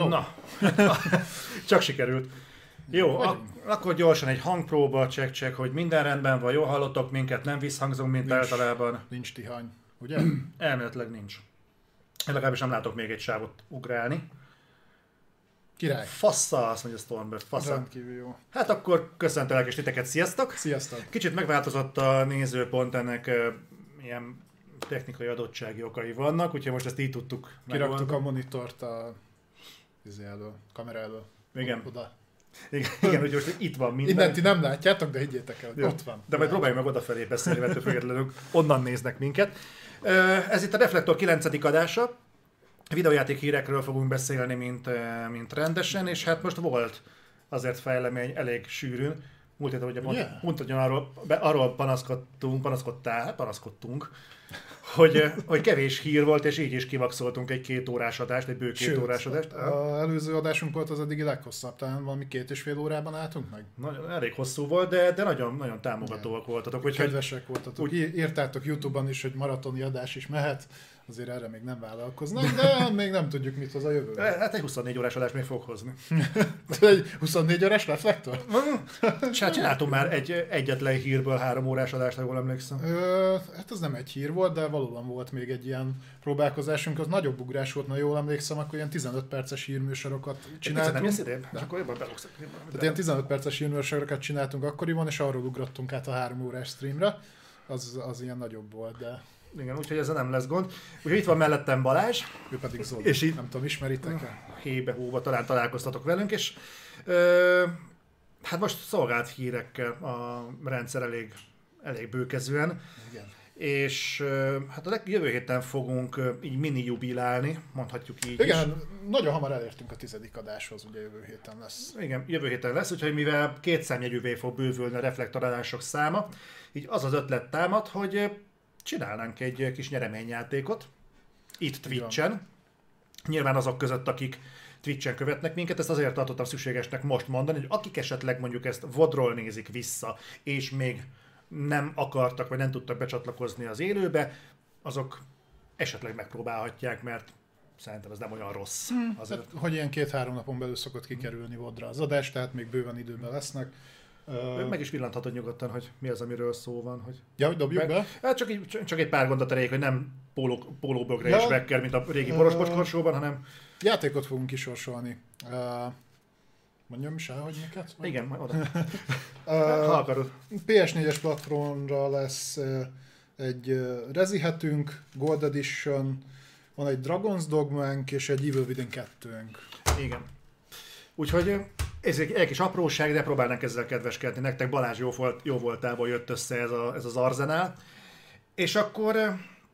Na, csak sikerült. Jó, akkor gyorsan egy hangpróba, check, hogy minden rendben van, jól hallottok minket, nem visszhangzunk, mint általában. Nincs tihany, ugye? Elméletileg nincs. Én legalábbis nem látok még egy sávot ugrálni. Király. Fassa, azt mondja Stormbird, fassa. Rendkívül jó. Hát akkor köszöntelek és titeket, sziasztok! Sziasztok! Kicsit megváltozott a nézőpont, ennek ilyen technikai adottsági okai vannak, úgyhogy most ezt így tudtuk Kiraktuk a monitort a kamera elől. Igen. Oda. Igen, úgyhogy most itt van minden. Innen ti nem látjátok, de higgyétek el, hogy ott van. De majd próbáljuk meg odafelé beszélni, mert függetlenül onnan néznek minket. Ez itt a Reflektor 9. adása. Videójáték hírekről fogunk beszélni, mint rendesen, és hát most volt azért fejlemény elég sűrűn. Múlt héten ugye pont arról panaszkodtunk, hogy kevés hír volt, és így is kivaxoltunk egy 2 órás adást, egy bő 2 órás adást. Az előző adásunk volt az eddigi leghosszabb, talán valami 2,5 órában álltunk meg. Nagyon, elég hosszú volt, de nagyon, nagyon támogatóak voltatok. Kedvesek voltatok. Írtátok YouTube-on is, hogy maratoni adás is mehet. Azért erre még nem vállalkoznak, de még nem tudjuk, mit hoz a jövő. Hát egy 24 órás adás még fog hozni. Egy 24 órás reflektor? Csináltunk már egyetlen hírből 3 órás adást, ha jól emlékszem. Hát ez nem egy hír volt, de valóban volt még egy ilyen próbálkozásunk. Az nagyobb ugrás volt, ha jól emlékszem, akkor ilyen 15 perces hírműsorokat csináltunk. Nem jössz idén? És akkor jobban belogszak. Tehát ilyen 15 perces hírműsorokat csináltunk akkoriban, és arról ugrottunk át a 3 órás streamre. Az ilyen nagyobb volt, de... Igen, úgyhogy ezzel nem lesz gond. Úgyhogy itt van mellettem Balázs. Ő pedig Zoli. És így, nem tudom, ismeritek-e? Hébe-hóba talán találkoztatok velünk, és hát most szolgált hírekkel a rendszer elég bőkezően. Igen. És hát a jövő héten fogunk így mini jubilálni, mondhatjuk így. Igen, is. Nagyon hamar elértünk a 10. adáshoz, ugye jövő héten lesz. Igen, jövő héten lesz, úgyhogy mivel 2 számjegyűvé fog bővülni a reflektorálások száma, így az ötlet támad, hogy csinálnánk egy kis nyereményjátékot itt Twitch-en. Nyilván azok között, akik Twitch-en követnek minket, ezt azért tartottam szükségesnek most mondani, hogy akik esetleg mondjuk ezt VOD-ról nézik vissza, és még nem akartak, vagy nem tudtak becsatlakozni az élőbe, azok esetleg megpróbálhatják, mert szerintem ez nem olyan rossz. Tehát, hogy ilyen 2-3 napon belül szokott kikerülni VOD-ra az adás, tehát még bőven időben lesznek. Meg is pillanthatod nyugodtan, hogy mi az, amiről szó van. Hogy ja, hogy dobjuk be? Hát csak egy pár gondot erejék, hogy nem pólóbögre és vekker, mint a régi Boroskorsóban, hanem... Játékot fogunk kisorsolni. Mondjam is el, hogy miket? Igen, majd oda. Ha akarod. PS4-es platformra lesz egy Rezi hetünk, Gold Edition, van egy Dragon's Dogmánk és egy Evil Within 2-nk. Igen. Úgyhogy ez egy kis apróság, de próbálnánk ezzel kedveskedni nektek. Balázs jó voltából jött össze ez az arzenál. És akkor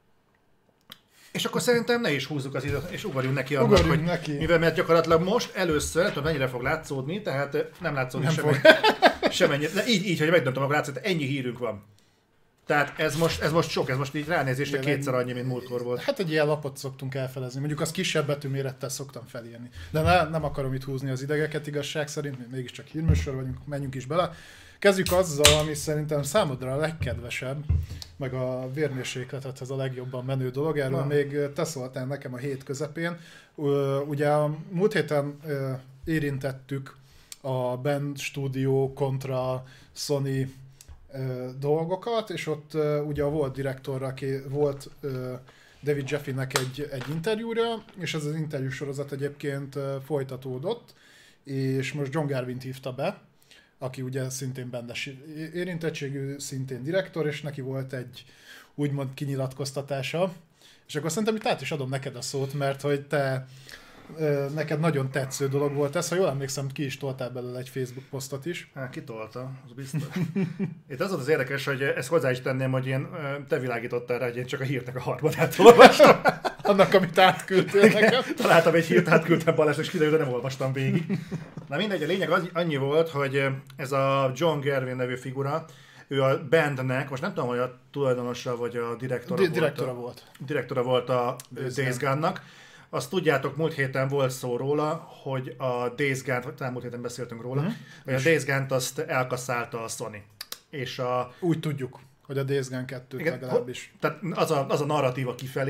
szerintem ne is húzzuk az időt, és ugorjunk neki annak, hogy mivel mert gyakorlatilag most először, nem tudom mennyire fog látszódni, tehát nem látszódni semmennyire. De így, hogy megdöntöm, akkor látszott, ennyi hírünk van. Tehát ez most sok, ez most így ránézésre 2-szer annyi, mint múltkor volt. Hát egy ilyen lapot szoktunk elfelezni, mondjuk az kisebb betűmérettel szoktam felírni. De nem akarom itt húzni az idegeket igazság szerint, mégiscsak hírműsor vagyunk, menjünk is bele. Kezdjük azzal, ami szerintem számodra a legkedvesebb, meg a vérmérsékletethez a legjobban menő dolog. Erről még te szóltál nekem a hét közepén. Ugye a múlt héten érintettük a Bend Studio kontra Sony dolgokat, és ott ugye a volt direktorra volt David Jeffynek egy interjúra, és ez az interjú sorozat egyébként folytatódott, és most John Garvin-t hívta be, aki ugye szintén bendes érintettségű, szintén direktor, és neki volt egy úgymond kinyilatkoztatása. És akkor szerintem itt át is adom neked a szót, mert hogy te neked nagyon tetsző dolog volt ez, ha jól emlékszem, ki is toltál belőle egy Facebook posztot is. Hát kitolta, az biztos. Itt az volt az érdekes, hogy ezt hozzá is tenném, hogy te világítottál rá, hogy én csak a hírnek a harmadát olvastam. Annak, amit átküldtél nekem. Találtam egy hírt, átküldtem Balázsnak, és kiderült, de nem olvastam végig. Na mindegy, a lényeg annyi volt, hogy ez a John Garvin nevű figura, ő a bandnek, most nem tudom, hogy a tulajdonosa vagy a direktora volt a Days Gone-nak. Azt tudjátok, múlt héten volt szó róla, hogy a Days Gone-t, talán múlt héten beszéltünk róla, hogy a Days Gone-t azt elkasszálta a Sony. És úgy tudjuk, hogy a Days Gone 2 legalábbis. Tehát az a narratíva kifelé,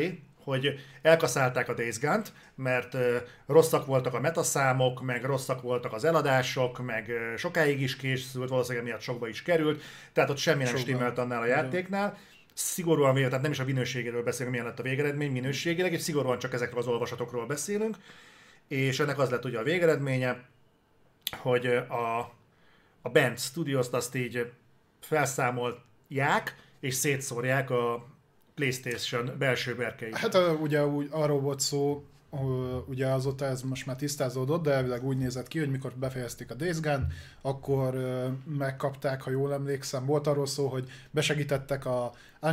hogy elkaszálták a Days Gone-t, mert rosszak voltak a metaszámok, meg rosszak voltak az eladások, meg sokáig is készült, valószínűleg miatt sokba is került, tehát ott semmi nem stimmelt annál a játéknál. Szigorúan véve, tehát nem is a minőségéről beszélünk, milyen lett a végeredmény minőségileg, és szigorúan csak ezekről az olvasatokról beszélünk, és ennek az lett ugye a végeredménye, hogy a Bend Studios-t azt így felszámolják, és szétszórják a PlayStation belső berkeit. Hát ugye úgy arról volt szó, ugye azóta ez most már tisztázódott, de elvileg úgy nézett ki, hogy mikor befejezték a Days Gone, akkor megkapták, ha jól emlékszem, volt arról szó, hogy besegítettek a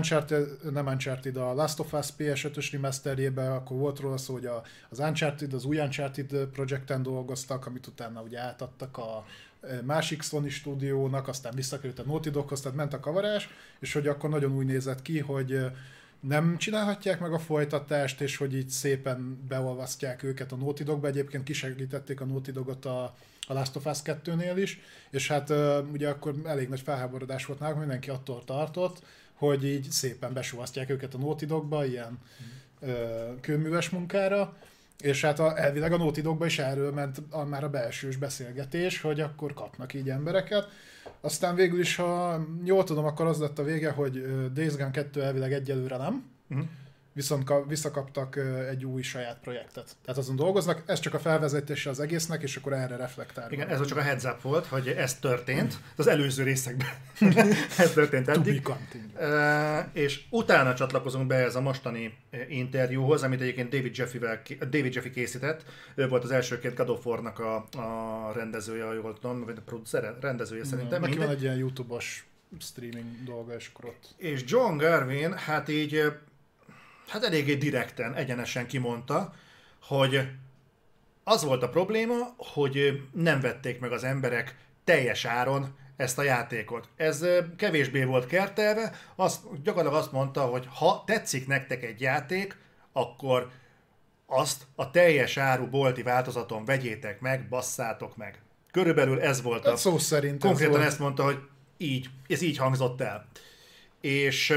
a Last of Us PS5-ös remasterjébe, akkor volt róla szó, hogy az új Uncharted projekten dolgoztak, amit utána ugye átadtak a másik Sony stúdiónak, aztán visszakerült a Naughty Doghoz, tehát ment a kavarás, és hogy akkor nagyon úgy nézett ki, hogy nem csinálhatják meg a folytatást, és hogy így szépen beolvasztják őket a Naughty Dogba. Egyébként kisegítették a Naughty Dogot a Last of Us 2-nél is, és hát ugye akkor elég nagy felháborodás volt nálunk, mindenki attól tartott, hogy így szépen besúvasztják őket a Naughty Dogba, ilyen kőműves munkára, és hát elvileg a Naughty Dogba is erről ment már a belsős beszélgetés, hogy akkor kapnak így embereket. Aztán végül is, ha jól tudom, akkor az lett a vége, hogy Days Gone 2 elvileg egyelőre nem, viszont visszakaptak egy új saját projektet. Tehát azon dolgoznak, ez csak a felvezetése az egésznek, és akkor erre reflektálunk. Igen, ez csak a heads up volt, hogy ez történt, az előző részekben ez történt eddig. És utána csatlakozunk be ez a mostani interjúhoz, amit egyébként David Jeffy készített. Ő volt az elsőként God of War-nak a rendezője, jól tudom, vagy a producere, rendezője szerintem. Neki van egy ilyen YouTube-os streaming dolga, és akkor ott. És John Garvin, hát így eléggé direkten, egyenesen kimondta, hogy az volt a probléma, hogy nem vették meg az emberek teljes áron ezt a játékot. Ez kevésbé volt kertelve, gyakorlatilag azt mondta, hogy ha tetszik nektek egy játék, akkor azt a teljes áru bolti változaton vegyétek meg, basszátok meg. Körülbelül ez volt a... Szó szerint konkrétan ezt mondta, hogy ez így hangzott el. És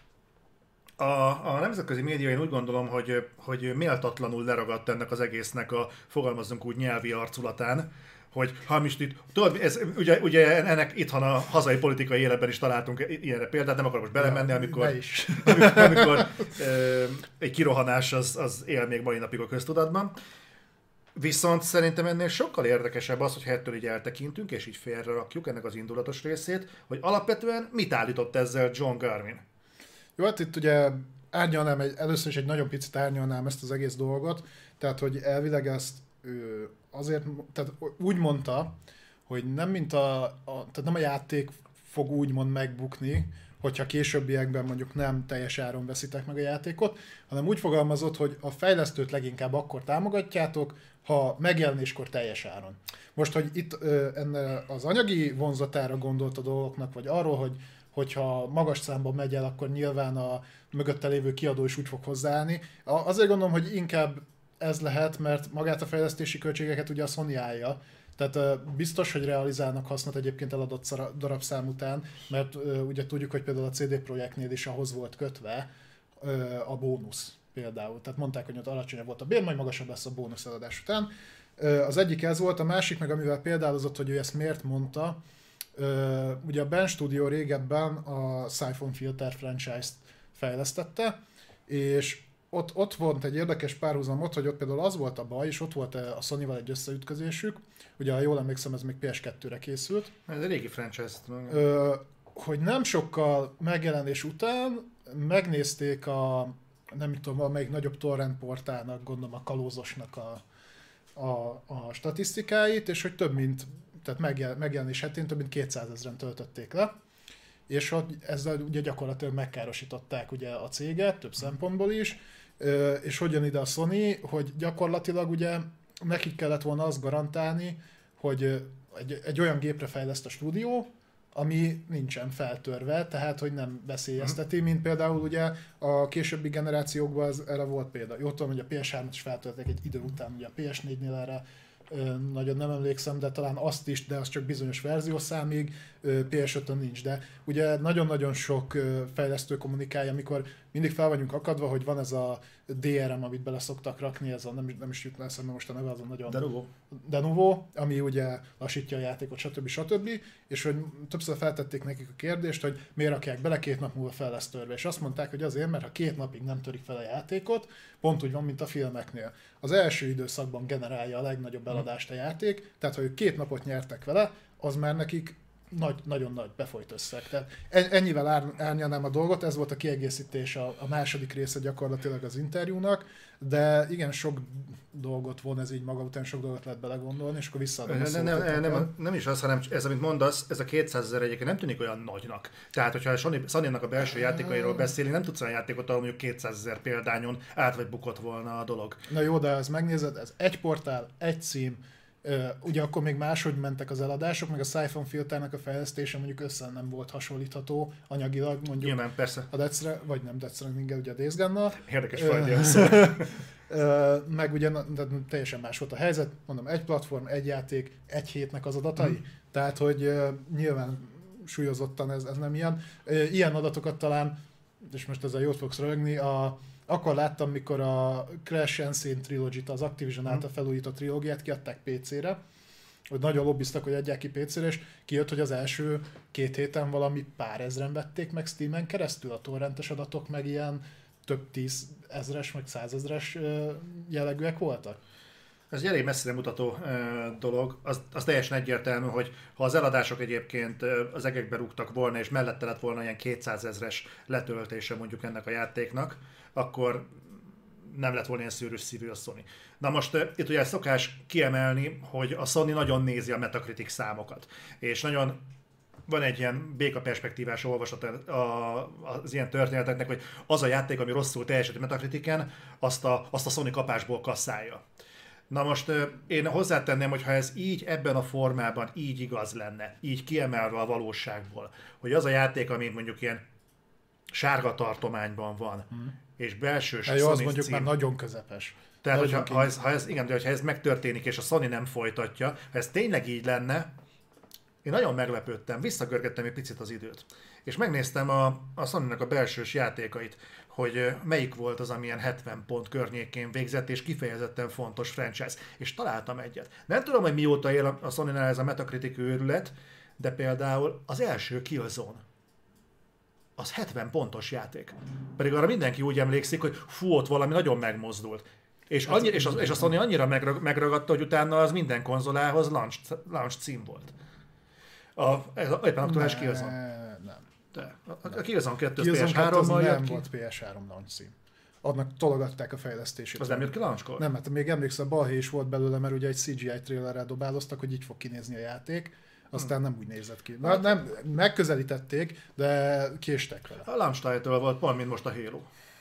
a nemzetközi média, én úgy gondolom, hogy méltatlanul leragadt ennek az egésznek a, fogalmazzunk úgy, nyelvi arculatán, hogy most itt, tudod, ez, ugye ennek itthon a hazai politikai életben is találtunk ilyenre példát, nem akarok most belemenni, amikor egy kirohanás az él még mai napig a köztudatban. Viszont szerintem ennél sokkal érdekesebb az, hogy ettől így eltekintünk, és így félrerakjuk ennek az indulatos részét, hogy alapvetően mit állított ezzel John Garvin. Jó, hát itt ugye először is egy nagyon picit árnyalnám ezt az egész dolgot, tehát hogy elvileg ezt azért, tehát úgy mondta, hogy nem tehát nem a játék fog úgymond megbukni, hogyha későbbiekben mondjuk nem teljes áron veszitek meg a játékot, hanem úgy fogalmazott, hogy a fejlesztőt leginkább akkor támogatjátok, ha megjelenéskor teljes áron. Most, hogy itt az anyagi vonzatára gondolt a dolgoknak, vagy arról, hogyha magas számban megy el, akkor nyilván a mögötte lévő kiadó is úgy fog hozzáállni. Azért gondolom, hogy inkább ez lehet, mert magát a fejlesztési költségeket ugye a Sony állja. Tehát biztos, hogy realizálnak hasznot egyébként eladott darabszám után, mert ugye tudjuk, hogy például a CD Projektnél is ahhoz volt kötve a bónusz például. Tehát mondták, hogy ott alacsonyabb volt a bér, majd magasabb lesz a bónusz eladás után. Az egyik ez volt, a másik meg amivel példálozott, hogy ő ezt miért mondta, ugye a Bend Studio régebben a Siphon Filter franchise-t fejlesztette, és ott volt egy érdekes párhuzamot, hogy ott például az volt a baj, és ott volt a Sony-val egy összeütközésük, ugye ha jól emlékszem, ez még PS2-re készült. Ez a régi franchise. Hogy nem sokkal megjelenés után megnézték nem tudom, valamelyik nagyobb torrent portálnak, gondolom a Kalózosnak a statisztikáit, és hogy tehát megjelenés hetén több mint 200 000-en töltötték le, és hogy ezzel ugye gyakorlatilag megkárosították ugye a céget több szempontból is, és hogy jön ide a Sony, hogy gyakorlatilag ugye nekik kellett volna azt garantálni, hogy egy olyan gépre fejleszt a stúdió, ami nincsen feltörve, tehát hogy nem veszélyezteti, mint például ugye a későbbi generációkban erre volt példa. Jó tudom, hogy a PS3-at is feltörtek egy idő után, ugye a PS4-nél erre nagyon nem emlékszem, de talán azt is, de az csak bizonyos verziószámig, PS5-ön nincs. De ugye nagyon-nagyon sok fejlesztő kommunikálja, amikor mindig fel vagyunk akadva, hogy van ez a DRM, amit bele szoktak rakni, ez a nem is jut le eszembe most a neve, azon nagyon... De Novo, ami ugye lassítja a játékot, stb. És hogy többször feltették nekik a kérdést, hogy miért rakják bele, 2 nap múlva fel lesz törve. És azt mondták, hogy azért, mert ha 2 napig nem törik fel a játékot, pont úgy van, mint a filmeknél. Az első időszakban generálja a legnagyobb eladást a játék, tehát ha ők 2 napot nyertek vele, az már nekik nagyon nagy befolyt összeg. Tehát ennyivel árnyalnám a dolgot, ez volt a kiegészítés a második része gyakorlatilag az interjúnak, de igen, sok dolgot von ez így maga után, sok dolgot lehet belegondolni, és akkor visszaadom a szót. Nem is az, hanem ez, amit mondasz, ez a 200 000 egyébként nem tűnik olyan nagynak. Tehát, hogyha a Sony-nak a belső játékairól beszélni, nem tudsz olyan játékot, ahol mondjuk 200 000 példányon át vagy bukott volna a dolog. Na jó, de ezt megnézed, ez egy portál, egy cím, ugye akkor még máshogy mentek az eladások, meg a Siphon Filternek a fejlesztése mondjuk össze nem volt hasonlítható anyagilag mondjuk. Nyilván, persze. A Death, vagy nem Death Stranding, ugye a Days Gone-nal. Érdekes fajta szó. Meg ugye teljesen más volt a helyzet, mondom, egy platform, egy játék, egy hétnek az adatai. Tehát, hogy nyilván súlyozottan ez nem ilyen. Ilyen adatokat talán, és most ezzel jót fogsz rögni, akkor láttam, mikor a Crash Insane Trilogy-t, az Activision által felújított trilógiát kiadták PC-re, hogy nagyon lobbiztak, hogy adják ki PC-re, és kijött, hogy az első 2 héten valami pár ezren vették meg Steamen keresztül, a torrentes adatok meg ilyen több 10 000-es, meg 100 000-es jellegűek voltak. Ez egy elég messzire mutató dolog. Az teljesen egyértelmű, hogy ha az eladások egyébként az egekbe rúgtak volna, és mellette lett volna ilyen 200 000-es letöltése mondjuk ennek a játéknak, akkor nem lett volna ilyen szűrős szívű a Sony. Na most itt ugye szokás kiemelni, hogy a Sony nagyon nézi a Metacritic számokat, és nagyon van egy ilyen békaperspektívás olvasat az ilyen történeteknek, hogy az a játék, ami rosszul teljesít a Metacritiken, azt a Sony kapásból kasszálja. Na most én hozzátenném, hogy ha ez így ebben a formában így igaz lenne, így kiemelve a valóságból, hogy az a játék, ami mondjuk ilyen sárga tartományban van, és belsős Sony az mondjuk cím, már nagyon közepes. Tehát, ha ez megtörténik, és a Sony nem folytatja, ha ez tényleg így lenne, én nagyon meglepődtem, visszagörgettem egy picit az időt. És megnéztem a Sony-nak a belsős játékait, hogy melyik volt az, amilyen 70 pont környékén végzett, és kifejezetten fontos franchise. És találtam egyet. Nem tudom, hogy mióta él a Sony-nál ez a Metacritic őrület, de például az első Killzone. Az 70 pontos játék. Pedig arra mindenki úgy emlékszik, hogy fú, ott valami nagyon megmozdult. És a Sony annyira megragadta, hogy utána az minden konzolához launch cím volt. Éppen aktuális Killzone. De. A Killzone 2 PS3-mal nem volt PS3 launch cím. Annak tologatták a fejlesztését. Az nem jött ki launchkor? Nem, hát még emlékszem, balhé is volt belőle, mert ugye egy CGI trailerrel dobáloztak, hogy így fog kinézni a játék. Aztán nem úgy nézett ki. Nem, megközelítették, de késtek vele. A launch title volt, pont mint most a Halo.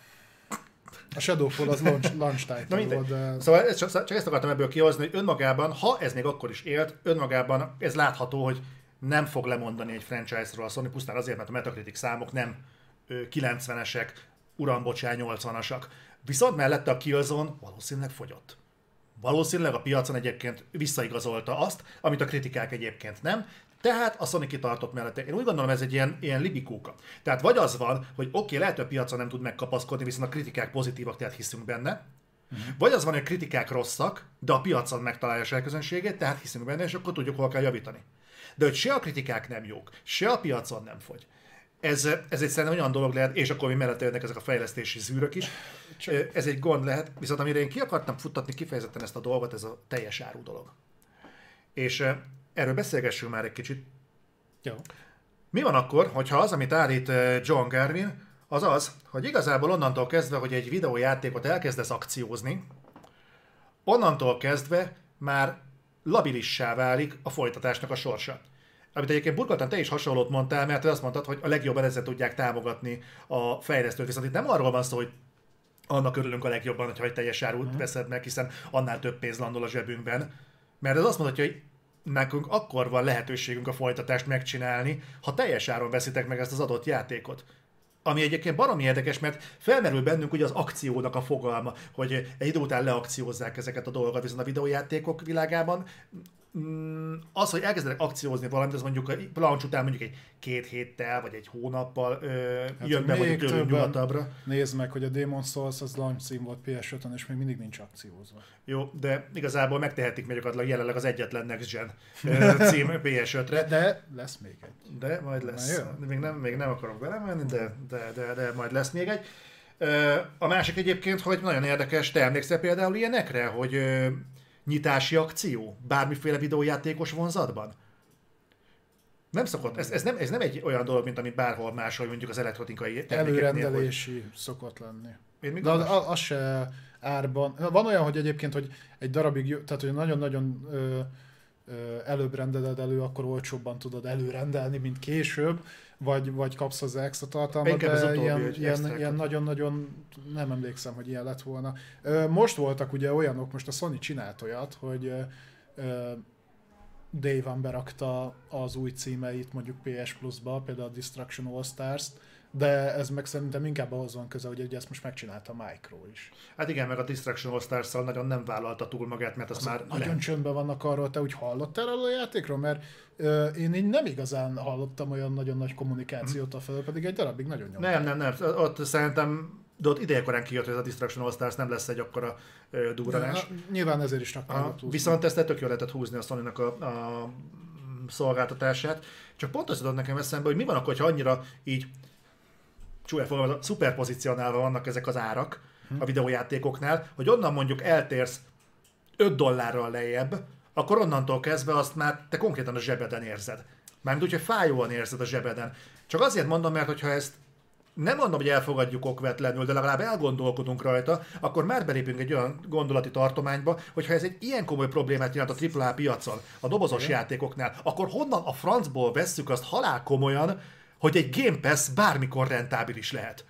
A Shadowfall az launch title volt, de... Szóval csak ezt akartam ebből kihozni, hogy önmagában, ha ez még akkor is élt, önmagában ez látható, hogy nem fog lemondani egy franchise-ról a Sony, pusztán azért, mert a Metacritic számok nem 90-esek, uram, bocsán, 80-asak. Viszont mellette a Killzone valószínűleg fogyott. Valószínűleg a piacon egyébként visszaigazolta azt, amit a kritikák egyébként nem, tehát a Sony kitartott mellette. Én úgy gondolom, ez egy ilyen libikóka. Tehát vagy az van, hogy oké, lehet, hogy a piacon nem tud megkapaszkodni, viszont a kritikák pozitívak, tehát hiszünk benne. Vagy az van, hogy a kritikák rosszak, de a piacon megtalálja a saját közönségét, tehát hiszünk benne, és akkor tudjuk, hol kell javítani. De hogy se a kritikák nem jók, se a piacon nem fogy. Ez egy szerintem olyan dolog lehet, és akkor még mellette jönnek ezek a fejlesztési zűrök is. Ez egy gond lehet, viszont amire én ki akartam futtatni kifejezetten ezt a dolgot, ez a teljes áru dolog. És erről beszélgessünk már egy kicsit. Jó. Mi van akkor, hogyha az, amit állít John Garvin, az az, hogy igazából onnantól kezdve, hogy egy videójátékot elkezdesz akciózni, onnantól kezdve már labilissá válik a folytatásnak a sorsa. Amit egyébként burkoltan te is hasonlót mondtál, mert te azt mondtad, hogy a legjobban ezzel tudják támogatni a fejlesztőt. Viszont itt nem arról van szó, hogy annak örülünk a legjobban, hogyha egy teljes árut veszed meg, hiszen annál több pénz landol a zsebünkben. Mert ez azt mondhatja, hogy nekünk akkor van lehetőségünk a folytatást megcsinálni, ha teljes áron veszitek meg ezt az adott játékot. Ami egyébként baromi érdekes, mert felmerül bennünk ugye az akciónak a fogalma, hogy egy idő után leakciózzák ezeket a dolgokat, viszont a videójátékok világában Az, hogy elkezdenek akciózni valamit, az mondjuk a launch után mondjuk egy 2 héttel, vagy egy hónappal jön be mondjuk tőlünk nyugatabbra. Nézd meg, hogy a Demon's Souls az launch cím volt PS5-ön, és még mindig nincs akciózva. Jó, de igazából megtehetik meg gyakorlatilag jelenleg az egyetlen Next Gen cím PS5-re. De lesz még egy. De majd lesz. Még nem akarok belemenni, de majd lesz még egy. A másik egyébként, hogy nagyon érdekes, te emlékszel például ilyenekre, hogy nyitási akció bármiféle videójátékos vonzatban? Nem szokott, ez nem egy olyan dolog, mint amit bárhol máshol, mondjuk az elektronikai előrendelési szokott lenni. De az se árban. Van olyan, hogy egyébként, hogy egy darabig, tehát hogy nagyon-nagyon előbb rendeled elő, akkor olcsóbban tudod előrendelni, mint később, vagy kapsz hozzá extra tartalmat, de ilyen nagyon-nagyon nem emlékszem, hogy ilyen lett volna. Most voltak ugye olyanok, most a Sony csinált olyat, hogy Day One berakta az új címeit mondjuk PS Plus-ba, például a Destruction All Stars-t, de ez meg szerintem inkább ahhoz van köze, hogy ezt most megcsinálta a Micro is. Hát igen, meg a Destruction All Stars-szal nagyon nem vállalta túl magát, mert az már... Nagyon csöndben vannak arról, te úgy hallottál erről a játékról? Mert én így nem igazán hallottam olyan nagyon nagy kommunikációt afelől, pedig egy darabig nagyon nyomták. Nem. Ott szerintem, de ott idejekorán kijött, hogy ez a Destruction All Stars nem lesz egy akkora durranás. Nyilván ezért is rakták. Viszont ezt tök jól lehetett húzni a Sony-nak a szolgáltatását. Csak pont azt tudod nekem eszembe, hogy mi van akkor, ha annyira így csúnya fogalmazva, szuperpozicionálva vannak ezek az árak a videójátékoknál, hogy onnan mondjuk eltérsz $5 lejjebb, akkor onnantól kezdve azt már te konkrétan a zsebeden érzed. Mármint úgy, hogy fájóan érzed a zsebeden. Csak azért mondom, mert hogyha ezt nem mondom, hogy elfogadjuk okvetlenül, de legalább elgondolkodunk rajta, akkor már belépünk egy olyan gondolati tartományba, hogy ha ez egy ilyen komoly problémát jelent a AAA piacon, a dobozos játékoknál, akkor honnan a francból vesszük azt halál komolyan, hogy egy Game Pass bármikor rentábilis lehet.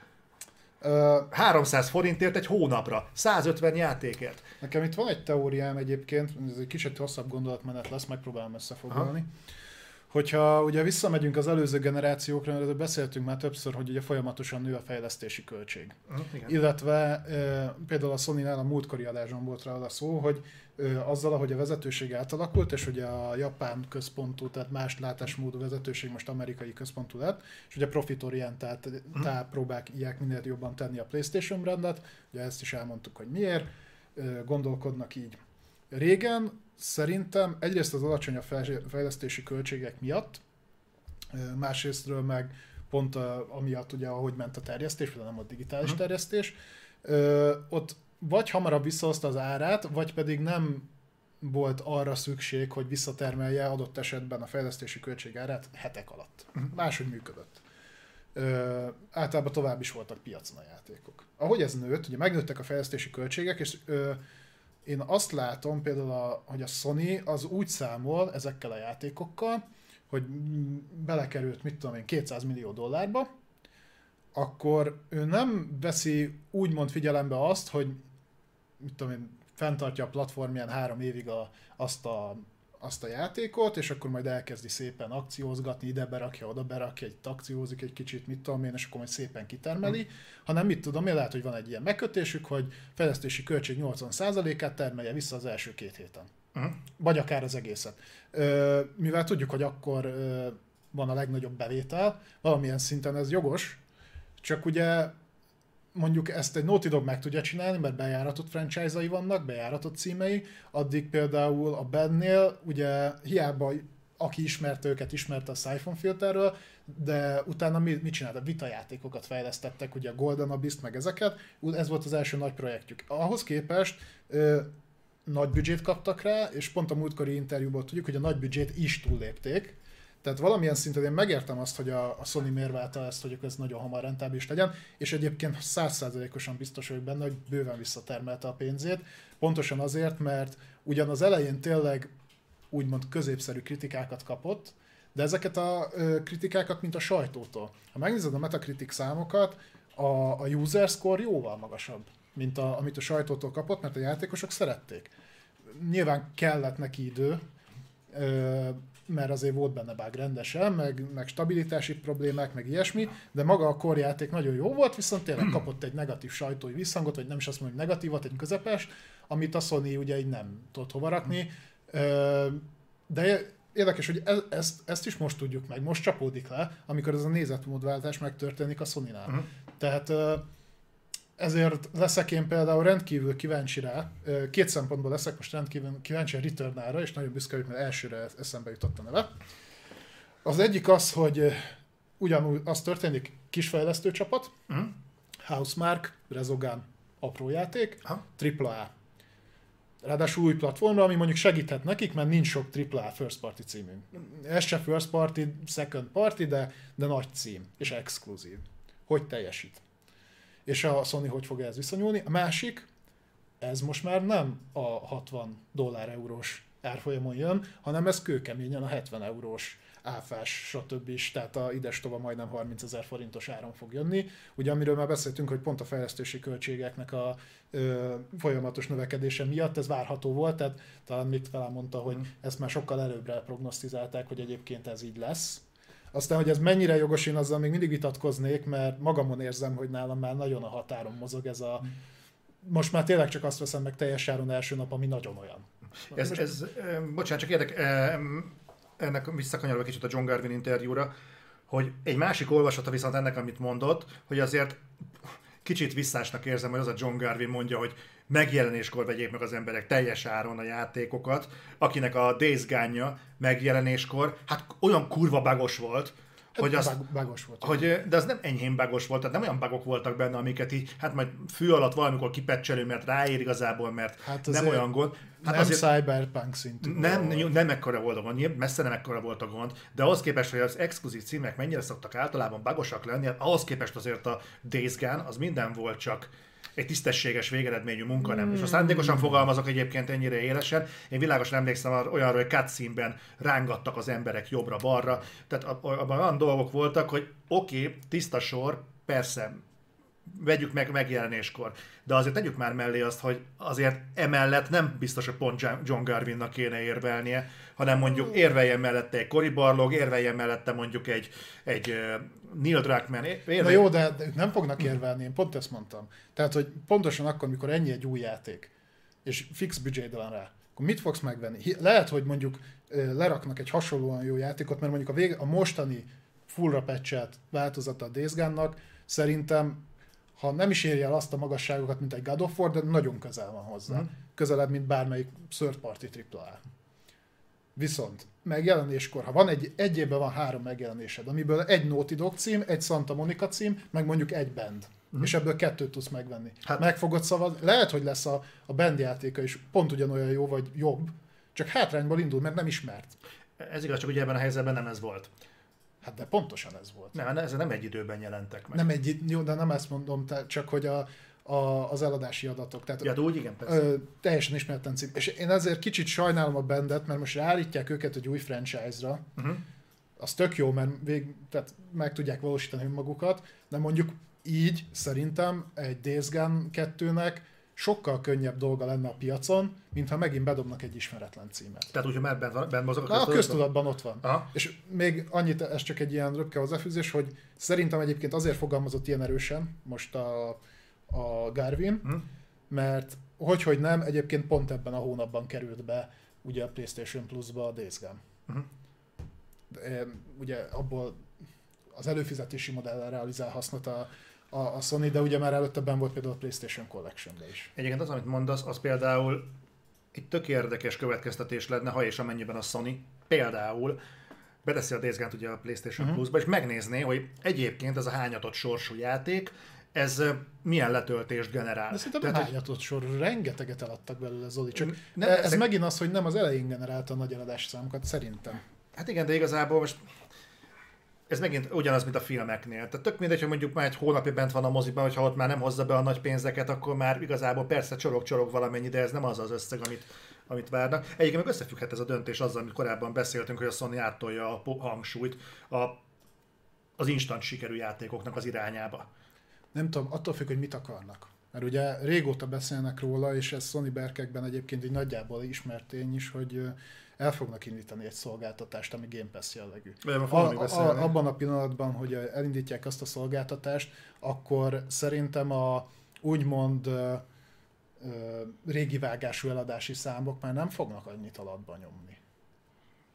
300 forintért egy hónapra, 150 játékért. Nekem itt van egy teóriám egyébként, ez egy kicsit hosszabb gondolatmenet lesz, megpróbálom összefoglalni. Hogyha ugye visszamegyünk az előző generációkra, erről beszéltünk már többször, hogy ugye folyamatosan nő a fejlesztési költség. Illetve például a Sony-nál a múltkori adásban volt rá szó, hogy azzal, ahogy a vezetőség átalakult, és ugye a japán központú, tehát más látásmódú vezetőség most amerikai központú lett, és ugye profitorientált próbálják minél jobban tenni a PlayStation brandet, ugye ezt is elmondtuk, hogy miért, gondolkodnak így. Régen szerintem egyrészt az alacsonyabb fejlesztési költségek miatt, másrésztről meg pont amiatt ugye, ahogy ment a terjesztés, például nem a digitális terjesztés, ott vagy hamarabb visszahozta az árát, vagy pedig nem volt arra szükség, hogy visszatermelje adott esetben a fejlesztési költség árát hetek alatt. Máshogy működött. Általában tovább is voltak piacon a játékok. Ahogy ez nőtt, ugye megnőttek a fejlesztési költségek, és én azt látom például, hogy a Sony az úgy számol ezekkel a játékokkal, hogy belekerült, mit tudom én, $200 millió, akkor ő nem veszi úgymond figyelembe azt, hogy mit tudom én, fenntartja a platformján 3 évig azt a játékot, és akkor majd elkezdi szépen akciózgatni, ide berakja, oda berakja, egy akciózik egy kicsit, mit tudom én, és akkor majd szépen kitermeli, hanem mit tudom én, lehet, hogy van egy ilyen megkötésük, hogy fejlesztési költség 80%-át termelje vissza az első 2 héten. Vagy akár az egészet. Mivel tudjuk, hogy akkor van a legnagyobb bevétel, valamilyen szinten ez jogos, csak ugye mondjuk ezt egy Naughty Dog meg tudja csinálni, mert bejáratott franchise-ai vannak, bejáratott címei, addig például a Bennél, ugye hiába aki ismerte őket, ismerte a Siphon Filterről, de utána mit csináltak? Vitajátékokat fejlesztettek, ugye a Golden Abyss-t, meg ezeket, ez volt az első nagy projektjük. Ahhoz képest nagy büdzsét kaptak rá, és pont a múltkori interjúból tudjuk, hogy a nagy büdzsét is túllépték. Tehát valamilyen szinten én megértem azt, hogy a Sony mérvelte ezt, hogy ez nagyon hamar rentábilis legyen, és egyébként 100%-osan biztos vagyok benne, hogy bőven visszatermelte a pénzét. Pontosan azért, mert ugyan az elején tényleg úgymond középszerű kritikákat kapott, de ezeket a kritikákat, mint a sajtótól. Ha megnézed a Metacritic számokat, a user score jóval magasabb, mint amit a sajtótól kapott, mert a játékosok szerették. Nyilván kellett neki idő, mert azért volt benne bug rendesen, meg stabilitási problémák, meg ilyesmi, de maga a core játék nagyon jó volt, viszont tényleg kapott egy negatív sajtói visszhangot, vagy nem is azt mondom, hogy negatívat, egy közepes, amit a Sony ugye így nem tudott hova rakni. De érdekes, hogy ezt is most tudjuk meg, most csapódik le, amikor ez a nézetmódváltás megtörténik a Sonynál. Tehát ezért leszek én például rendkívül kíváncsi rá, két szempontból leszek most rendkívül kíváncsi a Returnalra, és nagyon büszke vagyok, mert elsőre eszembe jutott a neve. Az egyik az, hogy ugyanúgy az történik, kisfejlesztő csapat, Housemarque, Resogun, apró játék, AAA. Ráadásul új platformra, ami mondjuk segíthet nekik, mert nincs sok AAA first party címünk. Ez se first party, second party, de nagy cím, és exkluzív. Hogy teljesít. És a Sony hogy fog ehhez viszonyulni. A másik, ez most már nem a $60 eurós árfolyamon jön, hanem ez kőkeményen a 70 eurós áfás, stb. Is, tehát idestova majdnem 30 000 forintos áron fog jönni. Ugye amiről már beszéltünk, hogy pont a fejlesztési költségeknek a folyamatos növekedése miatt ez várható volt, tehát talán még talán mondta, hogy ezt már sokkal előbbre prognosztizálták, hogy egyébként ez így lesz. Aztán, hogy ez mennyire jogos, én azzal még mindig vitatkoznék, mert magamon érzem, hogy nálam már nagyon a határon mozog ez a... Most már tényleg csak azt veszem meg teljes áron első nap, ami nagyon olyan. Bocsánat, csak ennek visszakanyarva kicsit a John Garvin interjúra, hogy egy másik olvasata viszont ennek, amit mondott, hogy azért kicsit visszásnak érzem, hogy az a John Garvin mondja, hogy megjelenéskor vegyék meg az emberek teljes áron a játékokat, akinek a Days Gone-ja megjelenéskor, hát olyan kurva bagos volt, hogy az, bagos volt. de az nem enyhén bagos volt, tehát nem olyan bagok voltak benne, amiket így, hát majd fű alatt valamikor kipecselő, mert ráér igazából, mert hát nem olyan gond. Hát nem cyberpunk szintű. Nem ekkora volt a gond, messze nem ekkora volt a gond, de ahhoz képest, hogy az exkluzív címek mennyire szoktak általában bagosak lenni, ahhoz képest azért a Days Gone az minden volt, csak egy tisztességes végeredményű munka nem. És a szándékosan fogalmazok egyébként ennyire élesen. Én világosan emlékszem olyanról, hogy cutscene-ben rángattak az emberek jobbra-balra. Tehát abban olyan dolgok voltak, hogy oké, tiszta sor, persze, vegyük meg megjelenéskor. De azért tegyük már mellé azt, hogy azért emellett nem biztos, hogy pont John Garvinnak kéne érvelnie, hanem mondjuk érveljen mellette egy Cory Barlog, érveljen mellette mondjuk egy Neil Druckmann. Na jó, de ők nem fognak érvelni, én pont ezt mondtam. Tehát, hogy pontosan akkor, mikor ennyi egy új játék, és fix budget van rá, akkor mit fogsz megvenni? Lehet, hogy mondjuk leraknak egy hasonlóan jó játékot, mert mondjuk a mostani fullra patchelt változata a Days Gone-nak szerintem, ha nem is érje el azt a magasságokat, mint egy God of War, de nagyon közel van hozzá. Közelebb, mint bármelyik third party AAA. Viszont megjelenéskor, ha van egy évben van 3 megjelenésed, amiből egy Naughty Dog cím, egy Santa Monica cím, meg mondjuk egy band. És ebből 2 tudsz megvenni. Hát, meg fogod szavazni. Lehet, hogy lesz a band játéka is pont ugyanolyan jó, vagy jobb, csak hátrányból indul, mert nem ismert. Ez igaz, csak ugye ebben a helyzetben nem ez volt. Hát de pontosan ez volt. Nem, ez nem egy időben jelentek meg. Nem jó, de nem ezt mondom, csak hogy az eladási adatok. Tehát, ja, úgy igen, persze. Teljesen ismeretlen cím. És én ezért kicsit sajnálom a bandet, mert most ráállítják őket egy új franchise-ra. Az tök jó, mert tehát meg tudják valósítani önmagukat, de mondjuk így szerintem egy Days Gone 2-nek sokkal könnyebb dolga lenne a piacon, mintha megint bedobnak egy ismeretlen címet. Tehát úgy, hogy már benn mozog a köztudatban ott van. Aha. És még annyit, ez csak egy ilyen röpke hozzáfűzés, hogy szerintem egyébként azért fogalmazott ilyen erősen most a Garvin, mert hogy nem, egyébként pont ebben a hónapban került be ugye a PlayStation Plus-ba a Days Gone. Ugye abból az előfizetési modellel realizál hasznot a Sony, de ugye már előtte benn volt például a PlayStation Collection-be is. Egyébként az, amit mondasz, az például egy tök érdekes következtetés lenne, ha és amennyiben a Sony például beteszi a Days Gone-t ugye a PlayStation Plus-ba, és megnézné, hogy egyébként ez a hányatott sorsú játék, ez milyen letöltést generál. De szerintem nem hányatott sor, rengeteget eladtak belőle, Zoli, csak nem, ez megint az, hogy nem az elején generálta a nagy eladási számokat, szerintem. Hát igen, de igazából most ez megint ugyanaz, mint a filmeknél. Tehát tök mindegy, hogy mondjuk már egy hónapja bent van a moziban, hogyha ott már nem hozza be a nagy pénzeket, akkor már igazából persze csorog valamennyi, de ez nem az az összeg, amit várnak. Egyébként meg összefügghet ez a döntés azzal, amit korábban beszéltünk, hogy a Sony áttolja a hangsúlyt az instant sikerű játékoknak az irányába. Nem tudom, attól függ, hogy mit akarnak. Mert ugye régóta beszélnek róla, és ez Sony berkekben egyébként egy nagyjából ismert tény is, hogy el fognak indítani egy szolgáltatást, ami Game Pass jellegű. Abban a pillanatban, hogy elindítják azt a szolgáltatást, akkor szerintem a úgymond régi vágású eladási számok már nem fognak annyit alatba nyomni.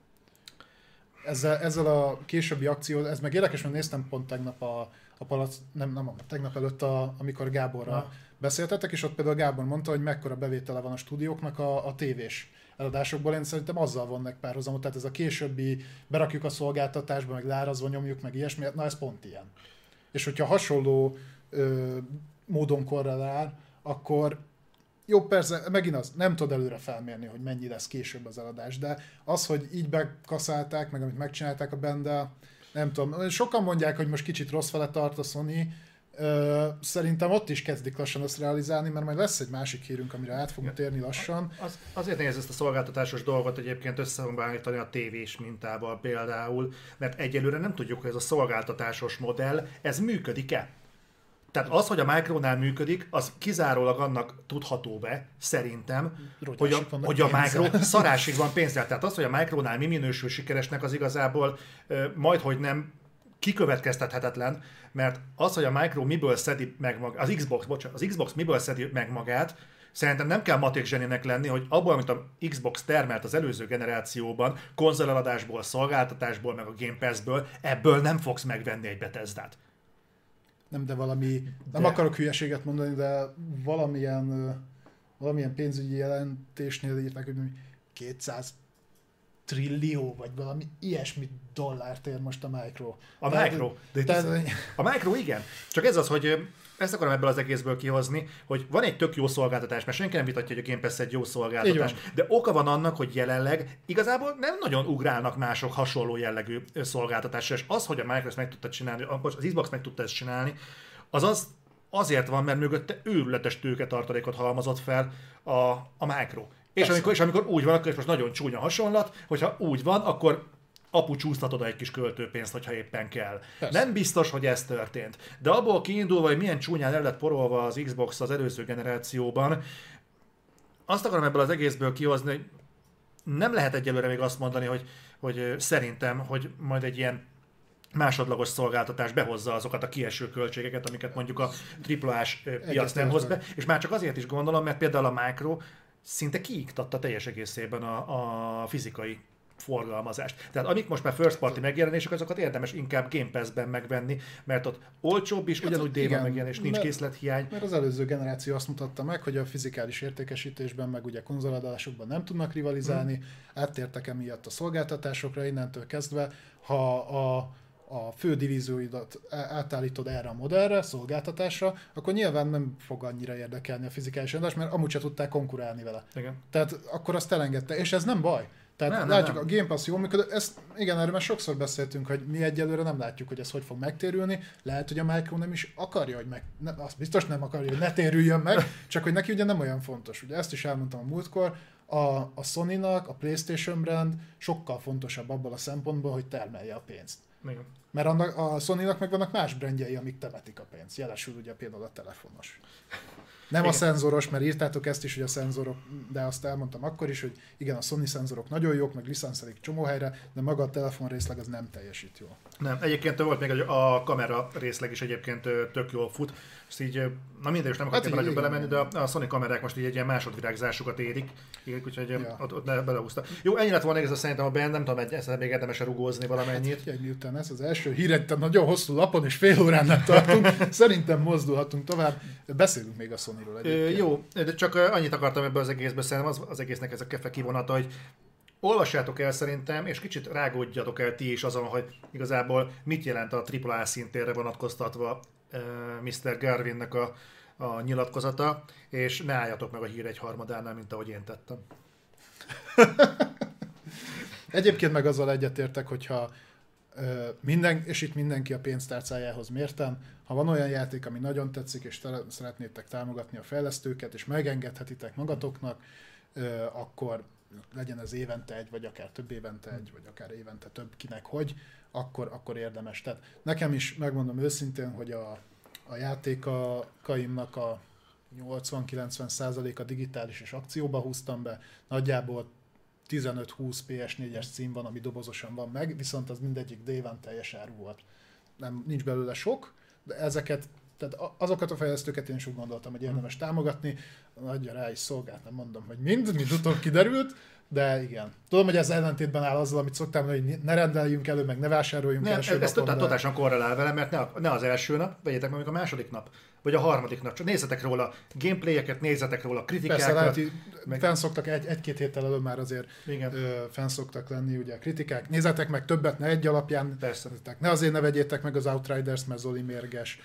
ezzel a későbbi akció, ez meg érdekes, mert néztem pont tegnap tegnap előtt, amikor Gáborral beszéltetek, és ott például Gábor mondta, hogy mekkora bevétele van a stúdióknak a tévés eladásokból. Én szerintem azzal vonnak párhuzamot, tehát ez a későbbi berakjuk a szolgáltatásba, meg lárazva nyomjuk, meg ilyesmi, na ez pont ilyen. És hogyha hasonló módon korrelál, akkor jó, persze, megint az, nem tudod előre felmérni, hogy mennyi lesz később az eladás, de az, hogy így bekaszálták, meg amit megcsinálták a Bendel, nem tudom, sokan mondják, hogy most kicsit rossz fele tart a Sony, szerintem ott is kezdik lassan azt realizálni, mert majd lesz egy másik hírünk, amire át fogunk térni lassan. Azért nehéz ezt a szolgáltatásos dolgot egyébként összehangolni a tévés mintával például, mert egyelőre nem tudjuk, hogy ez a szolgáltatásos modell, ez működik-e? Tehát az, hogy a Micronál működik, az kizárólag annak tudható be, szerintem, hogy a Micro szarásig van pénzzel. Tehát az, hogy a Micronál mi minősül sikeresnek, az igazából majdhogy nem kikövetkeztethetetlen, mert az, hogy a Micro miből szedi meg magát, az Xbox miből szedi meg magát, szerintem nem kell maték zseninek lenni, hogy abból, amit a Xbox termelt az előző generációban, konzoleladásból, szolgáltatásból, meg a Game Pass-ből, ebből nem fogsz megvenni egy Bethesdát. Nem, de nem akarok hülyeséget mondani, de valamilyen pénzügyi jelentésnél írták, hogy 200 trillió, vagy valami ilyesmi dollárt ér most a Micro. A Micro igen. Csak ez az, hogy ezt akarom ebből az egészből kihozni, hogy van egy tök jó szolgáltatás, mert senki nem vitatja, hogy a Game Pass egy jó szolgáltatás, de oka van annak, hogy jelenleg igazából nem nagyon ugrálnak mások hasonló jellegű szolgáltatásra, és az, hogy a Microsoft meg tudta csinálni, az Xbox meg tudta ezt csinálni, az azért van, mert mögötte őrületes tőketartalékot halmozott fel a Micro. És amikor úgy van, akkor most nagyon csúnya hasonlat, hogyha úgy van, akkor apu csúsztat oda egy kis költőpénzt, hogyha éppen kell. Persze. Nem biztos, hogy ez történt. De abból kiindulva, hogy milyen csúnyán el lett porolva az Xbox az előző generációban, azt akarom ebből az egészből kihozni, hogy nem lehet egyelőre még azt mondani, hogy szerintem, hogy majd egy ilyen másodlagos szolgáltatás behozza azokat a kieső költségeket, amiket mondjuk a AAA-s piac nem hoz be. És már csak azért is gondolom, mert például a Micro szinte kiiktatta teljes egészében a fizikai forgalmazást. Tehát amik most már first party megjelenések, azokat érdemes inkább Game Pass-ben megvenni, mert ott olcsóbb is, ugyanúgy déva megjelenés, nincs készlethiány. Mert az előző generáció azt mutatta meg, hogy a fizikális értékesítésben, meg ugye konzoladásokban nem tudnak rivalizálni, áttértek emiatt a szolgáltatásokra, innentől kezdve, ha a fő divízióidat átállítod erre a modellre, szolgáltatásra, akkor nyilván nem fog annyira érdekelni a fizikális adás, mert amúgy se tudták konkurálni vele. Igen. Tehát akkor azt elengedte, és ez nem baj. Tehát látjuk, a Game Pass jól működő, igen, erről már sokszor beszéltünk, hogy mi egyelőre nem látjuk, hogy ez hogy fog megtérülni. Lehet, hogy a Micro nem is akarja, hogy azt biztos nem akarja, hogy ne térüljön meg, csak hogy neki ugye nem olyan fontos. Ugye ezt is elmondtam a múltkor, a Sony-nak, a PlayStation brand sokkal fontosabb abban a szempontból, hogy termelje a pénzt. Igen. Mert a Sony-nak meg vannak más brandjei, amik temetik a pénzt. Jelesül ugye például a telefonos. Nem igen. A szenzoros, mert írtátok ezt is, hogy a szenzorok, de azt elmondtam akkor is, hogy igen, a Sony szenzorok nagyon jók, meg licenszelik csomó helyre, de maga a telefon részleg az nem teljesít jól. Nem, egyébként volt még a kamera részleg is egyébként tök jól fut, és így, na mindegy, és nem akartam nagyon belemenni, de a Sony kamerák most így egy ilyen másodvirágzásukat érik, úgyhogy ott belehúzta. Jó, ennyi lett volna ez szerintem a band, nem tudom, ezt még érdemes rugózni valamennyit. Hát, miután ez az első hír, nagyon hosszú lapon és fél óránál tartunk, szerintem mozdulhatunk tovább, beszélünk még a Sonyról egyébként. Jó, de csak annyit akartam ebből az egészből, szerintem az egésznek ez a kefe kivonata, hogy olvassátok el szerintem, és kicsit rágódjatok el ti is azon, hogy igazából mit jelent a AAA szintérre vonatkoztatva Mr. Garvinnek a nyilatkozata, és ne álljatok meg a hír egy harmadánál, mint ahogy én tettem. Egyébként meg azzal egyetértek, hogyha és itt mindenki a pénztárcájához mértem, ha van olyan játék, ami nagyon tetszik, és szeretnétek támogatni a fejlesztőket, és megengedhetitek magatoknak, akkor legyen ez évente egy, vagy akár több évente egy, vagy akár évente több, kinek hogy, akkor érdemes. Tehát nekem is megmondom őszintén, hogy a játékaimnak a 80-90% a digitális és akcióba húztam be, nagyjából 15-20 PS4-es cím van, ami dobozosan van meg, viszont az mindegyik D-van teljes áru volt. Nincs belőle sok, de tehát azokat a fejlesztőket én is úgy gondoltam, hogy érdemes támogatni, nagyja rá is szolgált, nem mondom, hogy mind utóbb kiderült, De igen. Tudom, hogy ez ellentétben áll azzal, amit szoktam mondani, hogy ne rendeljünk elő, meg ne vásároljunk első Ez napon, totálisan korrelál vele, mert ne az első nap, vegyétek meg a második nap, vagy a harmadik nap. Csak nézzetek róla gameplayeket, nézzetek róla kritikákat. Persze, lehet, fenn szoktak egy-két héttel előbb már azért fenn szoktak lenni ugye a kritikák. Nézzetek meg többet, ne egy alapján. Persze. Ne azért ne vegyétek meg az Outriders, mert Zoli mérges.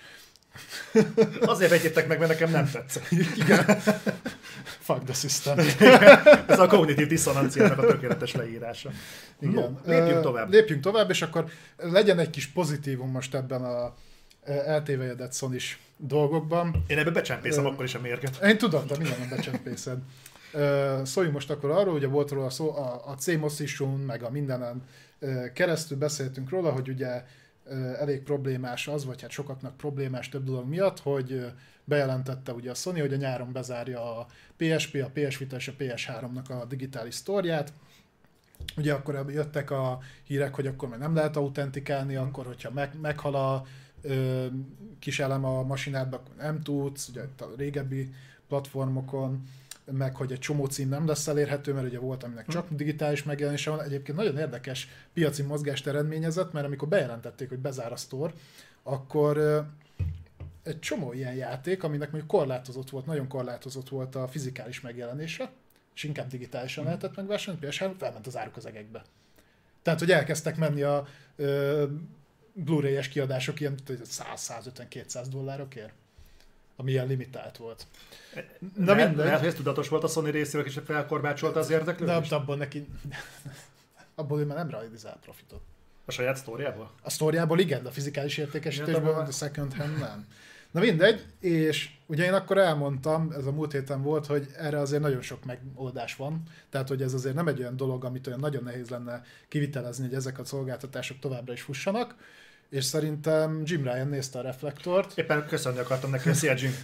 Azért vegyétek meg, mert nekem nem tetszett. Igen. Fuck the system. Ez a kognitív diszonanciának a tökéletes leírása. Igen. No, lépjünk tovább. Lépjünk tovább, és akkor legyen egy kis pozitívum most ebben a eltévejedett Sony-s dolgokban. Én ebbe becsempészem akkor is a mérget. Én tudom, de mindenben becsempészed. Szóljunk most akkor arról, ugye volt róla szó a CMOS issue, meg a mindenen keresztül beszéltünk róla, hogy ugye elég problémás az, vagy hát sokaknak problémás több dolog miatt, hogy bejelentette ugye a Sony, hogy a nyáron bezárja a PSP, a PS Vita és a PS3-nak a digitális sztorját. Ugye akkor jöttek a hírek, hogy akkor már nem lehet autentikálni, akkor hogyha meghal a kis elem a masinádba, akkor nem tudsz, ugye a régebbi platformokon, meg hogy egy csomó cím nem lesz elérhető, mert ugye volt, aminek csak digitális megjelenése van. Egyébként nagyon érdekes piaci mozgást eredményezett, mert amikor bejelentették, hogy bezár a store, akkor egy csomó ilyen játék, aminek mondjuk korlátozott volt, nagyon korlátozott volt a fizikális megjelenése, és inkább digitálisan lehetett megvásárolni, PS3 felment az áruk az egekbe. Tehát, hogy elkezdtek menni a Blu-ray-es kiadások ilyen 100-150-200 dollárokért, ami ilyen limitált volt. Na mindegy. Lehet, hogy ez tudatos volt a Sony részéről, és felkorbácsolta az érdeklődést? De abból neki... abból ő már nem realizál profitot. A saját sztóriából? A sztóriából igen, de a fizikális értékesítésből, a second hand nem. Na mindegy, és ugye én akkor elmondtam, ez a múlt héten volt, hogy erre azért nagyon sok megoldás van, tehát hogy ez azért nem egy olyan dolog, amit olyan nagyon nehéz lenne kivitelezni, hogy ezek a szolgáltatások továbbra is fussanak, és szerintem Jim Ryan nézte a Reflektort. Éppen köszönni akartam neki, szia Jim!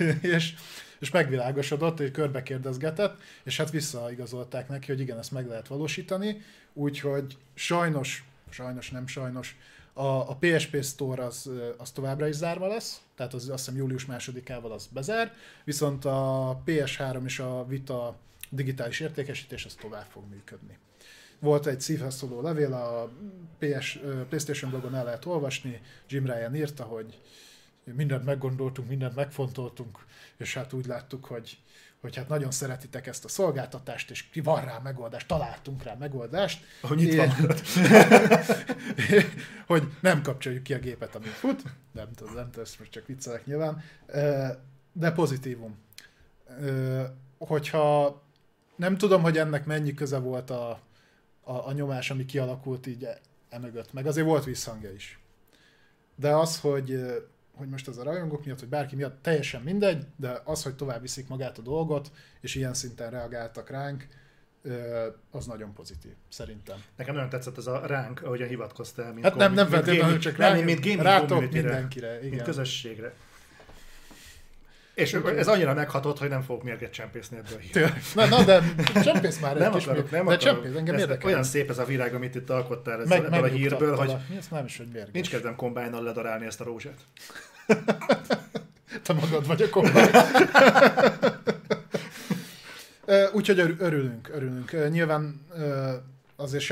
és megvilágosodott, hogy körbekérdezgetett, és hát visszaigazolták neki, hogy igen, ezt meg lehet valósítani, úgyhogy sajnos, nem sajnos, a PSP Store az továbbra is zárva lesz, tehát az azt hiszem július 2-ával az bezár, viszont a PS3 és a Vita digitális értékesítés az tovább fog működni. Volt egy szívhez szóló levél, a PlayStation blogon el lehet olvasni, Jim Ryan írta, hogy mindent meggondoltunk, mindent megfontoltunk, és hát úgy láttuk, hogy hát nagyon szeretitek ezt a szolgáltatást, és ki van rá megoldás, találtunk rá megoldást. Ahogy itt van. Hogy nem kapcsoljuk ki a gépet, ami fut. Nem tudom, ezt most csak viccelek nyilván. De pozitívum. Hogyha nem tudom, hogy ennek mennyi köze volt a nyomás, ami kialakult így emögött, meg azért volt visszhangja is. De az, hogy most ez a rajongók miatt, vagy bárki miatt teljesen mindegy, de az, hogy tovább viszik magát a dolgot, és ilyen szinten reagáltak ránk, az nagyon pozitív, szerintem. Nekem nagyon tetszett ez a ránk, ahogyan hivatkoztál, mint hát nem feltétlenül csak mint gaming community-re, mindenkire, igen. Mint közösségre. És ez annyira meghatott, hogy nem fogok mérget csempészni ebből a hírból. Na, de csempész már nem egy akarok, kis nem de akarok. csempész, engem érdekel. Olyan szép ez a virág, amit itt alkottál ebből a hírből, hogy mi ezt nem is, hogy mérges. Nincs kedvem kombájnnal ledarálni ezt a rózsát. Te magad vagy a kombány. Úgyhogy örülünk. Nyilván azért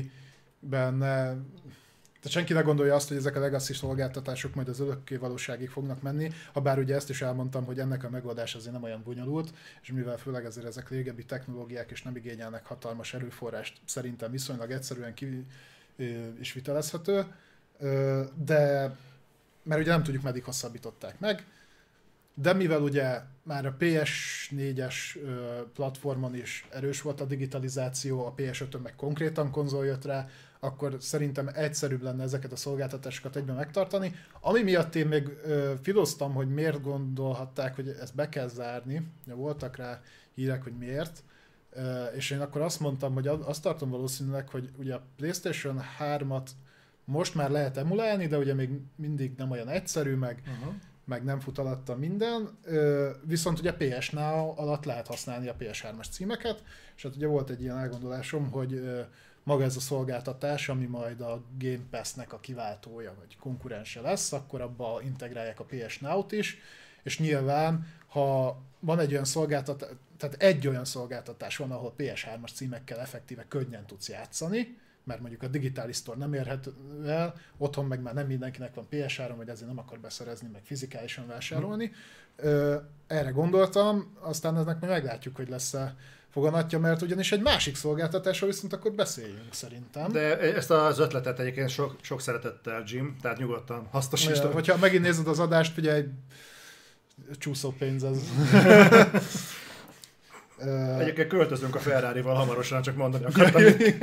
senki ne gondolja azt, hogy ezek a legacy szolgáltatások majd az örökké valóságig fognak menni, ha bár ugye ezt is elmondtam, hogy ennek a megoldás azért nem olyan bonyolult, és mivel főleg ezért ezek régebbi technológiák és nem igényelnek hatalmas erőforrást, szerintem viszonylag egyszerűen ki is vitelezhető, de mert ugye nem tudjuk, meddig hosszabbították meg, de mivel ugye már a PS4-es platformon is erős volt a digitalizáció, a PS5-ön meg konkrétan konzol jött rá, akkor szerintem egyszerűbb lenne ezeket a szolgáltatásokat egyben megtartani. Ami miatt én még filoztam, hogy miért gondolhatták, hogy ezt be kell zárni, voltak rá hírek, hogy miért, és én akkor azt mondtam, hogy azt tartom valószínűleg, hogy ugye a PlayStation 3-at most már lehet emulálni, de ugye még mindig nem olyan egyszerű, meg nem fut alatta minden, viszont ugye PS Now alatt lehet használni a PS3-as címeket, és hát ugye volt egy ilyen elgondolásom, hogy maga ez a szolgáltatás, ami majd a Game Pass-nek a kiváltója, vagy konkurense lesz, akkor abba integrálják a PS Now-t is, és nyilván, ha van egy olyan szolgáltatás, tehát egy olyan szolgáltatás van, ahol PS3-as címekkel effektíve könnyen tudsz játszani, mert mondjuk a digitális store nem érhető el, otthon meg már nem mindenkinek van PS3, vagy ezért nem akar beszerezni, meg fizikálisan vásárolni. Erre gondoltam, aztán ennek majd meglátjuk, hogy lesz-e foganatja, mert ugyanis egy másik szolgáltatásról viszont akkor beszéljünk szerintem. De ezt az ötletet egyébként sok szeretettel, Jim, tehát nyugodtan hasznosítsd. Hogyha megint nézed az adást, figyelj, csúszópénz ez. Egyébként költözünk a Ferrari-val hamarosan, csak mondani akartam.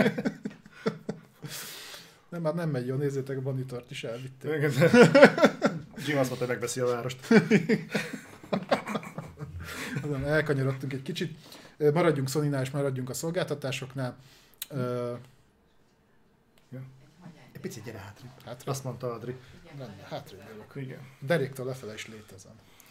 Nem, már nem megy jól, nézzétek, a monitort is elvitték. Jim azt mondta, hogy megbeszi a várost. Elkanyarodtunk egy kicsit. Maradjunk Sony-nál és maradjunk a szolgáltatásoknál. Egy picit gyere hátrébb. Azt mondta Adri. Hátrébb jövök. Igen. Deréktől lefele is létezem.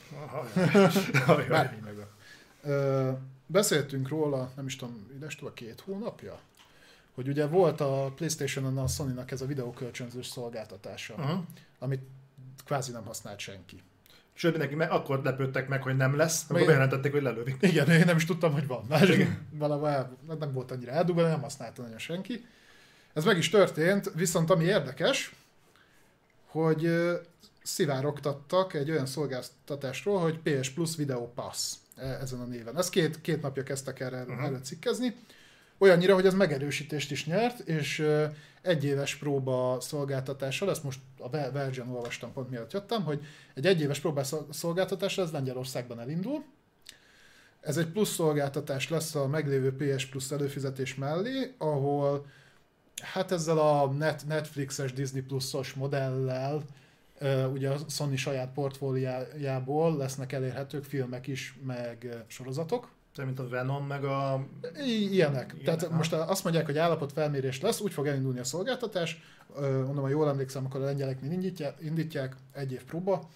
Bármi meg. Beszéltünk róla, nem is tudom, idestől 2 hónapja, hogy ugye volt a PlayStation-on a Sony-nak ez a videókölcsönzős szolgáltatása, amit kvázi nem használt senki. Sőt, mindenki akkor lepődtek meg, hogy nem lesz, akkor bejelentették, hogy lelövik. Igen, én nem is tudtam, hogy van. Valahol nem volt annyira eldugva, nem használta nagyon senki. Ez meg is történt, viszont ami érdekes, hogy szivárogtattak egy olyan szolgáltatásról, hogy PS Plus Video Pass ezen a néven. Ezt két napja kezdtek erre cikkezni. Olyannyira, hogy ez megerősítést is nyert, és egyéves próba szolgáltatással, ezt most a Verge-en olvastam pont miatt jöttem, hogy egy egyéves próba szolgáltatásra ez Lengyelországban elindul. Ez egy plusz szolgáltatás lesz a meglévő PS Plus előfizetés mellé, ahol hát ezzel a Netflixes, Disney Plus-os modellel ugye a Sony saját portfóliájából lesznek elérhetők filmek is, meg sorozatok. Tehát mint a Venom, meg a... Ilyenek. Tehát most azt mondják, hogy állapotfelmérés lesz, úgy fog elindulni a szolgáltatás. Mondom, ha jól emlékszem, akkor a lengyeleknél indítják, 1 év próba.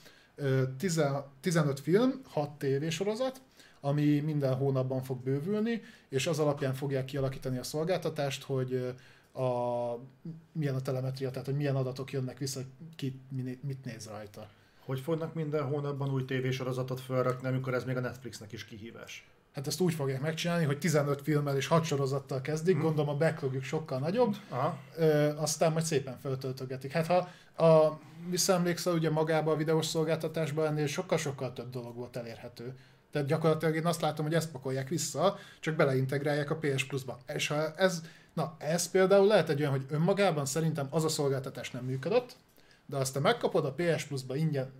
15 film, 6 tévésorozat, ami minden hónapban fog bővülni, és az alapján fogják kialakítani a szolgáltatást, hogy milyen a telemetria, tehát hogy milyen adatok jönnek vissza, ki mit néz rajta. Hogy fognak minden hónapban új tévésorozatot felrakni, amikor ez még a Netflixnek is kihívás? Hát ezt úgy fogják megcsinálni, hogy 15 filmmel és 6 sorozattal kezdik, gondolom a backlogjuk sokkal nagyobb, aztán majd szépen feltöltögetik. Hát ha visszaemlékszel, ugye magában a videós szolgáltatásban ennél sokkal-sokkal több dolog volt elérhető. Tehát gyakorlatilag én azt látom, hogy ezt pakolják vissza, csak beleintegrálják a PS Plus-ba. És ha ez például lehet egy olyan, hogy önmagában szerintem az a szolgáltatás nem működött, de azt te megkapod a PS Plus-ba ingyen.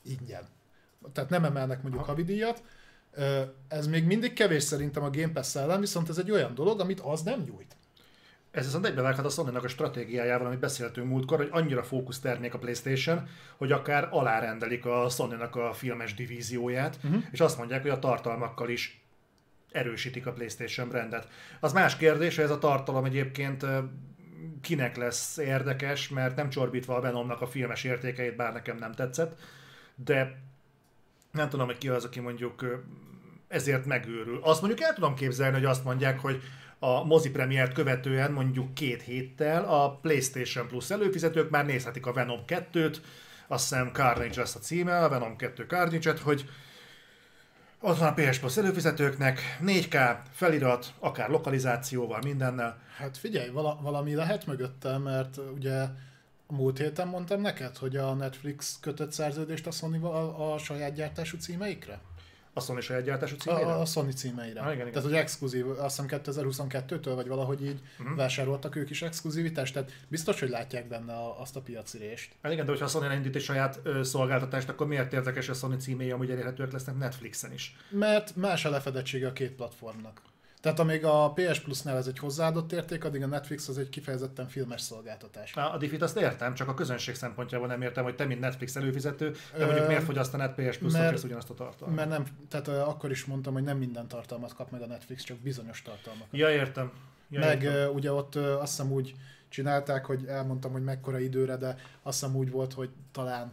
Tehát nem emelnek mondjuk havidíjat. Ez még mindig kevés szerintem a Game Pass ellen, viszont ez egy olyan dolog, amit az nem nyújt. Ez viszont egybevághat a Sony-nak a stratégiájával, amit beszéltünk múltkor, hogy annyira fókusz ternék a PlayStation, hogy akár alárendelik a Sony-nak a filmes divízióját, és azt mondják, hogy a tartalmakkal is erősítik a PlayStation brandet. Az más kérdés, hogy ez a tartalom egyébként kinek lesz érdekes, mert nem csorbítva a Venomnak a filmes értékeit, bár nekem nem tetszett, de nem tudom, hogy ki az, aki mondjuk ezért megőrül. Azt mondjuk el tudom képzelni, hogy azt mondják, hogy a mozi premiért követően mondjuk 2 héttel a PlayStation Plus előfizetők már nézhetik a Venom 2-t, azt hiszem Carnage lesz a címe, a Venom 2 Carnage-et, hogy ott van a PS Plus előfizetőknek, 4K, felirat, akár lokalizációval, mindennel. Hát figyelj, valami lehet mögötte, mert ugye a múlt héten mondtam neked, hogy a Netflix kötött szerződést a Sony-val a saját gyártású címeikre? A Sony saját gyártású címeire? A Sony címeire. Igen. Tehát, hogy exkluzív, azt hiszem 2022-től, vagy valahogy így vásároltak ők is exkluzivitást, tehát biztos, hogy látják benne azt a piacirést. Hát igen, de hogyha a Sony elindít egy saját szolgáltatást, akkor miért érdekes, hogy a Sony címéi amúgy elérhetőek lesznek Netflixen is? Mert más a lefedettsége a két platformnak. Tehát amíg a PS Plus-nál ez egy hozzáadott érték, addig a Netflix az egy kifejezetten filmes szolgáltatás. A diffit azt értem, csak a közönség szempontjából nem értem, hogy te mint Netflix előfizető, de mondjuk miért fogyasztanád PS Plus-ra ugyanazt a tartalmat? Mert nem, tehát akkor is mondtam, hogy nem minden tartalmat kap meg a Netflix, csak bizonyos tartalmakat. Ja, értem. Ugye ott azt hiszem úgy csinálták, hogy elmondtam, hogy mekkora időre, de azt hiszem úgy volt, hogy talán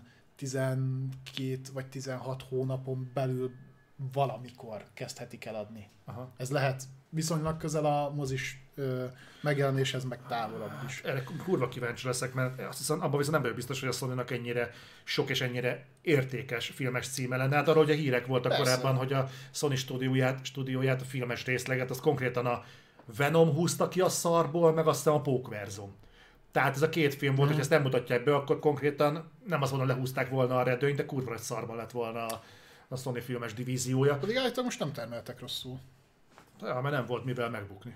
12 vagy 16 hónapon belül valamikor kezdhetik el adni. Aha. Ez lehet viszonylag közel a mozis megjelenéshez, meg távolabb is. Erre kurva kíváncsi leszek, mert azt hiszem, abban viszont nem vagyok biztos, hogy a Sony-nak ennyire sok és ennyire értékes filmes címe lenne. Hát arról ugye hírek voltak korábban, hogy a Sony stúdióját, a filmes részleget, az konkrétan a Venom húzta ki a szarból, meg aztán a Pókverzum. Tehát ez a két film volt, hogy ezt nem mutatják be, akkor konkrétan nem azt mondom, lehúzták volna a redőnyt, de kurva egy szarban lett volna a Sony filmes divíziója. Pedig állítólag most nem termeltek rosszul. Ja, mert nem volt mivel megbukni.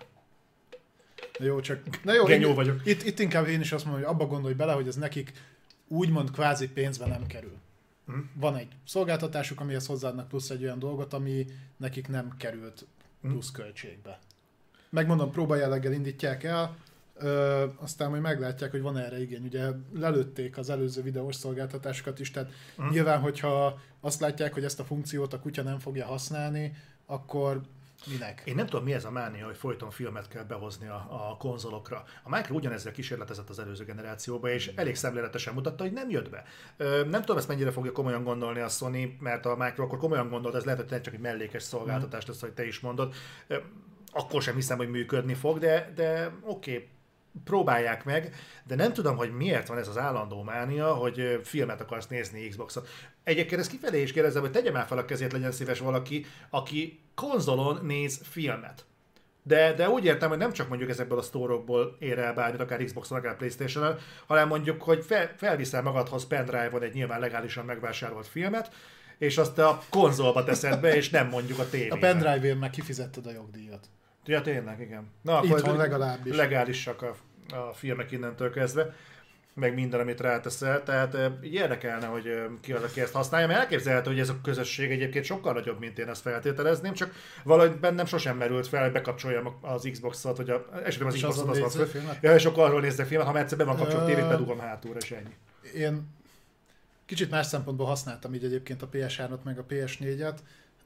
Jó, csak... Genyó vagyok. Itt inkább én is azt mondom, hogy abba gondolj bele, hogy ez nekik úgymond kvázi pénzbe nem kerül. Van egy szolgáltatásuk, amihez hozzáadnak plusz egy olyan dolgot, ami nekik nem került plusz költségbe. Megmondom, próbajelleggel indítják el, aztán majd meglátják, hogy van erre igény. Ugye lelőtték az előző videós szolgáltatásokat is, tehát nyilván, hogyha azt látják, hogy ezt a funkciót a kutya nem fogja használni, akkor minek? Én nem tudom, mi ez a mánia, hogy folyton filmet kell behozni a konzolokra. A Micro ugyanezzel kísérletezett az előző generációban, és elég szemléletesen mutatta, hogy nem jött be. Nem tudom, ezt mennyire fogja komolyan gondolni a Sony, mert a Micro akkor komolyan gondolt, ez lehet, hogy csak egy mellékes szolgáltatás lesz, hogy te is mondod. Akkor sem hiszem, hogy működni fog, de oké. Próbálják meg, de nem tudom, hogy miért van ez az állandó mánia, hogy filmet akarsz nézni Xboxon. Egyébként ezt kifelé is kérdezem, hogy tegye már fel a kezét, legyen szíves valaki, aki konzolon néz filmet. De úgy értem, hogy nem csak mondjuk ezekből a sztórokból ér el bármit, akár Xboxon, akár PlayStation-on, hanem mondjuk, hogy felviszel magadhoz pendrive-on egy nyilván legálisan megvásárolt filmet, és azt a konzolba teszed be, és nem mondjuk a tévében. A pendrive-ért meg kifizetted a jogdíjat. Ja, tényleg, igen. Na, itthon legalábbis. Legálisak a filmek innentől kezdve, meg minden, amit ráteszel, tehát így érdekelne, hogy ki az, aki ezt használja, mert elképzelhető, hogy ez a közösség egyébként sokkal nagyobb, mint én ezt feltételezném, csak valahogy bennem sosem merült fel, hogy bekapcsoljam az Xbox-ot, hogy esetleg az Xbox-ot az van föl, és akkor arról nézzek filmet, ha már egyszer be van kapcsolva, tévét bedugom hátulra, és ennyi. Én kicsit más szempontból használtam így egyébként a PS3-ot, meg a PS4-et.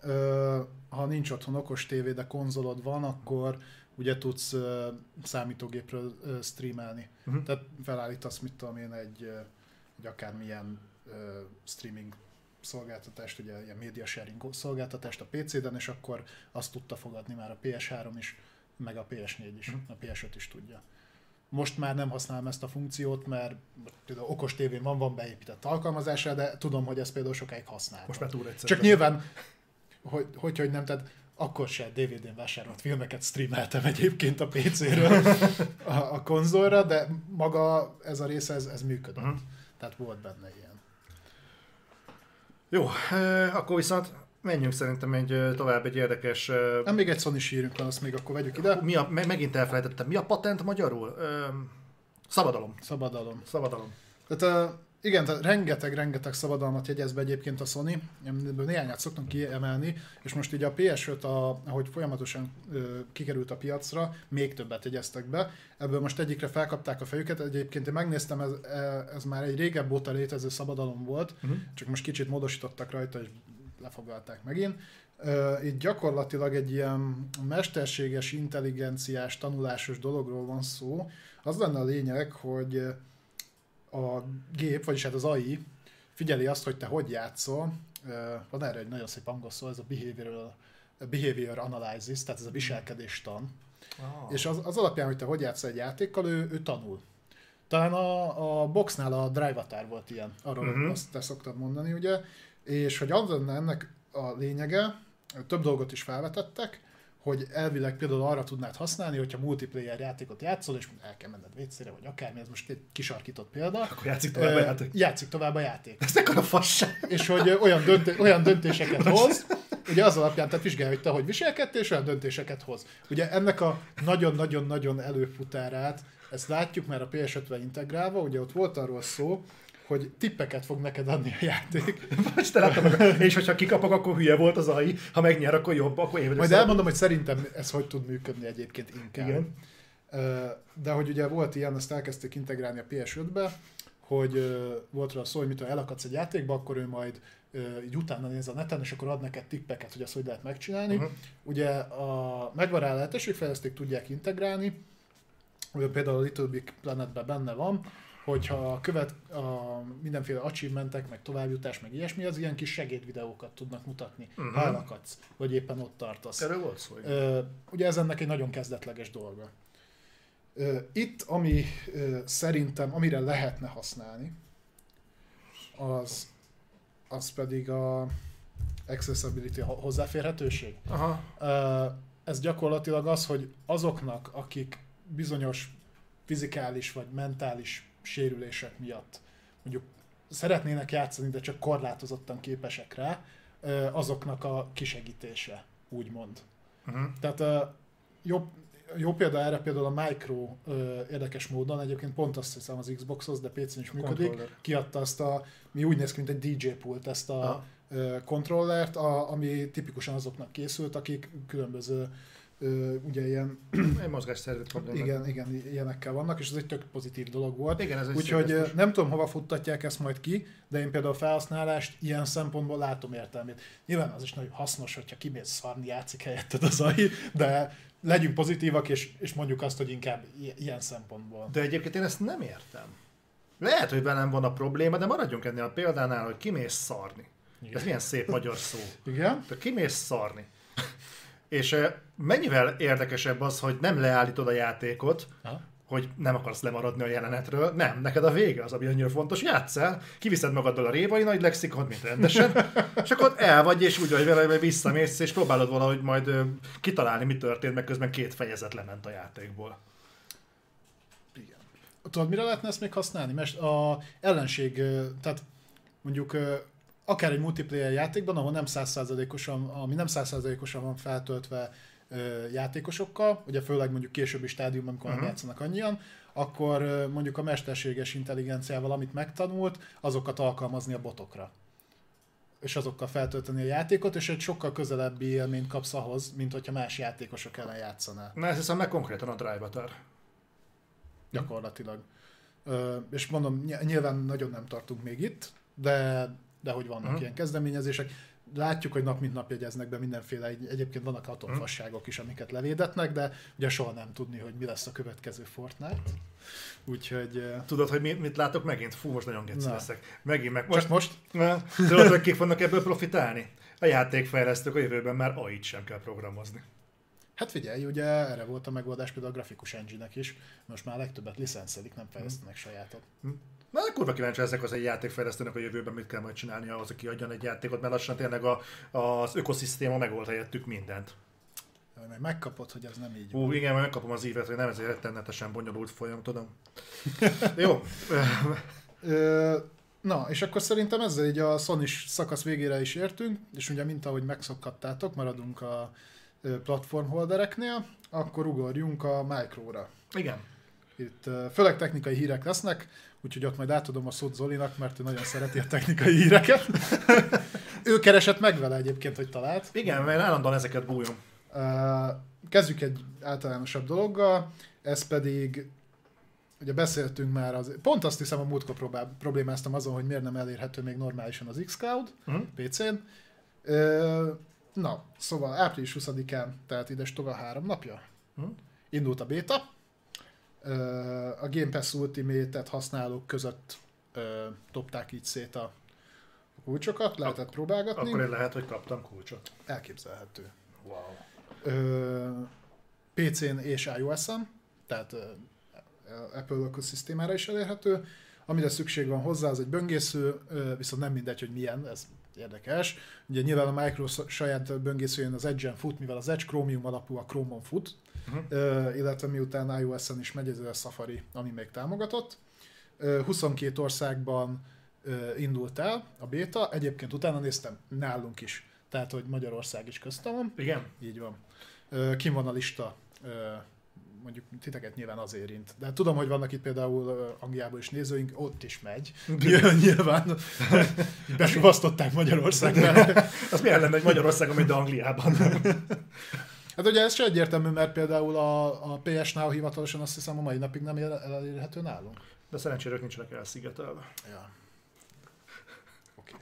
Ha nincs otthon okos tévé, de konzolod van, akkor ugye tudsz számítógépről streamelni. Tehát felállítasz, mit tudom én, egy akármilyen streaming szolgáltatást, ugye ilyen media sharing szolgáltatást a PC-den, és akkor azt tudta fogadni már a PS3 is, meg a PS4 is, a PS5 is tudja. Most már nem használom ezt a funkciót, mert például okos tévén van beépített alkalmazása, de tudom, hogy ezt például sokáig használtam. Most már túl egyszerű. Csak nyilván, hogy nem, tehát akkor se DVD-n vásárolt filmeket streameltem egyébként a PC-ről a konzolra, de maga ez a része, ez működött. Tehát volt benne ilyen. Jó, akkor viszont menjünk szerintem tovább egy érdekes... Még egy Sony hírünk van, azt még akkor vegyük ide. Megint elfelejtettem. Mi a patent magyarul? Szabadalom. Szabadalom. Tehát igen, tehát rengeteg szabadalmat jegyez be egyébként a Sony, néhányat szoktunk kiemelni, és most így a PS5, ahogy folyamatosan kikerült a piacra, még többet jegyeztek be. Ebből most egyikre felkapták a fejüket, egyébként én megnéztem, ez már egy régebb óta létező szabadalom volt, csak most kicsit módosítottak rajta, és lefoglalták megint. Itt gyakorlatilag egy ilyen mesterséges, intelligenciás, tanulásos dologról van szó. Az lenne a lényeg, hogy a gép, vagyis hát az AI figyeli azt, hogy te hogy játszol. Van erre egy nagyon szép angol szó, ez a behavior analysis, tehát ez a viselkedéstan. És az alapján, hogy te hogy játszol egy játékkal, ő tanul. Talán a boxnál a Drive-Atar volt ilyen, arról azt te szoktad mondani, ugye? És hogy az lenne ennek a lényege, több dolgot is felvetettek, hogy elvileg például arra tudnád használni, hogyha multiplayer játékot játszol, és el kell menned vécére, vagy akármi, ez most egy kisarkított példa. Akkor játszik tovább a játék. Játszik tovább a játék. Ez ekkora fasság. És hogy olyan döntéseket hoz, ugye az alapján, tehát vizsgálja, hogy te hogy viselkedtél, és olyan döntéseket hoz. Ugye ennek a nagyon-nagyon-nagyon előfutárát, ezt látjuk már a PS5-vel integrálva, ugye ott volt arról szó, hogy tippeket fog neked adni a játék. Most te láttam, és hogyha kikapok, akkor hülye volt az AI, ha megnyer, akkor jobb, akkor én majd elmondom, hogy szerintem ez hogy tud működni egyébként inkább. Igen. De hogy ugye volt ilyen, ezt elkezdték integrálni a PS5-be, hogy volt rá szó, hogy mitől elakadsz egy játékba, akkor ő majd így utána néz a neten, és akkor ad neked tippeket, hogy azt hogy lehet megcsinálni. Ugye megvan rá lehetőség, fejleszték, tudják integrálni, például a Little Big Planetben benne van, hogyha mindenféle achievementek, meg továbbjutás, meg ilyesmi, az ilyen kis segédvideókat tudnak mutatni, ha elakadsz, vagy éppen ott tartasz. Erről volt szó. Ugye ez ennek egy nagyon kezdetleges dolga. Itt, ami szerintem, amire lehetne használni, az pedig a accessibility, hozzáférhetőség. Aha. Ez gyakorlatilag az, hogy azoknak, akik bizonyos fizikális vagy mentális sérülések miatt mondjuk szeretnének játszani, de csak korlátozottan képesek rá, azoknak a kisegítése, úgymond. Tehát jó példa erre például a Micro érdekes módon, egyébként pont azt hiszem az Xboxhoz, de PC-n is működik, controller. Kiadta azt mi úgy néz ki, mint egy DJ pult, ezt a kontrollert, ami tipikusan azoknak készült, akik különböző ugye ilyen... Egy mozgásszervi problémák. Igen, ilyenekkel vannak, és ez egy tök pozitív dolog volt. Igen, ez egy úgyhogy nem tudom, hova futtatják ezt majd ki, de én például a felhasználást ilyen szempontból látom értelmét. Nyilván az is nagyon hasznos, hogyha kimész szarni, játszik helyetted az AI, de legyünk pozitívak, és mondjuk azt, hogy inkább ilyen szempontból. De egyébként én ezt nem értem. Lehet, hogy velem van a probléma, de maradjunk ennél a példánál, hogy kimész szarni. Igen. Ez milyen szép magyar szó. Igen? De kimész szarni. És mennyivel érdekesebb az, hogy nem leállítod a játékot, hogy nem akarsz lemaradni a jelenetről. Nem, neked a vége az, ami annyira fontos. Játsz el, kiviszed magaddal a révai nagy lexikon, mint rendesen, és akkor el vagy, és úgy vagy vele, hogy visszamész, és próbálod valahogy majd kitalálni, mi történt, meg közben 2 fejezet lement a játékból. Igen. Tudod, mire lehetne ezt még használni? Mert a ellenség, tehát mondjuk akár egy multiplayer játékban, ahol nem 100%-osan van feltöltve játékosokkal, ugye főleg mondjuk későbbi stádiumban, amikor nem játszanak annyian, akkor mondjuk a mesterséges intelligenciával, amit megtanult, azokat alkalmazni a botokra. És azokkal feltölteni a játékot, és egy sokkal közelebbi élményt kapsz ahhoz, mint hogyha más játékosok ellen játszanál. Na, ezt hiszem meg konkrétan a Drive-Atar. Gyakorlatilag. És mondom, nyilván nagyon nem tartunk még itt, de hogy vannak ilyen kezdeményezések. Látjuk, hogy nap mint nap jegyeznek be mindenféle, egyébként vannak atomfasságok is, amiket levédetnek, de ugye soha nem tudni, hogy mi lesz a következő Fortnite. Úgyhogy... Tudod, hogy mit látok megint? Fú, most nagyon geci leszek. Megint meg most? Tudod, hogy kik fognak ebből profitálni? A játékfejlesztők a jövőben már AI-t sem kell programozni. Hát figyelj, ugye erre volt a megoldás például a grafikus engine-nek is. Most már legtöbbet licenszelik, nem fejlesztenek sajátot. Na, kurva kíváncsi ezek az egy játékfejlesztőnek a jövőben mit kell majd csinálni ahhoz, hogy kiadjon egy játékot, mert lassan tényleg az ökoszisztéma megold helyettük mindent. Meg megkapod, hogy ez nem így van. Igen, majd megkapom az ívet, hogy nem ez egy rettenetesen bonyolult folyam, tudom. Jó. Na, és akkor szerintem ezzel így a Sony szakasz végére is értünk, és ugye mint ahogy megszokhattátok, maradunk a platformholdereknél, akkor ugorjunk a Micro-ra. Igen. Itt főleg technikai hírek lesznek, úgyhogy ott majd átadom a szót Zolinak, mert ő nagyon szereti a technikai híreket. Ő keresett meg vele egyébként, hogy talált. Igen, mert állandóan ezeket bújom. Kezdjük egy általánosabb dologgal, ez pedig, ugye beszéltünk már, pont azt hiszem a múltkor problémáztam azon, hogy miért nem elérhető még normálisan az xCloud PC-n. Na, szóval április 20-án, tehát idestova 3 napja, indult a beta. A Game Pass Ultimate-et használók között dobták így szét a kulcsokat, lehetett próbálgatni. Akkor lehet, hogy kaptam kulcsot. Elképzelhető. Wow. PC-n és iOS-en, tehát Apple ökoszisztémára is elérhető. Amire szükség van hozzá, az egy böngésző, viszont nem mindegy, hogy milyen, ez érdekes. Ugye nyilván a Microsoft saját böngészőjén az Edge-en fut, mivel az Edge Chromium alapú, a Chrome-on fut, illetve miután iOS-en is megy, ez a Safari, ami még támogatott. 22 országban indult el a beta, egyébként utána néztem, nálunk is, tehát hogy Magyarország is köztem van. Igen. Így van. Kim van a lista, mondjuk titeket nyilván az érint. De tudom, hogy vannak itt például Angliából is nézőink, ott is megy. Nyilván besuvasztották Magyarországra. Az milyen lenne egy Magyarországon, mint Angliában? Hát ugye ez se egyértelmű, mert például a PS Now hivatalosan azt hiszem a mai napig nem elérhető nálunk. De szerencsére ők nincsenek elszigetelve. Ja. Oké.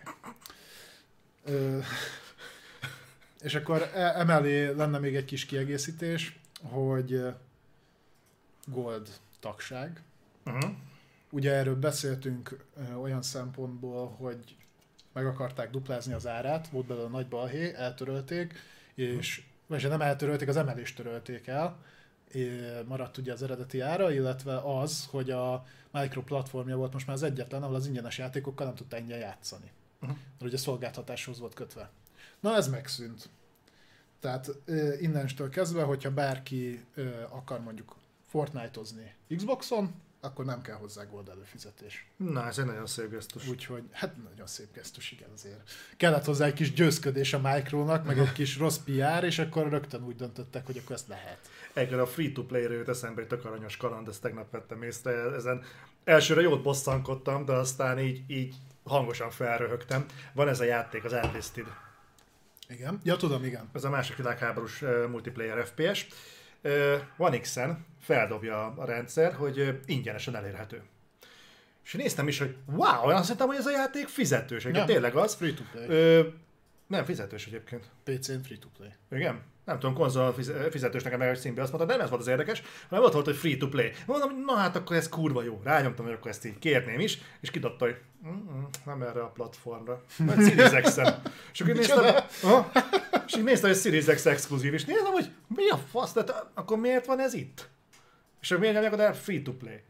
És akkor emellé lenne még egy kis kiegészítés, hogy Gold tagság. Ugye erről beszéltünk olyan szempontból, hogy meg akarták duplázni az árát, volt belőle a nagy balhé, eltörölték, és vagy nem eltörölték, az emelést törölték el, maradt ugye az eredeti ára, illetve az, hogy a Micro platformja volt most már az egyetlen, ahol az ingyenes játékokkal nem tudta ingyen játszani. Mert ugye szolgáltatáshoz volt kötve. Na ez megszűnt. Tehát innenstől kezdve, hogyha bárki akar mondjuk Fortnite-ozni Xboxon, akkor nem kell hozzá Gold előfizetés. Na, ez egy nagyon szép gesztus. Úgyhogy, hát nagyon szép gesztus, igen, azért. Kellett hozzá egy kis győzködés a Micronak, meg egy kis rossz PR, és akkor rögtön úgy döntöttek, hogy akkor ezt lehet. Egyre a free-to-play-re jött eszembe egy tök aranyos kaland, ezt tegnap vettem észre. Ezen elsőre jót bosszankodtam, de aztán így hangosan felröhögtem. Van ez a játék, az Enlisted. Igen? Ja, tudom, igen. Ez a második világháborús multiplayer FPS. One X-en feldobja a rendszer, hogy ingyenesen elérhető. És néztem is, hogy wow, azt hittem, hogy ez a játék fizetős. Nem, tényleg az. Free-to-play. Nem fizetős egyébként. PC-n free-to-play. Igen? Nem tudom, konzol fizetős nekem meg egy színbe azt mondta, de nem ez volt az érdekes, hanem ott volt, hogy free-to-play. Mondom, hogy na hát akkor ez kurva jó. Rányomtam, hogy akkor ezt így kérném is, és kidobta, hogy nem erre a platformra. Majd Series X-en. És akkor így néztem, hogy Series X exkluzív, és nézem, hogy mi a fasz, tehát akkor miért van ez itt? És akkor miért nyomják oda free-to-play?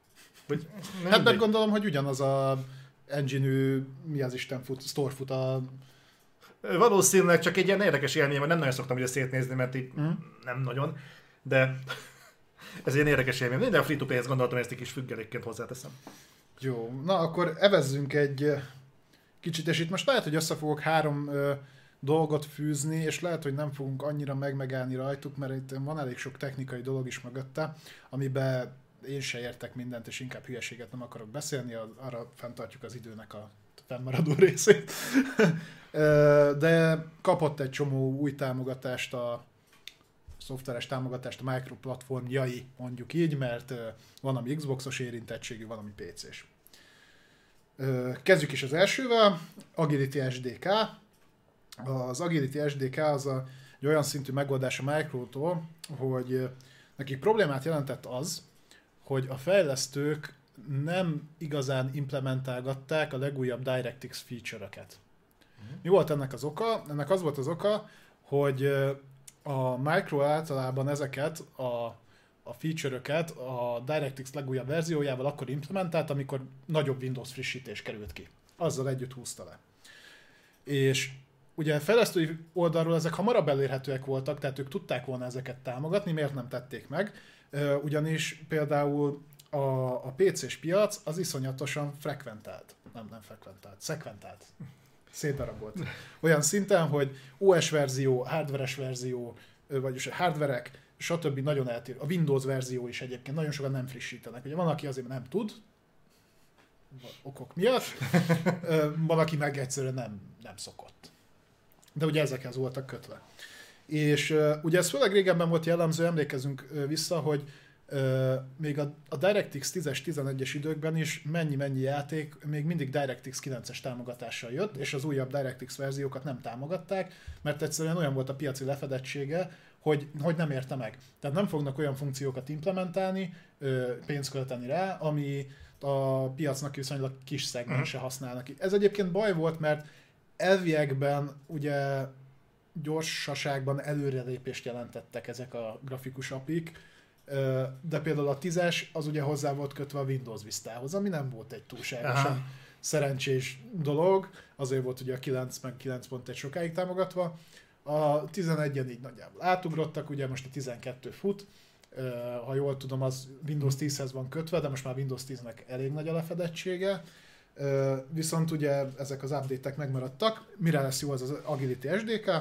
Hát meg gondolom, hogy ugyanaz a engine-ű, mi az Isten fut, store fut a... Valószínűleg csak egy ilyen érdekes élmény, mert nem nagyon szoktam ugye szétnézni, mert így nem nagyon, de ez ilyen érdekes élmény. De a free-to-play-hez gondoltam, hogy ezt egy kis függelékként hozzáteszem. Jó, na akkor evezzünk egy kicsit, és itt most lehet, hogy össze fogok 3 dolgot fűzni, és lehet, hogy nem fogunk annyira megállni rajtuk, mert itt van elég sok technikai dolog is mögötte, amiben én se értek mindent, és inkább hülyeséget nem akarok beszélni, arra fenntartjuk az időnek a fennmaradó részét. De kapott egy csomó új támogatást, a szoftveres támogatást a Micro platformjai, mondjuk így, mert van, ami Xboxos érintettségű, van, ami PC-s. Kezdjük is az elsővel, Agility SDK. Az Agility SDK az egy olyan szintű megoldás a Microtól, hogy nekik problémát jelentett az, hogy a fejlesztők nem igazán implementálgatták a legújabb DirectX feature-öket. Mi volt ennek az oka? Ennek az volt az oka, hogy a Micro általában ezeket a feature-öket a DirectX legújabb verziójával akkor implementált, amikor nagyobb Windows frissítés került ki. Azzal együtt húzta le. És ugye fejlesztői oldalról ezek hamarabb elérhetőek voltak, tehát ők tudták volna ezeket támogatni, miért nem tették meg? Ugyanis például a PC-s piac az iszonyatosan szekventált. Szétdarabolt. Olyan szinten, hogy OS verzió, hardveres verzió, vagyis a hardverek, stb. Nagyon eltér. A Windows verzió is egyébként nagyon sokan nem frissítenek. Ugye van, aki azért nem tud, okok miatt, van, aki meg egyszerűen nem szokott. De ugye ezekhez voltak kötve. És ugye ez főleg régebben volt jellemző, emlékezünk vissza, hogy még a DirectX 10-es, 11-es időkben is mennyi játék még mindig DirectX 9-es támogatással jött, és az újabb DirectX verziókat nem támogatták, mert egyszerűen olyan volt a piaci lefedettsége, hogy nem érte meg. Tehát nem fognak olyan funkciókat implementálni, pénzt költeni rá, ami a piacnak viszonylag kis szegmense használnak. Ez egyébként baj volt, mert elviekben ugye gyorsaságban előrelépést jelentettek ezek a grafikus apik, de például a 10-es az ugye hozzá volt kötve a Windows Vistához, ami nem volt egy túlságosan szerencsés dolog, azért volt ugye a 9 meg 9.1 sokáig támogatva. A 11-en így nagyjából átugrottak, ugye most a 12 fut, ha jól tudom, az Windows 10-hez van kötve, de most már Windows 10-nek elég nagy a lefedettsége. Viszont ugye ezek az update-ek megmaradtak. Mire lesz jó az Agility SDK?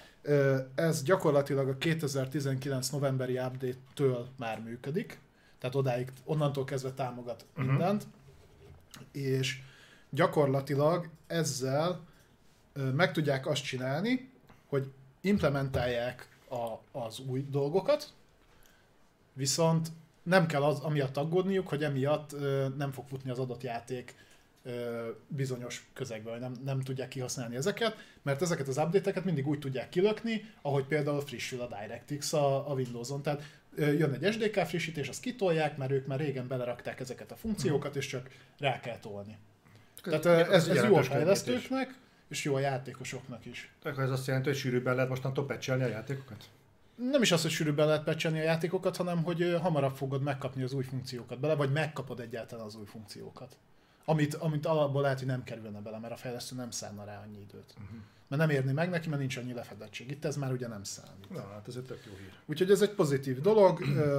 Ez gyakorlatilag a 2019 novemberi update-től már működik, tehát onnantól kezdve támogat mindent, és gyakorlatilag ezzel meg tudják azt csinálni, hogy implementálják az új dolgokat, viszont nem kell az amiatt aggódniuk, hogy emiatt nem fog futni az adott játék bizonyos közegben, vagy nem tudják kihasználni ezeket, mert ezeket az update-eket mindig úgy tudják kilökni, ahogy például frissül a DirectX a Windows-on. Tehát jön egy SDK frissítés, azt kitolják, mert ők már régen belerakták ezeket a funkciókat, és csak rá kell tolni. Tehát ez jó a fejlesztőknek, és jó a játékosoknak is. Tehát ez azt jelenti, hogy sűrűbben lehet mostantól patchelni a játékokat? Nem is az, hogy sűrűbben lehet patchelni a játékokat, hanem hogy hamarabb fogod megkapni az új funkciókat bele, vagy megkapod egyáltalán az új funkciókat. Amit alapból lehet, hogy nem kerülne bele, mert a fejlesztő nem szánna rá annyi időt. Mert nem érni meg neki, mert nincs annyi lefedettség. Itt ez már ugye nem számít. Na, hát ez egy tök jó hír. Úgyhogy ez egy pozitív dolog.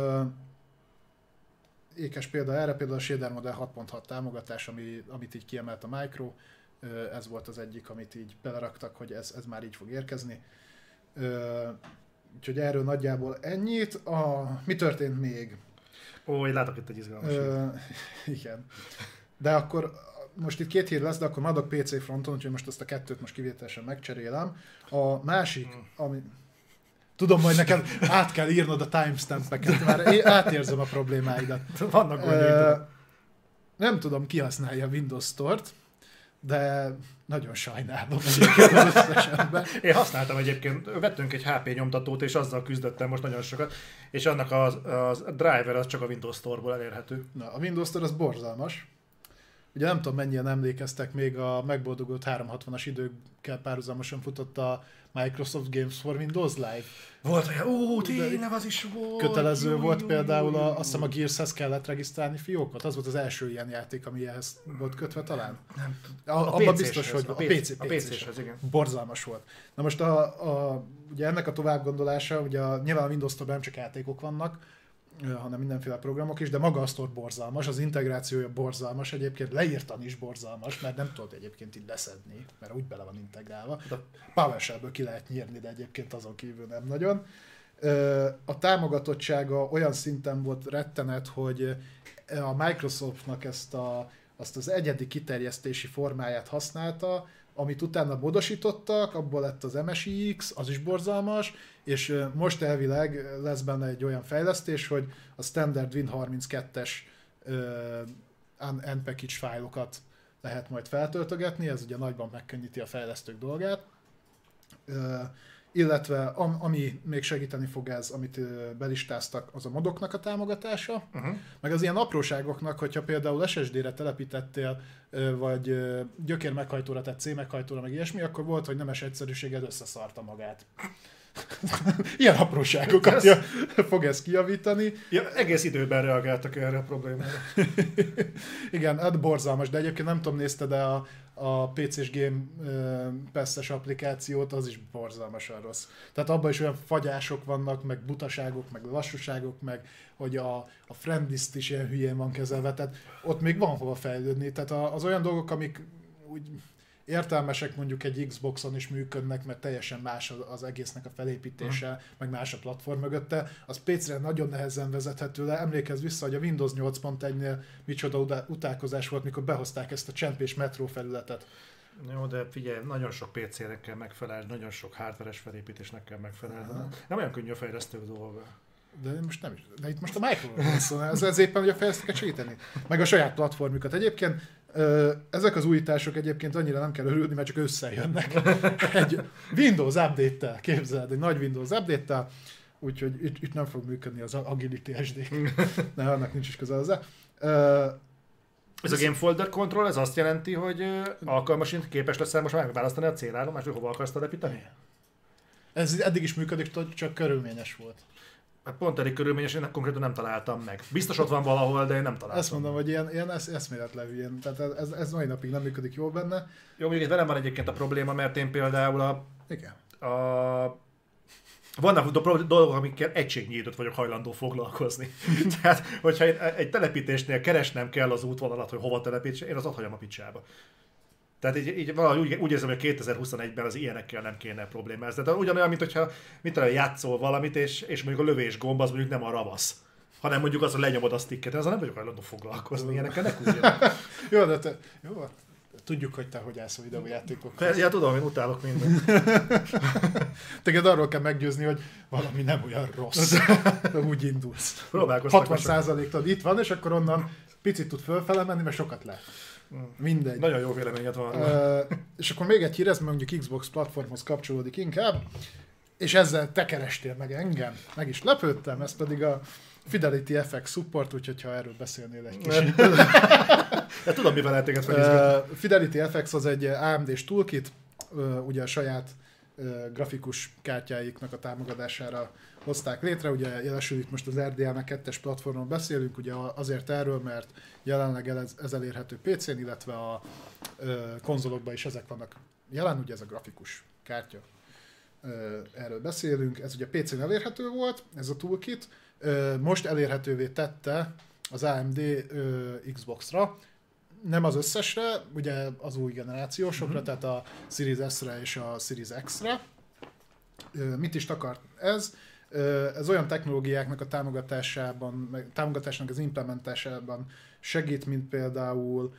Ékes példa erre, például a Shader Model 6.6 támogatás, amit így kiemelt a Micro. Ez volt az egyik, amit így beleraktak, hogy ez már így fog érkezni. Úgyhogy erről nagyjából ennyit. Mi történt még? Ó, én látok itt egy izgalmas igen. De akkor most itt 2 hír lesz, de akkor maradok PC fronton, úgyhogy most ezt a 2-t most kivételesen megcserélem. A másik, ami... Tudom, majd nekem át kell írnod a timestampeket, mert én átérzem a problémáidat. Vannak gondjaid. Nem tudom, ki használja a Windows Store-t, de nagyon sajnálom egyébként az összes ember. Én használtam egyébként, vettünk egy HP nyomtatót, és azzal küzdöttem most nagyon sokat, és annak a driver az csak a Windows Store-ból elérhető. Na, a Windows Store az borzalmas. Ugye nem tudom, mennyien emlékeztek, még a megboldogult 360-as időkkel párhuzamosan futott a Microsoft Games for Windows Live. Volt olyan, tényleg az is volt. Kötelező volt például, azt hiszem a Gearshez kellett regisztrálni fiókot. Az volt az első ilyen játék, ami ehhez volt kötve talán. Nem abban biztos, hogy a PC-shez, igen. Borzalmas volt. Na most ugye ennek a továbbgondolása, ugye nyilván a Windows Store-ban nem csak játékok vannak, hanem mindenféle programok is, de maga a Store borzalmas, az integrációja borzalmas, egyébként leírtan is borzalmas, mert nem tudod egyébként így leszedni, mert úgy bele van integrálva. PowerShell-ből ki lehet nyírni, de egyébként azon kívül nem nagyon. A támogatottsága olyan szinten volt rettenet, hogy a Microsoftnak azt az egyedi kiterjesztési formáját használta, amit utána módosítottak, abból lett az MSIX, az is borzalmas, és most elvileg lesz benne egy olyan fejlesztés, hogy a standard Win32-es unpackage fájlokat lehet majd feltöltögetni, ez ugye nagyban megkönnyíti a fejlesztők dolgát. Illetve ami még segíteni fog ez, amit belistáztak, az a modoknak a támogatása, meg az ilyen apróságoknak, hogyha például SSD-re telepítettél, vagy gyökér meghajtóra, tehát C meghajtóra, meg ilyesmi, akkor volt, hogy nemes egyszerűséggel összeszarta magát. Ilyen apróságokat fog ez kijavítani. Ja, egész időben reagáltak erre a problémára. Igen, hát borzalmas, de egyébként nem tudom, nézted a PC-s Game Pass-es applikációt, az is borzalmasan rossz. Tehát abban is olyan fagyások vannak, meg butaságok, meg lassúságok, meg hogy a friendlist is ilyen hülyén van kezelve, tehát ott még van hova fejlődni. Tehát az olyan dolgok, amik úgy értelmesek mondjuk egy Xboxon is működnek, mert teljesen más az egésznek a felépítése, meg más a platform mögötte, az PC-re nagyon nehezen vezethető le. Emlékezz vissza, hogy a Windows 8.1-nél micsoda utálkozás volt, mikor behozták ezt a csempés metró felületet. Jó, de figyelj, nagyon sok PC-nek kell megfelelni, nagyon sok hardveres felépítésnek kell megfelelni. Nem olyan könnyű a fejlesztők dolga. De most nem is. De itt most a Microsoft szól, ez éppen, hogy a fejlesztőket segíteni. Meg a saját platformjukat. Egyébként ezek az újítások egyébként annyira nem kell örülni, mert csak összejönnek. Egy Windows update-tel, képzeld, egy nagy Windows update-tel, úgyhogy itt nem fog működni az Agility SD. Ne, annak nincs is köze hozzá. Ez a Game Folder Control, ez azt jelenti, hogy alkalmasint képes leszel most megválasztani a célállomást, hogy hova akarsz telepíteni? Ez eddig is működik, csak körülményes volt. Hát pont elég körülményes, én konkrétan nem találtam meg. Biztos ott van valahol, de én nem találtam. Ezt mondom, hogy ilyen eszméletlen hülyén. Tehát ez mai napig nem működik jól benne. Jó, mondjuk velem van egyébként a probléma, mert én például vannak dolgok, amikkel egységnyi időt vagyok hajlandó foglalkozni. Tehát, hogyha egy telepítésnél keresnem kell az útvonalat, hogy hova telepítsem, én az ott hagyom a picsába. Tehát így valahogy úgy érzem, hogy 2021-ben az ilyenekkel nem kéne problémázni. De ugyanolyan, mint hogyha játszol valamit, és mondjuk a lövés gomb az mondjuk nem a ravasz, hanem mondjuk az, hogy lenyomod a sticket, azzal nem vagyok hajlandó foglalkozni, ilyenekkel ne küzdjenek. Jó, de jó, tudjuk, hogy te hogy állsz a videójátékokhoz. Ja, tudom, én utálok mindent. Teged arról kell meggyőzni, hogy valami nem olyan rossz. Úgy indulsz. 60%-tad itt van, és akkor onnan picit tud fölfele menni, mert sokat lehet. Mindegy. Nagyon jó véleményed van. És akkor még egy hír, ez mondjuk Xbox platformhoz kapcsolódik inkább. és ezzel te kerestél meg engem, meg is lepődtem, ez pedig a Fidelity FX Support, úgyhogy ha erről beszélnél egy kicsit. Hát tudom, mivel lehet téged felizgatni. Fidelity FX az egy AMD-s toolkit, ugye a saját grafikus kártyáiknak a támogatására hozták létre, ugye jelesül itt most az RDNA 2-es platformon beszélünk, ugye azért erről, mert jelenleg ez elérhető PC-n, illetve a konzolokban is ezek vannak jelen, ugye ez a grafikus kártya. Erről beszélünk, ez ugye PC-n elérhető volt, ez a toolkit, most elérhetővé tette az AMD Xbox-ra, nem az összesre, ugye az új generációsokra, tehát a Series S-re és a Series X-re. Mit is akart ez? Ez olyan technológiáknak a támogatásnak az implementásában segít, mint például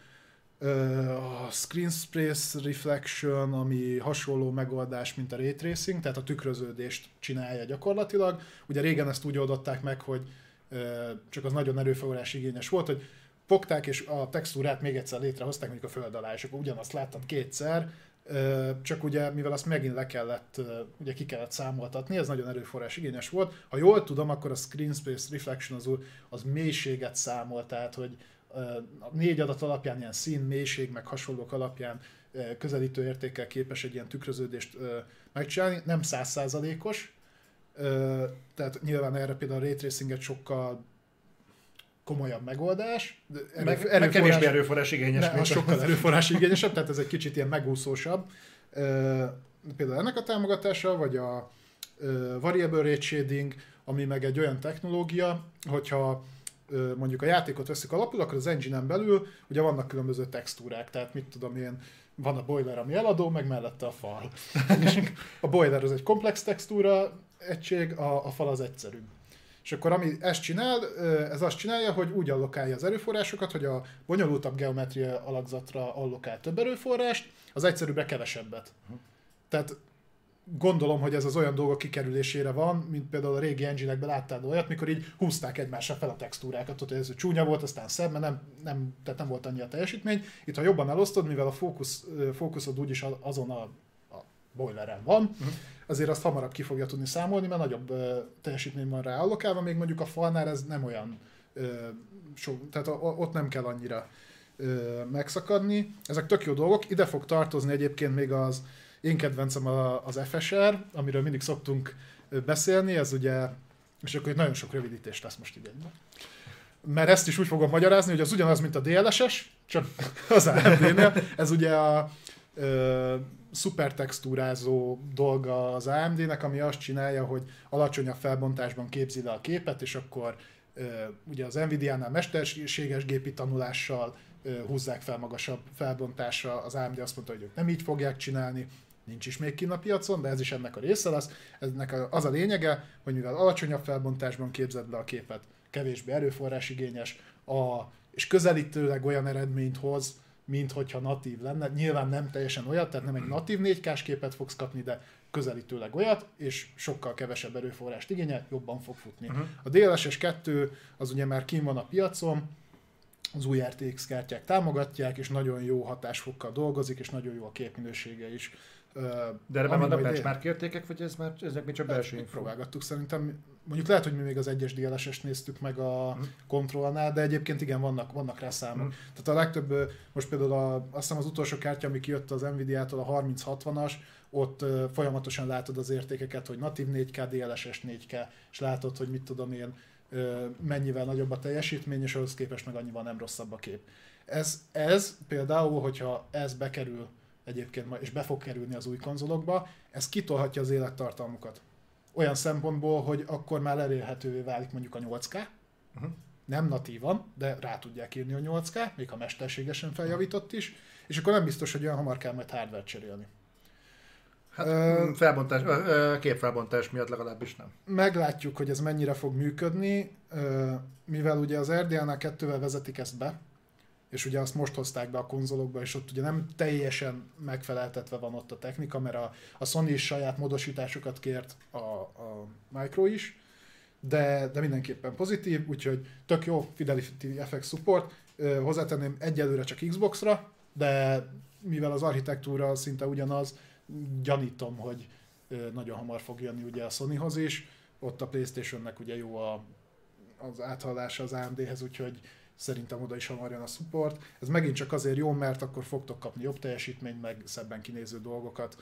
a Screen Space Reflection, ami hasonló megoldás, mint a Ray Tracing, tehát a tükröződést csinálja gyakorlatilag. Ugye régen ezt úgy oldották meg, hogy csak az nagyon erőforrás igényes volt, hogy fogták és a textúrát még egyszer létrehozták, mondjuk a föld alá, és akkor ugyanazt láttad kétszer, csak ugye, mivel azt megint ugye ki kellett számoltatni, ez nagyon erőforrás igényes volt. Ha jól tudom, akkor a Screen Space Reflection az mélységet számol, tehát hogy a 4 adat alapján ilyen szín, mélység, meg hasonlók alapján közelítő értékkel képes egy ilyen tükröződést megcsinálni, nem 100%-os, tehát nyilván erre például a Ray Tracing-et sokkal komolyabb megoldás. Meg kevésbé erőforrás igényes. Az sokkal erőforrás igényesebb, tehát ez egy kicsit ilyen megúszósabb. Például ennek a támogatása, vagy a Variable Rate Shading, ami meg egy olyan technológia, hogyha mondjuk a játékot veszik alapul, akkor az engine-en belül ugye vannak különböző textúrák, tehát mit tudom én, van a boiler, ami eladó, meg mellette a fal. A boiler az egy komplex textúra egység, a fal az egyszerű. És akkor ami ezt csinál, ez azt csinálja, hogy úgy allokálja az erőforrásokat, hogy a bonyolultabb geometria alakzatra allokál több erőforrást, az egyszerűbbre kevesebbet. Tehát gondolom, hogy ez az olyan dolgok kikerülésére van, mint például a régi engine-ekben láttál olyat, mikor így húzták egymásra fel a textúrákat, hogy ez csúnya volt, aztán szebb, mert tehát nem volt annyi a teljesítmény. Itt ha jobban elosztod, mivel a fókuszod úgyis azon a boileren van, azért azt hamarabb ki fogja tudni számolni, mert nagyobb teljesítmény van rá allokálva, még mondjuk a falnál ez nem olyan sok, tehát ott nem kell annyira megszakadni. Ezek tök jó dolgok, ide fog tartozni egyébként még az én kedvencem az FSR, amiről mindig szoktunk beszélni, ez ugye, és akkor nagyon sok rövidítést lesz most igényben. Mert ezt is úgy fogom magyarázni, hogy az ugyanaz, mint a DLSS, csak az AMD-nél. Ez ugye a szupertextúrázó dolga az AMD-nek, ami azt csinálja, hogy alacsonyabb felbontásban képzi le a képet, és akkor ugye az Nvidia-nál mesterséges gépi tanulással húzzák fel magasabb felbontásra. Az AMD azt mondta, hogy ők nem így fogják csinálni, nincs is még kint a piacon, de ez is ennek a része lesz. Ennek az a lényege, hogy mivel alacsonyabb felbontásban képzed le a képet, kevésbé erőforrás igényes, és közelítőleg olyan eredményt hoz, mint hogyha natív lenne. Nyilván nem teljesen olyat, tehát nem egy natív 4K-s képet fogsz kapni, de közelítőleg olyat, és sokkal kevesebb erőforrást igényel, jobban fog futni. A DLSS 2 az ugye már kint van a piacon, az új RTX kártyák támogatják, és nagyon jó hatásfokkal dolgozik, és nagyon jó a képminősége is. De ebben vannak benchmark értékek, vagy ezek még csak belső info? Próbálgattuk szerintem. Mondjuk lehet, hogy mi még az egyes DLSS-t néztük meg a Control-nál, de egyébként igen, vannak rá számok. Tehát a legtöbb, most például azt hiszem az utolsó kártya, ami kijött az Nvidia-tól, a 3060-as, ott folyamatosan látod az értékeket, hogy natív 4K, DLSS 4K, és látod, hogy mit tudom én, mennyivel nagyobb a teljesítmény, és ahhoz képest meg annyival nem rosszabb a kép. Ez például, hogyha ez bekerül egyébként, és be fog kerülni az új konzolokba, ez kitolhatja az élettartalmukat. Olyan szempontból, hogy akkor már elérhetővé válik mondjuk a 8K, nem natívan, de rá tudják írni a 8K, még ha mesterségesen feljavított is, és akkor nem biztos, hogy olyan hamar kell majd hardware-t cserélni. Hát képfelbontás miatt legalábbis nem. Meglátjuk, hogy ez mennyire fog működni, mivel ugye az RDNA 2-vel vezetik ezt be, és ugye azt most hozták be a konzolokba, és ott ugye nem teljesen megfeleltetve van ott a technika, mert a Sony is saját módosításokat kért, a Micro is, de mindenképpen pozitív, úgyhogy tök jó Fidelity FX support. Hozzátenném egyelőre csak Xbox-ra, de mivel az architektúra szinte ugyanaz, gyanítom, hogy nagyon hamar fog jönni ugye a Sonyhoz is, ott a PlayStationnek ugye jó az áthallása az AMD-hez, úgyhogy szerintem oda is hamar jön a support. Ez megint csak azért jó, mert akkor fogtok kapni jobb teljesítményt, meg szebben kinéző dolgokat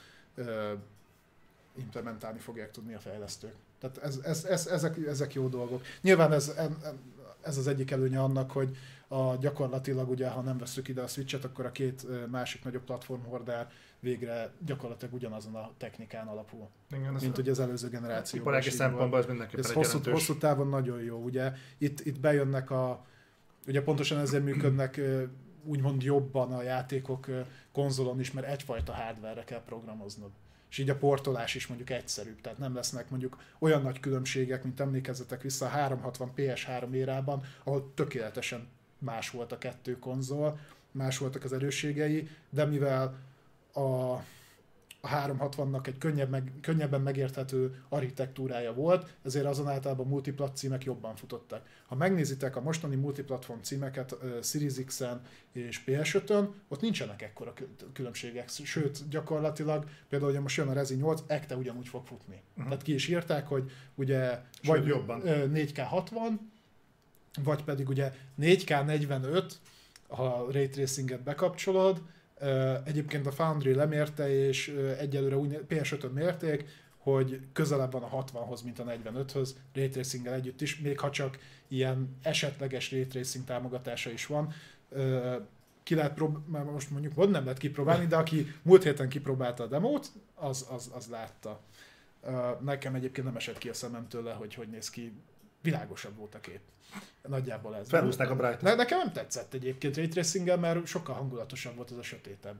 implementálni fogják tudni a fejlesztők. Tehát ezek jó dolgok. Nyilván ez az egyik előnye annak, hogy gyakorlatilag ugye, ha nem veszük ide a Switch-et, akkor a két másik nagyobb platformhordár végre gyakorlatilag ugyanazon a technikán alapul, igen, mint ugye az előző generációban. Iparági szempontból ez mindenképpen egy jelentős. Hosszú távon nagyon jó, ugye itt bejönnek ugye pontosan ezért működnek úgymond jobban a játékok konzolon is, mert egyfajta hardware-re kell programoznod. És így a portolás is mondjuk egyszerűbb, tehát nem lesznek mondjuk olyan nagy különbségek, mint emlékezzetek vissza a 360 PS3 érában, ahol tökéletesen más volt a kettő konzol, más voltak az erősségei, de mivel a 360-nak egy könnyebben megérthető architektúrája volt, ezért azon általában multiplat címek jobban futottak. Ha megnézitek a mostani multiplatform címeket Series X-en és PS5-ön, ott nincsenek ekkora különbségek, sőt gyakorlatilag például ugye most jön a Resi 8, ekte ugyanúgy fog futni. Tehát ki is írták, hogy ugye vagy jobban 4K 60, vagy pedig ugye 4K 45, ha Ray Tracinget bekapcsolod. Egyébként a Foundry lemérte, és egyelőre PS5-ön mérték, hogy közelebb van a 60-hoz, mint a 45-höz Ray Tracinggel együtt is, még ha csak ilyen esetleges Ray Tracing támogatása is van. Ki lehet már most mondjuk nem lehet kipróbálni, de aki múlt héten kipróbálta a demót, az látta. Nekem egyébként nem esett ki a szemem tőle, hogy néz ki, világosabb volt a kép. Nagyjából ez. Felhúzták a brightness. Nekem nem tetszett egyébként Ray Tracinggel, mert sokkal hangulatosabb volt az a sötétebb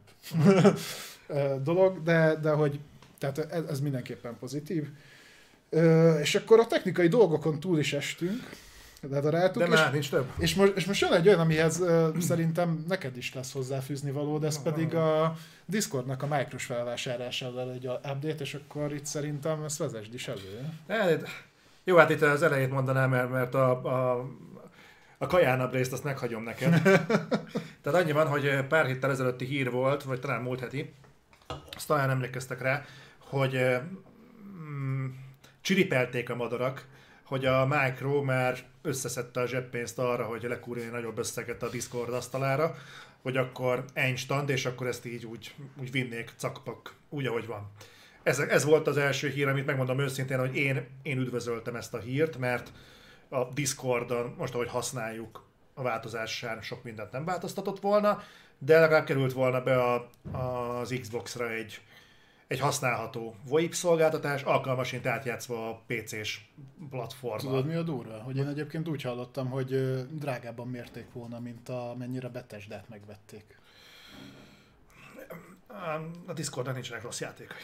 dolog, de hogy tehát ez mindenképpen pozitív. És akkor a technikai dolgokon túl is estünk, ledaráltuk. De már nincs több. És most jön egy olyan, amihez szerintem neked is lesz hozzáfűzni való, de ez pedig a Discordnak a micros felvásárlásával egy update, és akkor itt szerintem ezt vezesd is elő. Jó, hát itt az elejét mondanám, mert a kajánabb részt azt meghagyom neked. Tehát annyi van, hogy pár héttel ezelőtti hír volt, vagy talán múlt heti, azt talán emlékeztek rá, hogy csiripelték a madarak, hogy a Micro már összeszedte a zseppénzt arra, hogy lekúrja nagyobb összeget a Discord asztalára, hogy akkor ennyi stand, és akkor ezt így úgy vinnék cakpak, úgy ahogy van. Ez volt az első hír, amit megmondom őszintén, hogy én üdvözöltem ezt a hírt, mert a Discordon, most ahogy használjuk, a változásán sok mindent nem változtatott volna, de legalább került volna be az Xbox-ra egy használható VoIP szolgáltatás, alkalmasint átjátszva a PC-s platformon. Tudod mi a durva? Hogy én egyébként úgy hallottam, hogy drágábban mérték volna, mint amennyire Bethesdát megvették. A Discordon nincsenek rossz játékai.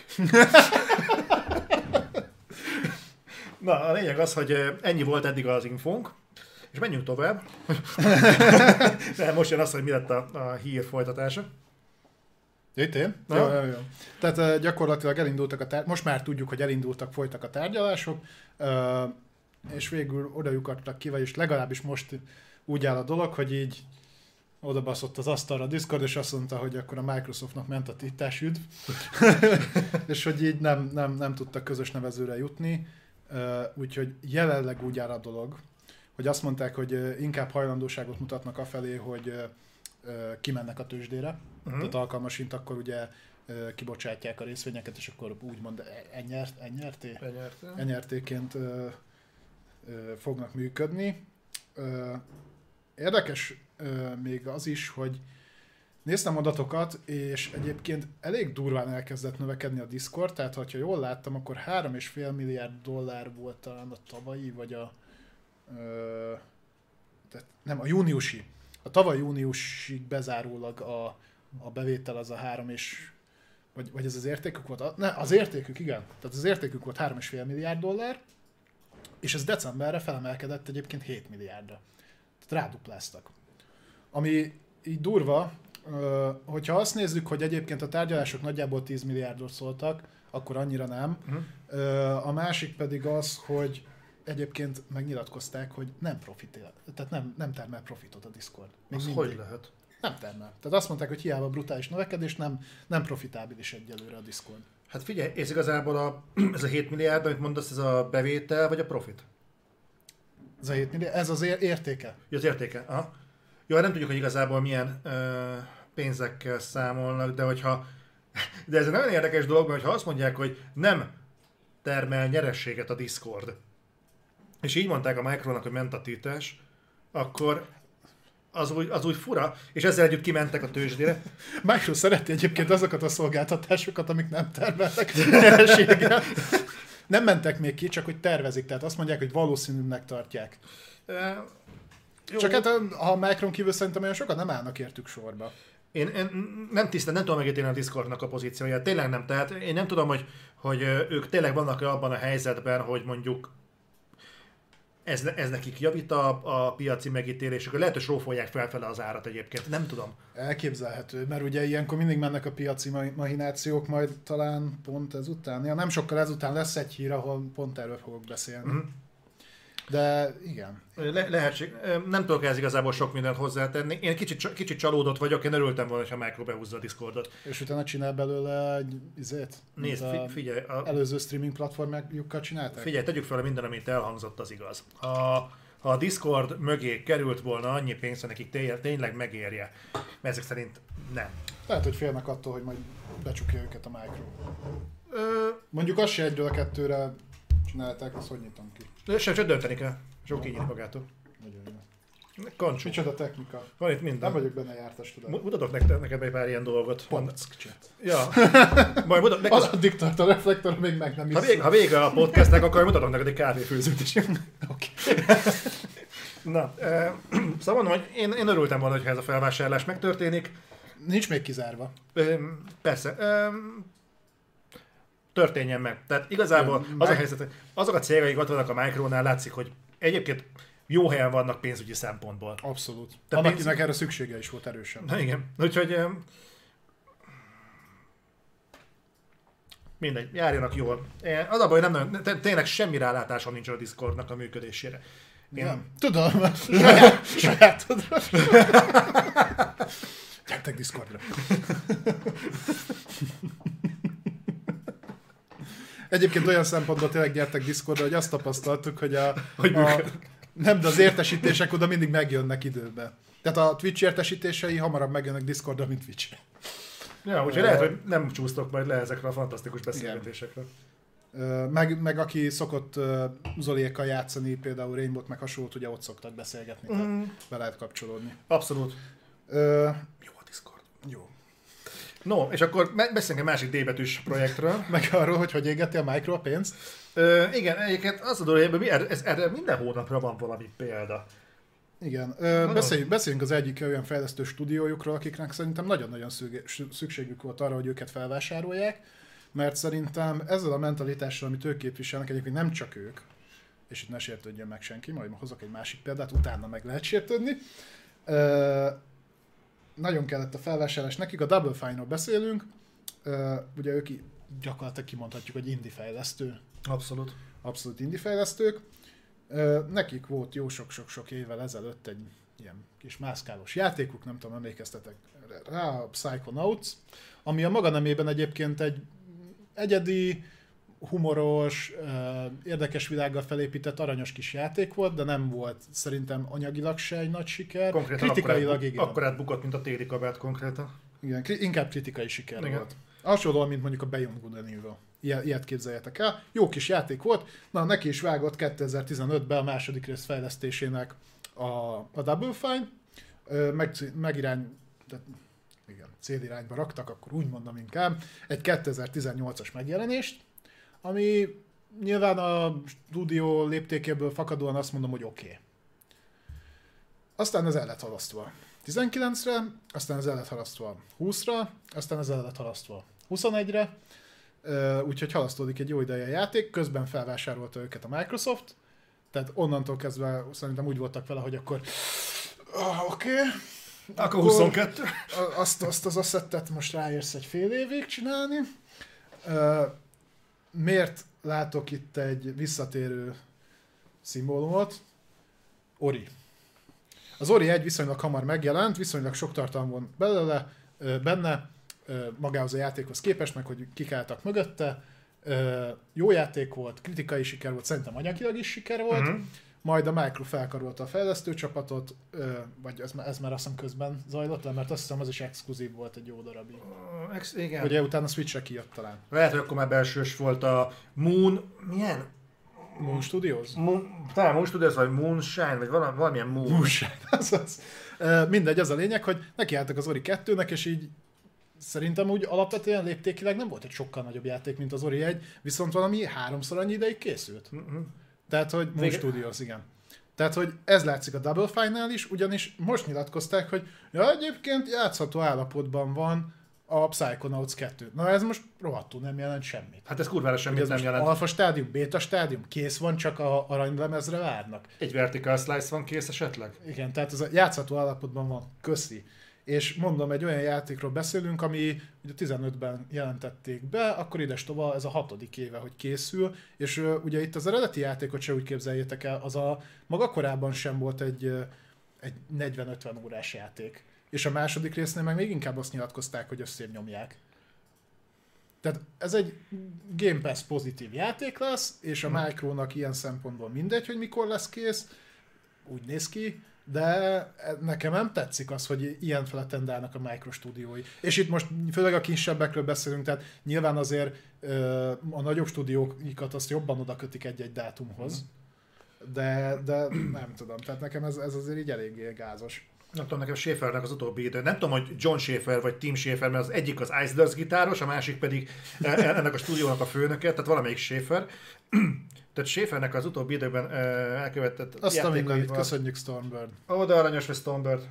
Na, a lényeg az, hogy ennyi volt eddig az infónk, és menjünk tovább. De most jön az, hogy mi lett a hír folytatása. Itt én? Jó. Tehát gyakorlatilag elindultak most már tudjuk, hogy folytak a tárgyalások, és végül oda lyukadtak ki, vagyis legalábbis most úgy áll a dolog, hogy így oda baszott az asztalra a Discord, és azt mondta, hogy akkor a Microsoftnak ment a titás üdv, és hogy így nem tudtak közös nevezőre jutni, úgyhogy jelenleg úgy áll a dolog, hogy azt mondták, hogy inkább hajlandóságot mutatnak afelé, hogy kimennek a tőzsdére, tehát alkalmasint akkor ugye kibocsátják a részvényeket, és akkor úgymond enyertéként fognak működni. Érdekes még az is, hogy néztem adatokat, és egyébként elég durván elkezdett növekedni a Discord, tehát ha jól láttam, akkor $3,5 milliárd volt talán a tavalyi, vagy a júniusi. A tavaly júniusig bezárólag a bevétel az a 3 és vagy ez az értékük volt? Az értékük, igen. Tehát az értékük volt $3,5 milliárd, és ez decemberre felemelkedett egyébként 7 milliárdra. Tehát rádupláztak. Ami így durva, hogyha azt nézzük, hogy egyébként a tárgyalások nagyjából 10 milliárdot szóltak, akkor annyira nem. A másik pedig az, hogy egyébként megnyilatkozták, hogy nem profitál, tehát nem termel profitot a Discord. Még az hogy lehet? Nem termel. Tehát azt mondták, hogy hiába brutális növekedés, nem profitábilis egyelőre a Discord. Hát figyelj, ez igazából ez a 7 milliárd, amit mondasz, ez a bevétel vagy a profit? Ez a 7 milliárd, ez az értéke. Ja, az értéke, aha. Jó, hát nem tudjuk, hogy igazából milyen pénzekkel számolnak, de ez egy nagyon érdekes dolog, mert ha azt mondják, hogy nem termel nyerességet a Discord, és így mondták a Micronak, hogy ment a tiltás, akkor az úgy fura, és ezzel együtt kimentek a tőzsdére. Micro szereti egyébként azokat a szolgáltatásokat, amik nem termelnek nyereséget. Nem mentek még ki, csak hogy tervezik, tehát azt mondják, hogy valószínűnek tartják. Csak hát ha a Micron kívül szerintem olyan sokat nem állnak értük sorba. Én nem tudom megítélni a Discordnak a pozícióját, tényleg nem. Tehát én nem tudom, hogy ők tényleg vannak abban a helyzetben, hogy mondjuk ez nekik javít a piaci megítélésük. Lehet, hogy srófolják felfele az árat egyébként. Nem tudom. Elképzelhető, mert ugye ilyenkor mindig mennek a piaci mahinációk, majd talán pont ezután. Ja, nem sokkal ezután lesz egy hír, ahol pont erről fogok beszélni. Mm-hmm. De igen. Lehetség. Nem tudok ez igazából sok mindent hozzátenni. Én kicsit csalódott vagyok, én örültem volna, ha Micro behúzza a Discordot. És utána csinál belőle egy Nézd, figyelj. Előző streaming platformjukkal csinálták? Figyelj, tegyük fel, minden, amit elhangzott, az igaz. Ha a Discord mögé került volna annyi pénz, hogy nekik tényleg megérje, mert ezek szerint nem. Lehet, hogy félnek attól, hogy majd becsukja őket a Micro. Mondjuk azt se egyről a kettőre csinálták, azt hogy nyitom ki? Sem dönteni kell. Sok így magától. Nagyon jó. Kancsú. Micsoda technika. Van itt minden. Nem vagyok benne jártas, tudom. Mutatok neked egy pár ilyen dolgot. Chat. Ja. Majd addig tart a reflektor, még meg nem is. Ha vége a podcastnek, akkor mutatok neked egy kávéfőzőt is. Oké. Na, szóval mondom, hogy én örültem volna, hogyha ez a felvásárlás megtörténik. Nincs még kizárva. Persze. Történjen meg. Tehát igazából az a helyzet, hogy azok a cégek, akik ott vannak a Micronál, látszik, hogy egyébként jó helyen vannak pénzügyi szempontból. Abszolút. Akinek erre szüksége is volt erősen. Na igen. Úgyhogy mindegy, járjanak jól. Az a baj, tényleg semmi rálátásom nincs a Discordnak a működésére. Nem. Tudom, sajátodra. Gyertek Discordra. Egyébként olyan szempontból tényleg gyertek Discordra, hogy azt tapasztaltuk, hogy nem, de az értesítések oda mindig megjönnek időben. Tehát a Twitch értesítései hamarabb megjönnek Discordra, mint Twitch. Ja, úgyhogy lehet, hogy nem csúsztok majd le ezekre a fantasztikus beszélgetésekre. Meg aki szokott Zoliékkal játszani, például Rainbow-t meg hasonlót, ugye ott szoktak beszélgetni, tehát be lehet kapcsolódni. Abszolút. Jó a Discord. Jó. No, és akkor beszéljünk egy másik D-betűs projektről. Meg arról, hogy égeti a Micro a pénzt? Igen, egyébként az a dolog, hogy erre minden hónapra van valami példa. Igen. Beszéljünk az egyik olyan fejlesztő stúdiójukról, akiknek szerintem nagyon-nagyon szükségük volt arra, hogy őket felvásárolják, mert szerintem ezzel a mentalitással, amit ők képviselnek, egyébként nem csak ők, és itt ne sértődjön meg senki, majd hozok egy másik példát, utána meg lehet sértődni. Nagyon kellett a felvásárlás nekik, a Double Fine-ról beszélünk, ugye ők gyakorlatilag kimondhatjuk, hogy indie fejlesztő. Abszolút. Abszolút indie fejlesztők. Nekik volt jó sok-sok évvel ezelőtt egy ilyen kis mászkálós játékuk, nem tudom, emlékeztetek rá, a Psychonauts, ami a maga nemében egyébként egy egyedi, humoros, érdekes világgal felépített aranyos kis játék volt, de nem volt szerintem anyagilag se egy nagy siker. Konkrétan kritikailag igen. Akkor átbukott, mint a téli kabát konkrétan. Igen, inkább kritikai siker volt. Hasonlóan, mint mondjuk a Beyond Good and Evil. Ilyet képzeljetek el. Jó kis játék volt. Na, neki is vágott 2015-ben a második rész fejlesztésének a Double Fine. Célirányba raktak, akkor úgy mondom inkább, egy 2018-as megjelenést, ami nyilván a stúdió léptékéből fakadóan azt mondom, hogy oké. Aztán ez el lett halasztva 19-re, aztán ez el lett halasztva 20-ra, aztán ez el lett halasztva 21-re, úgyhogy halasztódik egy jó ideje a játék, közben felvásárolta őket a Microsoft, tehát onnantól kezdve szerintem úgy voltak vele, hogy akkor oké. Akkor 22. Azt az asszettet most ráérsz egy fél évig csinálni. Miért látok itt egy visszatérő szimbólumot? Ori. Az Ori 1 viszonylag hamar megjelent, viszonylag sok tartalom van benne, magához a játékhoz képest, meg hogy kik álltak mögötte. Jó játék volt, kritikai siker volt, szerintem anyagilag is siker volt. Majd a Micro felkarolta a fejlesztő csapatot, vagy ez már azt hiszem közben zajlott, mert azt hiszem az is exkluzív volt egy jó darabig. Igen. Ugye utána Switchre kijött talán. Lehet, hogy akkor már belsős volt a Moon... Milyen? Moon Studios? Talán Moon Studios, vagy Moonshine, vagy valamilyen Moon. Moonshine, azaz. Mindegy, az a lényeg, hogy nekiálltak az Ori 2-nek, és így szerintem úgy alapvetően léptékileg nem volt egy sokkal nagyobb játék, mint az Ori 1, viszont valami 3-szor annyi ideig készült. Tehát, hogy Moon Studios, igen. Tehát, hogy ez látszik a Double Fine-nál is, ugyanis most nyilatkozták, hogy ja, egyébként játszható állapotban van a Psychonauts 2. Na ez most rohadtul nem jelent semmit. Hát ez kurvára semmit nem jelent. Alfa stádium, beta stádium, kész van, csak a aranylemezre várnak. Egy vertical slice van kész esetleg? Igen, tehát ez a játszható állapotban van. Köszi. És mondom, egy olyan játékról beszélünk, ami ugye 15-ben jelentették be, akkor idestova ez a 6. éve, hogy készül, és ugye itt az eredeti játékot se úgy képzeljétek el, az a maga korában sem volt egy 40-50 órás játék. És a második résznél meg még inkább azt nyilatkozták, hogy összérnyomják. Tehát ez egy Game Pass pozitív játék lesz, és a Micronak ilyen szempontból mindegy, hogy mikor lesz kész, úgy néz ki, de nekem nem tetszik az, hogy ilyen feletendálnak a Micro stúdiói. És itt most főleg a kisebbekről beszélünk, tehát nyilván azért a nagyobb stúdióikat azt jobban oda kötik egy-egy dátumhoz, de nem tudom, tehát nekem ez azért így eléggé gázos. Nem tudom, nekem Schaefernek az utóbbi idő. Nem tudom, hogy John Schaefer vagy Tim Schaefer, mert az egyik az Islanders gitáros, a másik pedig ennek a stúdiónak a főnöke, tehát valamelyik Schaefer. Tehát Schaefernek az utóbbi időben elkövetett azt a mindenit, köszönjük Stormbird. Ó, de aranyos vagy Stormbird.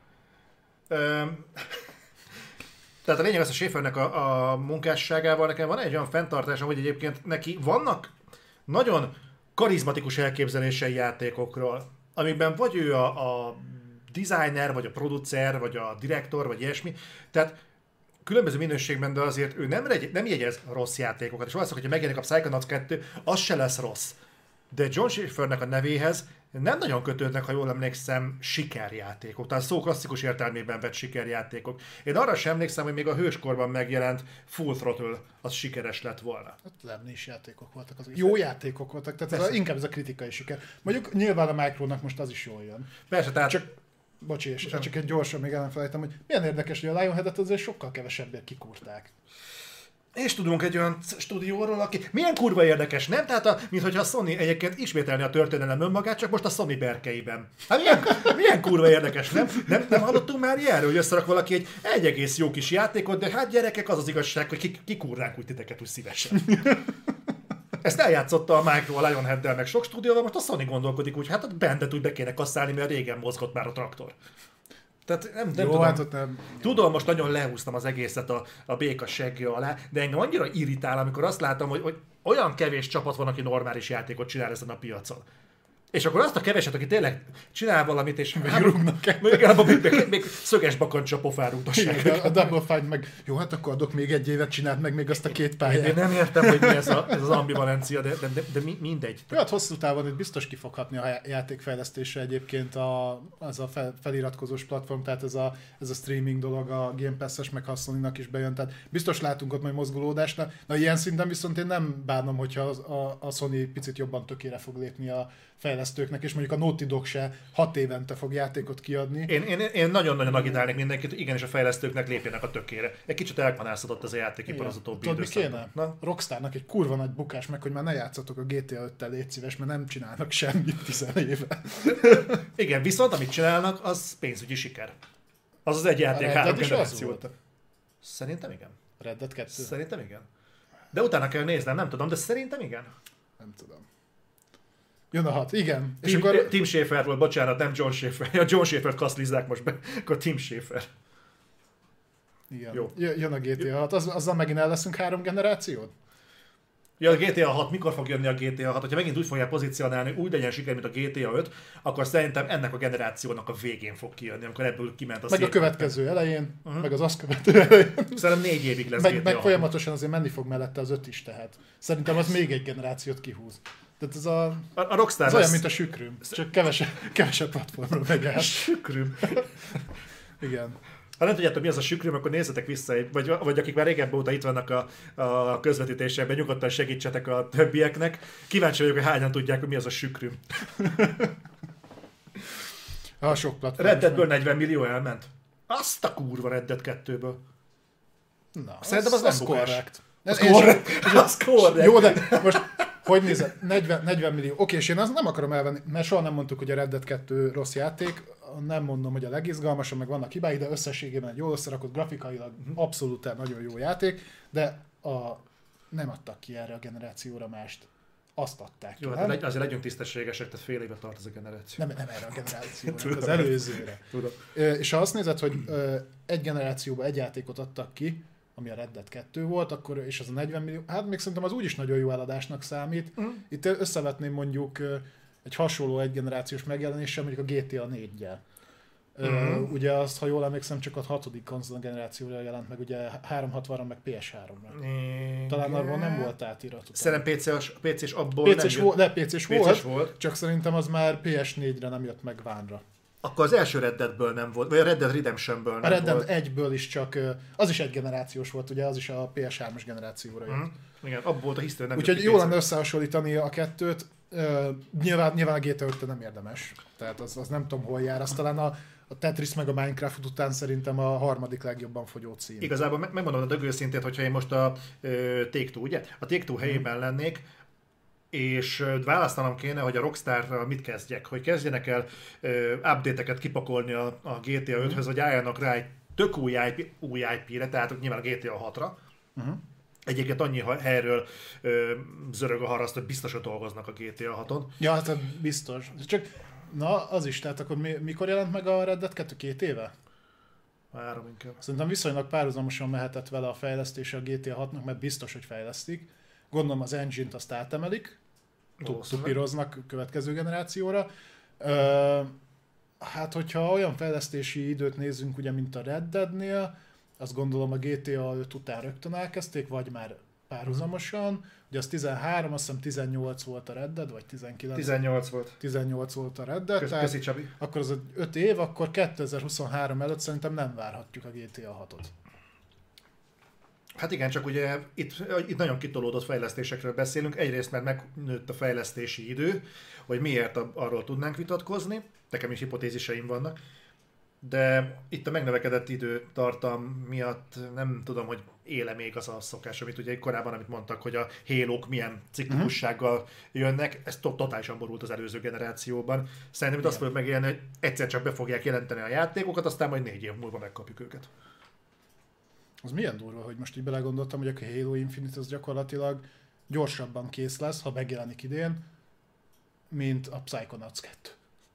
Tehát a lényeg az, a Schaefernek a munkásságával nekem van egy olyan fenntartásom, hogy egyébként neki vannak nagyon karizmatikus elképzelései játékokról, amikben vagy ő a designer, vagy a producer, vagy a direktor, vagy ilyesmi. Tehát különböző minőségben, de azért ő nem jegyez rossz játékokat. És valószínűleg, hogyha megjelenik a Psychonauts 2, az se lesz rossz. De John Schaefernek a nevéhez nem nagyon kötődnek, ha jól emlékszem, sikerjátékok. Tehát szó klasszikus értelmében vett sikerjátékok. Én arra sem emlékszem, hogy még a hőskorban megjelent Full Throttle az sikeres lett volna. Hát nem is játékok voltak azok. Jó játékok voltak, tehát inkább ez a kritikai siker. Mondjuk nyilván a Micronak most az is jól jön. Persze, tehát... Bocsi, és csak egy gyorsan még elfelejtem, hogy milyen érdekes, hogy a Lionhead-et azért sokkal kevesebbért kikúrták. És tudunk egy olyan stúdióról, aki... Milyen kurva érdekes, nem? Tehát, mintha a Sony egyébként ismételni a történelem önmagát, csak most a Sony berkeiben. Hát milyen kurva érdekes, nem? Nem hallottunk már ilyenről, hogy összerak valaki egy egész jó kis játékot, de hát gyerekek, az az igazság, hogy kikúrnánk úgy titeket úgy szívesen. Ezt eljátszotta a Micro a Lionhead-del meg sok stúdióval, most a Sony gondolkodik úgy, hát a Bandet úgy be kéne kasszálni, mert régen mozgott már a traktor. Tehát nem jó, tudom. hát ott nem. Tudom, most nagyon lehúztam az egészet a béka seggje alá, de engem annyira irritál, amikor azt látom, hogy olyan kevés csapat van, aki normális játékot csinál ezen a piacon. És akkor azt a keveset, aki tényleg csinál valamit, és rúgnak el. Még szöges bakancs a pofára utasság. A Double Fine meg, jó, hát akkor adok még egy évet, csináld meg még azt a 2 pályát. Én nem értem, hogy mi ez az ambivalencia, de mindegy. Jó, hát hosszú távon itt biztos ki fog hatni a játékfejlesztésre egyébként az a feliratkozós platform, tehát ez a streaming dolog a Game Pass-es, meg Sony-nak is bejön, tehát biztos látunk ott majd mozgolódást. Na ilyen szinten viszont én nem bánom, hogyha a Sony picit jobban tökére fog lépni a fejlesztőknek, és mondjuk a Naughty Dog se 6 évente fog játékot kiadni. Én nagyon-nagyon agitálnék mindenkit, hogy igenis a fejlesztőknek lépjenek a tökére. Egy kicsit elkanászodott az a játékipar az utóbbi időszakban. Mi kéne? Rockstarnak egy kurva nagy bukás meg, hogy már ne játszatok a GTA 5-tel, légy szíves, mert nem csinálnak semmit 10 éve. Igen, viszont amit csinálnak, az pénzügyi siker. Az egy játék 3 generációt. Szerintem igen. Red Dead 2? Szerintem igen. De utána kell néznem, nem tudom, de szerintem igen. Nem tudom. Jön a 6, igen. Tim Schafer volt, bocsánat, nem John Schafer. Ja, John Schafer-t kaszlizzák most be, akkor Tim Schafer. Igen. Jó. Jön a GTA 6, azzal megint el leszünk 3 generációt? Ja, a GTA 6, mikor fog jönni a GTA 6? Ha megint úgy fogják pozícionálni, úgy legyen siker, mint a GTA 5, akkor szerintem ennek a generációnak a végén fog kijönni, amikor ebből kiment a meg a következő elején, meg az azt követő elején. Szerintem 4 évig lesz GTA 6. Meg folyamatosan azért menni fog mellette az 5 is, tehát. Szerintem az még egy generációt kihúz. Tehát ez A Rockstar ez olyan, mint a sükrüm, csak kevesebb platformról megy át. Sükrüm. Igen. Ha nem tudjátok, mi az a sükrüm, akkor nézzetek vissza, vagy akik már régebb óta itt vannak a közvetítésekben, nyugodtan segítsetek a többieknek. Kíváncsi vagyok, hogy hányan tudják, hogy mi az a sükrüm. Sok platform. Red Deadből 40 millió elment. Azt a kurva Red Dead 2-ből. Na, szerintem az nem bukás. korrekt. Az korrekt. Jó, de most hogy nézed? 40 millió. Oké, és én azt nem akarom elvenni, mert soha nem mondtuk, hogy a Red Dead 2 rossz játék. Nem mondom, hogy a legizgalmasabb, meg vannak hibái, de összességében egy jól összerakott, grafikailag abszolút nagyon jó játék, de nem adtak ki erre a generációra mást. Azt adták ki, jó, hát azért legyünk tisztességesek, tehát fél éve tart ez a generáció. Nem erre a generációra, az előzőre. Tudom. És ha azt nézed, hogy egy generációban egy játékot adtak ki, ami a Red Dead 2 volt, akkor, és az a 40 millió, hát még szerintem az úgyis nagyon jó eladásnak számít. Itt összevetném mondjuk egy hasonló egygenerációs megjelenéssel, mondjuk a GTA 4-gyel. Ugye azt, ha jól emlékszem, csak a 6. konzol generációra jelent meg, ugye 360-ra, meg PS3-ra. Talán arról nem volt átirat. Szerintem PC-s abból PC-s volt, csak szerintem az már PS4-re nem jött meg Vánra. Akkor az első Red Deadből nem volt, vagy a Red Dead Redemptionből nem volt. A Red Dead 1-ből is csak, az is egy generációs volt, ugye, az is a PS3-as generációra jött. Igen, abból volt a hisztő, nem. Úgyhogy jó lenne összehasonlítani a kettőt. Nyilván a GTA 5 nem érdemes, tehát az nem tudom hol jár, az talán a Tetris meg a Minecraft után szerintem a harmadik legjobban fogyó cím. Igazából megmondom a dögőszintét, hogyha én most a Take-Two, ugye? A Take-Two helyében lennék, és választanom kéne, hogy a Rockstarral mit kezdjek, hogy kezdjenek el update-eket kipakolni a GTA 5-höz, vagy álljanak rá egy tök új IP-re, tehát nyilván a GTA 6-ra. Egyébként annyi helyről zörög a haraszt, hogy biztos, hogy dolgoznak a GTA 6-on. Ja, hát biztos. Csak, na, az is, tehát akkor mikor jelent meg a Red Dead 2? 2 éve? 3 inkább. Szerintem viszonylag párhuzamosan mehetett vele a fejlesztése a GTA 6-nak, mert biztos, hogy fejlesztik. Gondolom az engine-t azt átemelik, tupíroznak következő generációra. Hát, hogyha olyan fejlesztési időt nézzünk, ugye, mint a Red Deadnél, azt gondolom a GTA 5 után rögtön elkezdték, vagy már párhuzamosan. Ugye az 13, azt hiszem 18 volt a Red Dead, vagy 19? 18 volt. 18 volt a Red Dead, Köszi, Csabi. Akkor az 5 év, akkor 2023 előtt szerintem nem várhatjuk a GTA 6-ot. Hát igen, csak ugye itt nagyon kitolódott fejlesztésekről beszélünk. Egyrészt, mert megnőtt a fejlesztési idő, hogy miért arról tudnánk vitatkozni. Nekem is hipotéziseim vannak. De itt a megnövekedett időtartam miatt nem tudom, hogy éle még az a szokás, amit ugye korábban, amit mondtak, hogy a Halo-k milyen ciklikussággal jönnek, ez totálisan borult az előző generációban. Szerintem itt azt fogjuk megélni, hogy egyszer csak be fogják jelenteni a játékokat, aztán majd 4 év múlva megkapjuk őket. Az milyen durva, hogy most így belegondoltam, hogy a Halo Infinite az gyakorlatilag gyorsabban kész lesz, ha megjelenik idén, mint a Psychonauts 2.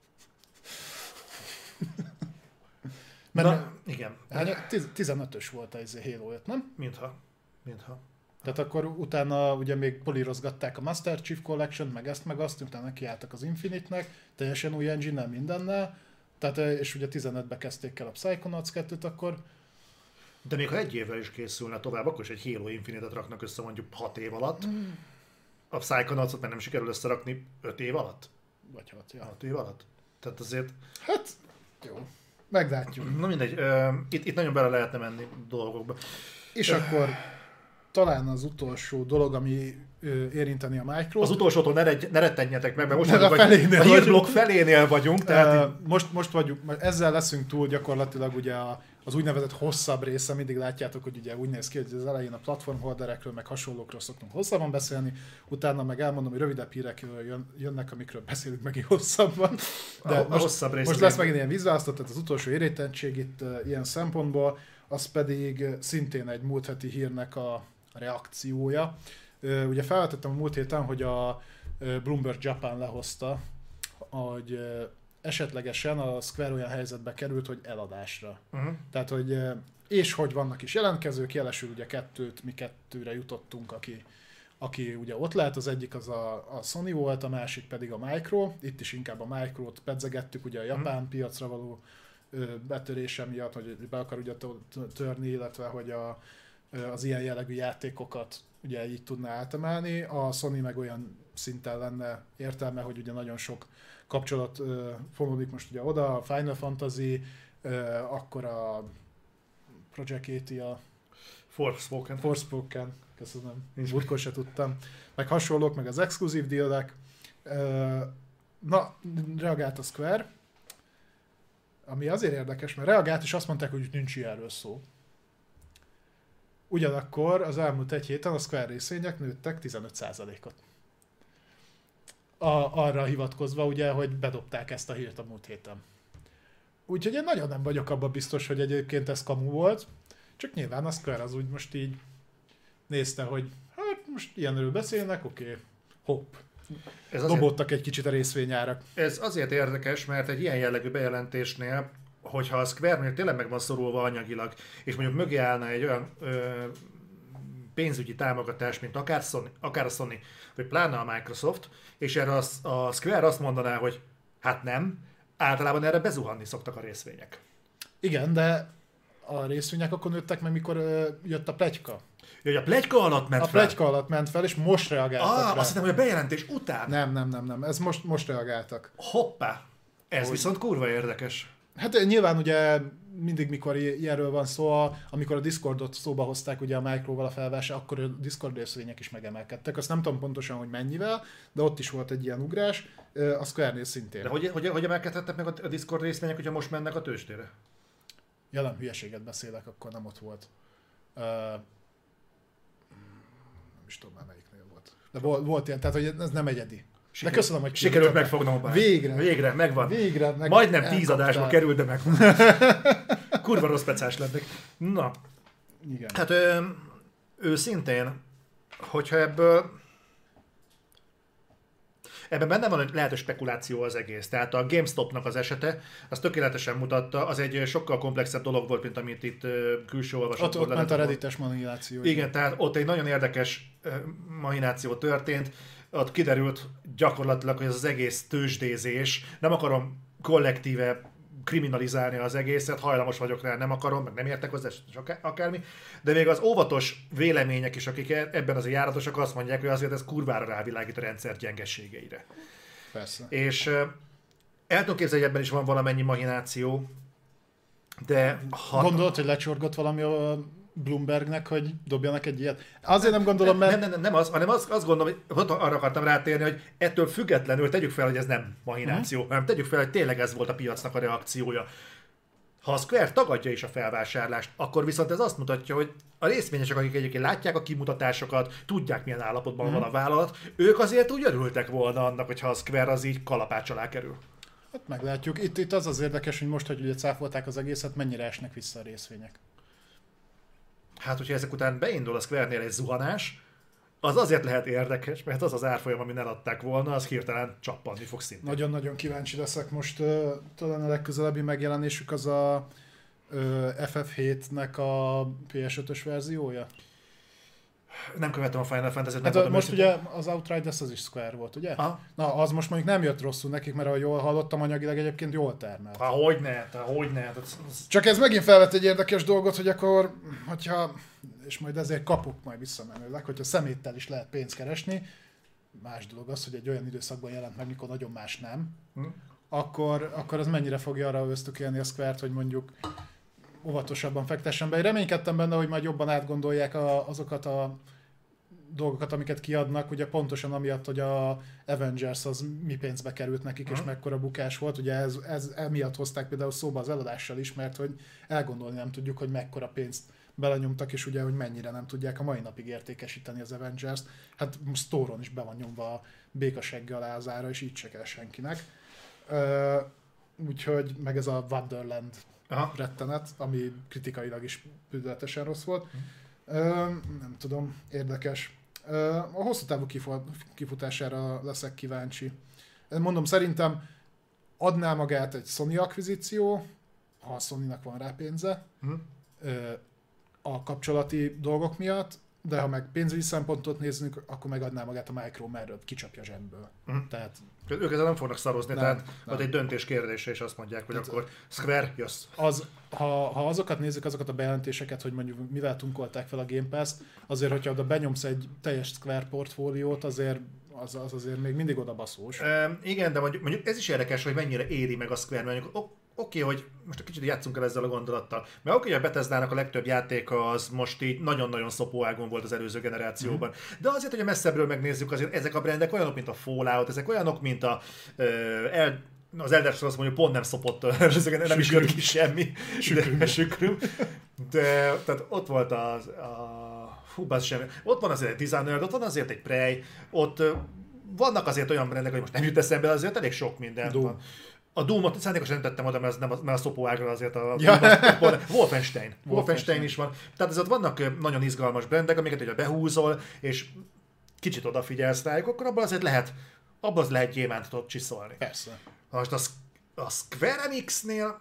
Na, igen. Hát 15-ös volt ez a Halo 5, nem? Mintha. Tehát akkor utána ugye még polírozgatták a Master Chief Collection, meg ezt, meg azt, utána kiálltak az Infinite-nek, teljesen új engine-nel, mindennel. Tehát, és ugye 15-be kezdték el a Psychonauts 2-t, akkor... De még ha egy évvel is készülne tovább, akkor is egy Halo Infinite-et raknak össze mondjuk 6 év alatt. A Psychonauts-ot meg nem sikerül összerakni 5 év alatt? Vagy 6, ja. 6 év alatt? Tehát azért... Hát, jó. Meglátjuk. Na mindegy, itt nagyon bele lehetne menni dolgokba. És akkor talán az utolsó dolog, ami érinteni a Micro-t. Az utolsótól ne rettenjetek meg, mert most a hírblokk felénél vagyunk. Tehát most vagyunk, ezzel leszünk túl gyakorlatilag ugye az úgynevezett hosszabb része, mindig látjátok, hogy ugye úgy néz ki, hogy az elején a platformholderekről, meg hasonlókról szoktunk hosszabban beszélni, utána meg elmondom, hogy rövidebb hírekről jönnek, amikről beszélünk megint hosszabban. De most lesz megint ilyen vízválasztott, tehát az utolsó érintettség itt ilyen szempontból, az pedig szintén egy múlt heti hírnek a reakciója. Ugye felvetettem a múlt héten, hogy a Bloomberg Japan lehozta, hogy esetlegesen a Square olyan helyzetbe került, hogy eladásra. Tehát, hogy és hogy vannak is jelentkezők, jelesül ugye mi kettőre jutottunk, aki ugye ott lehet, az egyik az a Sony volt, a másik pedig a Micro, itt is inkább a Micro-t pedzegettük ugye a japán piacra való betörése miatt, hogy be akar ugye törni, illetve hogy az ilyen jellegű játékokat ugye így tudná átemelni, a Sony meg olyan szinten lenne értelme, hogy ugye nagyon sok kapcsolat fonódik most ugye oda, a Final Fantasy, akkor a Project Athia, Forspoken, köszönöm, múltkor se tudtam, meg hasonlók, meg az exkluzív dealek. Na, reagált a Square, ami azért érdekes, mert reagált és azt mondták, hogy nincs ilyenről szó. Ugyanakkor az elmúlt egy héten a Square részvények nőttek 15%-ot. Arra hivatkozva ugye, hogy bedobták ezt a hírt a múlt héten. Úgyhogy én nagyon nem vagyok abban biztos, hogy egyébként ez kamu volt, csak nyilván a Square az úgy most így nézte, hogy hát most ilyenről beszélnek, oké, hopp. Dobottak egy kicsit a részvényárak. Ez azért érdekes, mert egy ilyen jellegű bejelentésnél, hogyha a Square-nél tényleg meg van szorulva anyagilag, és mondjuk mögé állna egy olyan pénzügyi támogatás, mint akár a Sony, vagy pláne a Microsoft, és erre a Square azt mondaná, hogy hát nem, általában erre bezuhanni szoktak a részvények. Igen, de a részvények akkor nőttek meg, mikor jött a pletyka. Hogy a pletyka alatt ment fel? A pletyka alatt ment fel, és most reagáltak rá. Azt hiszem, hogy a bejelentés után. Nem. Ez most reagáltak. Hoppá! Ez viszont kurva érdekes. Hát nyilván ugye mindig, mikor ilyenről van szó, amikor a Discordot szóba hozták ugye a Microval a felvásárlás, akkor a Discord részvények is megemelkedtek. Azt nem tudom pontosan, hogy mennyivel, de ott is volt egy ilyen ugrás, a Square-nél szintén. De hogy emelkedhettek meg a Discord részvények, hogyha most mennek a tőzsdére? Ja, nem, hülyeséget beszélek, akkor nem ott volt. Nem is tudom már melyiknél volt. De volt ilyen, tehát hogy ez nem egyedi. De köszönöm, hogy sikerült megfognom a bár. Végre, megvan. Majdnem 10 adásba került, de megvan. Kurva rossz pecás lennék. Na. Igen. Hát őszintén, hogyha ebben benne van egy lehetős spekuláció az egész. Tehát a GameStopnak az esete, az tökéletesen mutatta, az egy sokkal komplexebb dolog volt, mint amit itt külső olvasatból ott ment a Reddites mahináció. Igen, tehát ott egy nagyon érdekes mahináció történt. Ott kiderült gyakorlatilag, hogy ez az egész tőzsdézés, nem akarom kollektíve kriminalizálni az egészet, hajlamos vagyok rá, nem akarom, meg nem értek hozzá, akármi, de még az óvatos vélemények is, akik ebben az járatosak, azt mondják, hogy azért ez kurvára rávilágít a rendszer gyengeségeire. Persze. És el tudom képzelni, hogy ebben is van valamennyi mahináció, de... Gondolod, hogy lecsorgott valami a Bloombergnek, hogy dobjanak egy ilyet? Azért nem gondolom, mert... Nem az, hanem azt gondolom, hogy arra akartam rátérni, hogy ettől függetlenül tegyük fel, hogy ez nem mahináció, hanem tegyük fel, hogy tényleg ez volt a piacnak a reakciója. Ha a Square tagadja is a felvásárlást, akkor viszont ez azt mutatja, hogy a részvényesek, akik egyébként látják a kimutatásokat, tudják, milyen állapotban van a vállalat, ők azért úgy örültek volna annak, hogyha a Square az így kalapács alá kerül. Hát meglátjuk. Itt az érdekes, hogy most, hogy ugye cáfolták az egészet, mennyire esnek vissza a részvények. Hát, hogyha ezek után beindul a Square-nél egy zuhanás, az azért lehet érdekes, mert az az árfolyam, amin eladták volna, az hirtelen csappanni fog szintén. Nagyon-nagyon kíváncsi leszek. Most talán a legközelebbi megjelenésük az a FF7-nek a PS5-ös verziója. Nem követem a Final Fantasy-t. Hát most ugye az Outriders az is Square volt, ugye? Aha. Na, az most mondjuk nem jött rosszul nekik, mert ahogy jól hallottam, anyagilag egyébként jól termelt. Hogyne. Csak ez megint felvett egy érdekes dolgot, hogy akkor, hogyha, és majd ezért kapok majd visszamenőleg, hogyha szeméttel is lehet pénzt keresni, más dolog az, hogy egy olyan időszakban jelent meg, mikor nagyon más nem, akkor az mennyire fogja arra ösztökélni a Square-t, hogy mondjuk óvatosabban fektessen be. Én reménykedtem benne, hogy majd jobban átgondolják azokat a dolgokat, amiket kiadnak, ugye pontosan amiatt, hogy a Avengers az mi pénzbe került nekik, és mekkora bukás volt. Ugye ez emiatt hozták például szóba az eladással is, mert hogy elgondolni nem tudjuk, hogy mekkora pénzt belenyomtak, és ugye, hogy mennyire nem tudják a mai napig értékesíteni az Avengers-t. Hát Store-on is be van nyomva a békasegge alá az ára, és így se kell senkinek. Úgyhogy meg ez a Wonderland rettenet, ami kritikailag is bűnletesen rossz volt. Nem tudom, érdekes. A hosszú távú kifutására leszek kíváncsi. Mondom, szerintem adná magát egy Sony akvizíció, ha a Sony-nak van rá pénze, a kapcsolati dolgok miatt, de ha meg pénzügyi szempontot nézzünk, akkor megadná magát a Micro, mert kicsapja a zsebből. Tehát ők ezzel nem fognak szarozni, nem, tehát nem. ott egy döntés kérdése, és azt mondják, hogy akkor Square, jössz. Ha azokat nézzük, azokat a bejelentéseket, hogy mondjuk mivel tunkolták fel a Game Pass-t, azért, hogyha oda benyomsz egy teljes Square portfóliót, azért az azért még mindig oda baszós. Igen, de mondjuk ez is érdekes, hogy mennyire éri meg a Square, mert oké, hogy most egy kicsit játszunk el ezzel a gondolattal, mert oké, hogy a Bethesdának a legtöbb játéka az most így nagyon-nagyon szopóágon volt az előző generációban. De azért, hogy a messzebbről megnézzük, azért ezek a brandek olyanok, mint a Fallout, ezek olyanok, mint az Elder Scrolls mondjuk pont nem szopott, nem is jött ki semmi, sükrüm. De tehát ott volt ott van azért egy Dishonored, ott van azért egy Prey, ott vannak azért olyan brandek, hogy most nem jut eszembe, azért elég sok minden van. A Doom-ot szándékosan nem tettem oda, mert a szopóágra azért Wolfenstein is van. Tehát azért vannak nagyon izgalmas brandek, amiket ugye behúzol, és kicsit odafigyelsz rájuk, akkor abban azért lehet gyémántot csiszolni. Persze. Most a Square Enixnél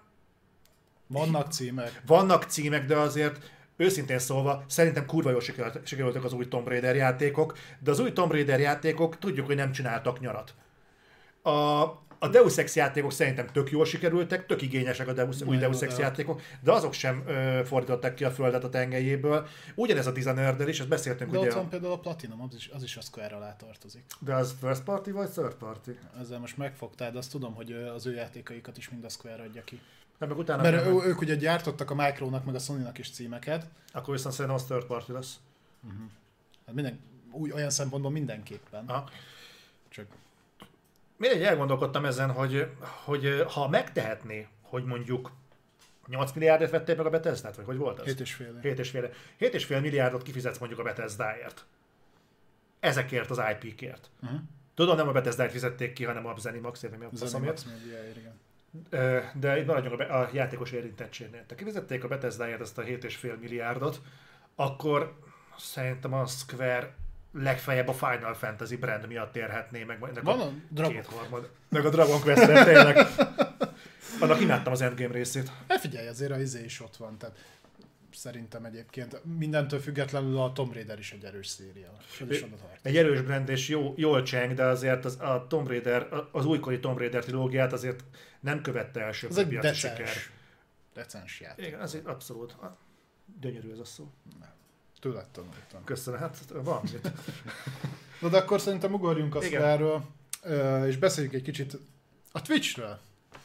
vannak címek, de azért őszintén szólva, szerintem kurva jól sikerültek az új Tomb Raider játékok, de az új Tomb Raider játékok tudjuk, hogy nem csináltak nyarat. A Deus Ex játékok szerintem tök jól sikerültek, tök igényesek a új Deus Ex játékok, de azok sem fordították ki a földet a tengelyéből. Ugyanez a Dishonored is, ezt beszéltünk de ugye. De ott van például a Platinum, az is a Square alá tartozik. De az first party vagy third party? Ezzel most megfogtál, de azt tudom, hogy az ő játékaikat is mind a Square adja ki. Meg utána mert ők ugye gyártottak a Micronak meg a Sony-nak is címeket. Akkor viszont szerintem az third party lesz. Hát olyan szempontból mindenképpen. Aha. Csak Mindegy, elgondolkodtam ezen, hogy ha megtehetné, hogy mondjuk 8 milliárdért vették meg a Bethesdát, vagy hogy volt az? 7,5 milliárdot kifizetsz mondjuk a Bethesdáért. Ezekért az IP-kért. Tudom, nem a Bethesdáért fizették ki, hanem a Zenimaxért, mi a faszomért. De itt maradjunk a játékos érintettségnél. Tehát kifizették a Bethesdáért ezt a 7,5 milliárdot, akkor szerintem a Square legfeljebb a Final Fantasy brand miatt érhetné meg ennek a kétharmad. Meg a Dragon Quest-re tényleg. Annak imádtam az Endgame részét. Figyelj, azért a izé is ott van, tehát szerintem egyébként mindentől függetlenül a Tomb Raider is egy erős széria. Egy erős brand és jól cseng, de azért a Tomb Raider, az újkori Tomb Raider trilógiát azért nem követte el sok piaci siker. Decens játék. Igen, azért abszolút. Gyönyörű ez a szó. Tőled tanultam. Köszönöm, hát van mit. Na de akkor szerintem ugorjunk a Square-ről, és beszéljük egy kicsit a Twitch-ről.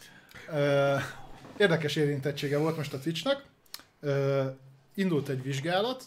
Érdekes érintettsége volt most a Twitch-nek. Indult egy vizsgálat,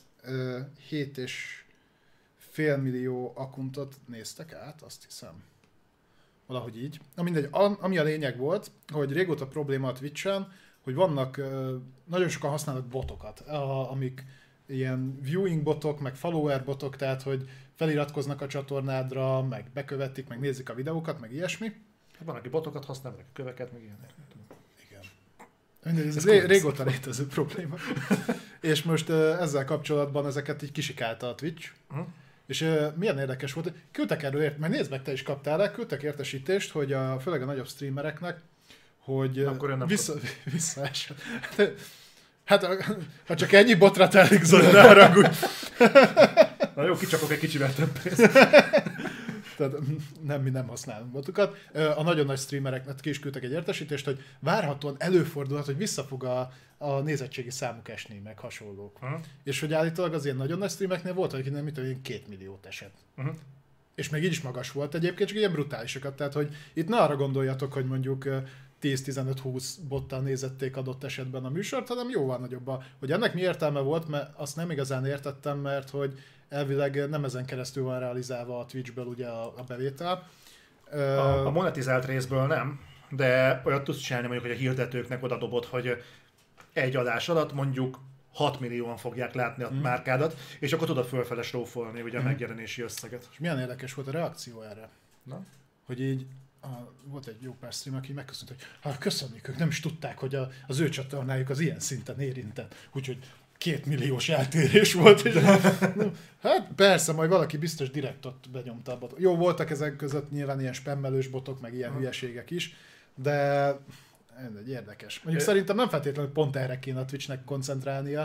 7,5 millió accountot néztek át, azt hiszem. Valahogy így. Mindegy, ami a lényeg volt, hogy régóta probléma a Twitch-en, hogy vannak, nagyon sokan használnak botokat, amik ilyen viewing botok, meg follower botok, tehát hogy feliratkoznak a csatornádra, meg bekövetik, meg nézik a videókat, meg ilyesmi. Van, aki botokat használ, meg köveket, meg ilyenek. Igen. Mindegy, ez régóta létező probléma. És most ezzel kapcsolatban ezeket így kisikálta a Twitch. És milyen érdekes volt, küldtek erről, mert nézd meg, te is kaptál, küldtek értesítést, hogy főleg a nagyobb streamereknek, hogy visszaesett. Hát, ha csak ennyi botra telik, Zoli, ne haragudj. Na jó, kicsapok egy kicsivel több pénzt. Tehát mi nem használunk botokat. A nagyon nagy streamereknek ki is küldtek egy értesítést, hogy várhatóan előfordulhat, hogy vissza fog a nézettségi számuk esni, meg hasonlók. És hogy állítólag az ilyen nagyon nagy streameknél volt, hogy nem 2 milliót esett. És még így is magas volt egyébként, csak ilyen brutálisokat. Tehát, hogy itt ne arra gondoljatok, hogy mondjuk 10-15-20 bottal nézették adott esetben a műsort, hanem jóval nagyobb. Hogy ennek mi értelme volt, mert azt nem igazán értettem, mert hogy elvileg nem ezen keresztül van realizálva a Twitchből ugye a bevétel. A monetizált részből nem, de olyat tudsz csinálni mondjuk, hogy a hirdetőknek oda dobod, hogy egy adás alatt mondjuk 6 millióan fogják látni a márkádat, és akkor tudod fölfele srófolni ugye a megjelenési összeget. És milyen érdekes volt a reakció erre? Na? Hogy így volt egy jó pár stream, aki megköszönt, hogy köszönjük, ők nem is tudták, hogy az ő csatornájuk az ilyen szinten érintett. Úgyhogy 2 milliós eltérés volt. Hát persze, majd valaki biztos direkt ott benyomta a botot. Jó, voltak ezek között nyilván ilyen spammelős botok, meg ilyen hülyeségek is, de egy érdekes. Mondjuk szerintem nem feltétlenül pont erre kéne a Twitchnek koncentrálnia.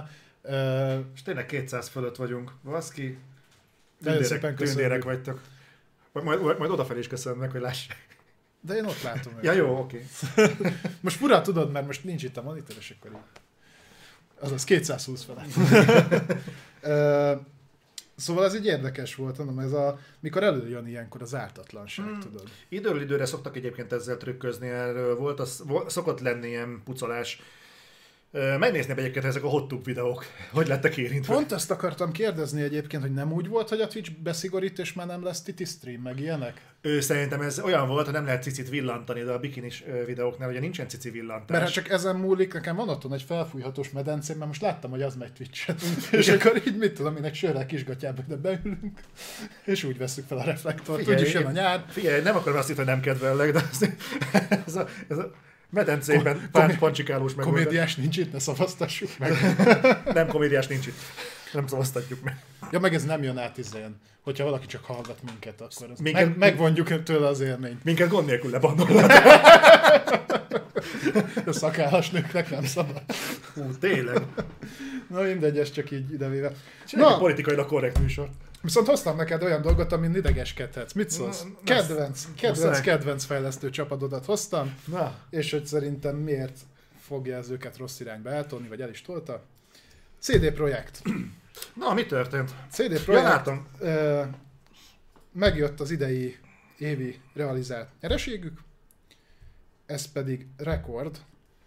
És tényleg 200 fölött vagyunk. Baszki, Tündérek vagytok. Majd odafelé is köszönöm meg, hogy lássák. De én ott látom Ja, jó, oké. Most fura tudod, mert most nincs itt a monitor, és akkor így. Azaz 220 felett. Szóval ez így érdekes volt, mondom, ez mikor előjön ilyenkor az ártatlanság, tudod. Időről időre szoktak egyébként ezzel trükközni, erről szokott lenni ilyen pucolás. Megnézném egyébként ezek a hot-tube videók, hogy lettek érintve. Pont ezt akartam kérdezni egyébként, hogy nem úgy volt, hogy a Twitch beszigorít, és már nem lesz titi stream, meg ilyenek? Szerintem ez olyan volt, hogy nem lehet cicit villantani, de a bikinis videóknál ugye nincsen cici villantás. Mert csak ezen múlik, nekem van otthon egy felfújhatós medencém, mert most láttam, hogy az megy Twitch-en. És akkor így mit tudom, minek sörrel kisgatyába ide beülünk, és úgy veszük fel a reflektort, úgyis jön a nyár. Figyelj, nem akarom azt itt, hogy nem kedvellek, de ez a medencében pancsikálós megoldás. Komédiás nincs itt, ne szavaztassuk meg. Nem, komédiás nincs itt. Nem szavaztatjuk meg. Ja, meg ez nem jön át izén. Hogyha valaki csak hallgat minket, akkor megvonjuk tőle az élményt. Minket gond nélkül lebannolnak. A szakállas nőknek nem szabad. Tényleg. Na mindegy, ez csak így idevéve. Csinálj egy politikailag korrekt műsor. Viszont hoztam neked olyan dolgot, amin idegeskedhetsz. Mit szólsz? Kedvenc fejlesztő csapatodat hoztam, és hogy szerintem miért fogja ez őket rossz irányba eltolni, vagy el is tolta. CD Projekt. Na, mi történt? CD Projekt megjött az idei évi realizált nyereségük, ez pedig rekord.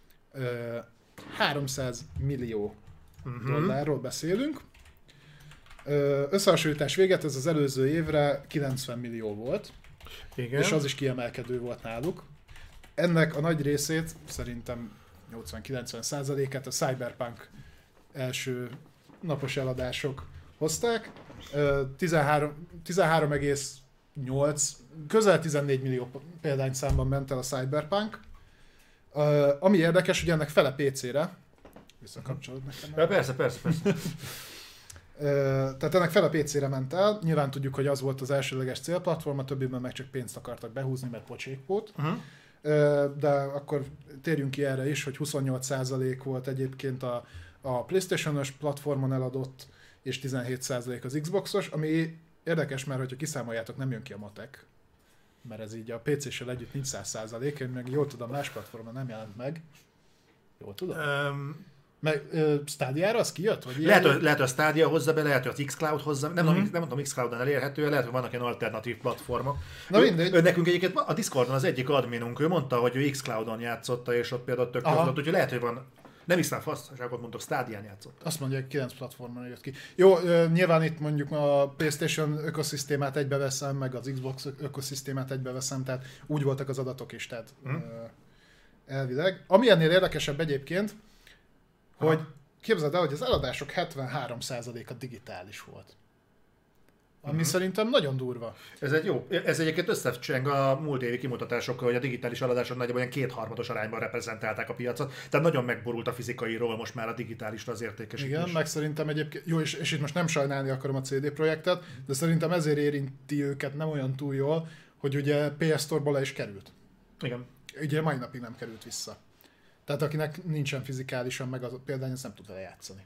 300 millió dollárról beszélünk. Összehasonlítás véget, ez az előző évre 90 millió volt. Igen. És az is kiemelkedő volt náluk. Ennek a nagy részét, szerintem 80-90%-át a Cyberpunk első napos eladások hozták. 13,8, közel 14 millió példányszámban ment el a Cyberpunk. Ami érdekes, hogy ennek fele PC-re. Visszakapcsolod nekem? Ja, persze. Tehát ennek fele PC-re ment el. Nyilván tudjuk, hogy az volt az elsőleges célplatform, a többiben meg csak pénzt akartak behúzni, mert pocsékpót. De akkor térjünk ki erre is, hogy 28% volt egyébként a PlayStation-os platformon eladott, és 17% az Xbox-os, ami érdekes, mert hogyha kiszámoljátok, nem jön ki a matek, mert ez így a PC-sel együtt nincs 100%, én meg jól tudom, más platformon nem jelent meg. Jól tudom? Meg Stadia-ra az kijött? Vagy lehet, hogy a Stadia hozza be, lehet, hogy az Xcloud hozza, nem mondom Xcloud-on elérhető, lehet, hogy vannak ilyen alternatív platformok. Na mindegy. Nekünk egyébként a Discordon az egyik adminunk, ő mondta, hogy ő Xcloud-on játszotta, és ott például tök között, úgyhogy lehet, hogy van, nem Xcloud fasságot mondok, Stadia-n játszott. Azt mondja, hogy 9 platformon jött ki. Jó, nyilván itt mondjuk a PlayStation ökoszisztémát egybeveszem, meg az Xbox ökoszisztémát egybeveszem, tehát úgy voltak az adatok is, tehát elvileg. Ami ennél érdekesebb egyébként, hogy képzeld el, hogy az eladások 73%-a digitális volt. Ami szerintem nagyon durva. Ez egyébként összecseng a múlt évi kimutatásokkal, hogy a digitális eladások nagyjából ilyen 2/3 arányban reprezentálták a piacot, tehát nagyon megborult a fizikairól most már a digitálisra az értékesítés. Igen, meg szerintem egyébként, jó, és itt most nem sajnálni akarom a CD Projektet, de szerintem ezért érinti őket nem olyan túl jól, hogy ugye PS Store-ból le is került. Igen. Ugye mai napig nem került vissza. Tehát akinek nincsen fizikálisan meg az példány, azt nem tud vele játszani.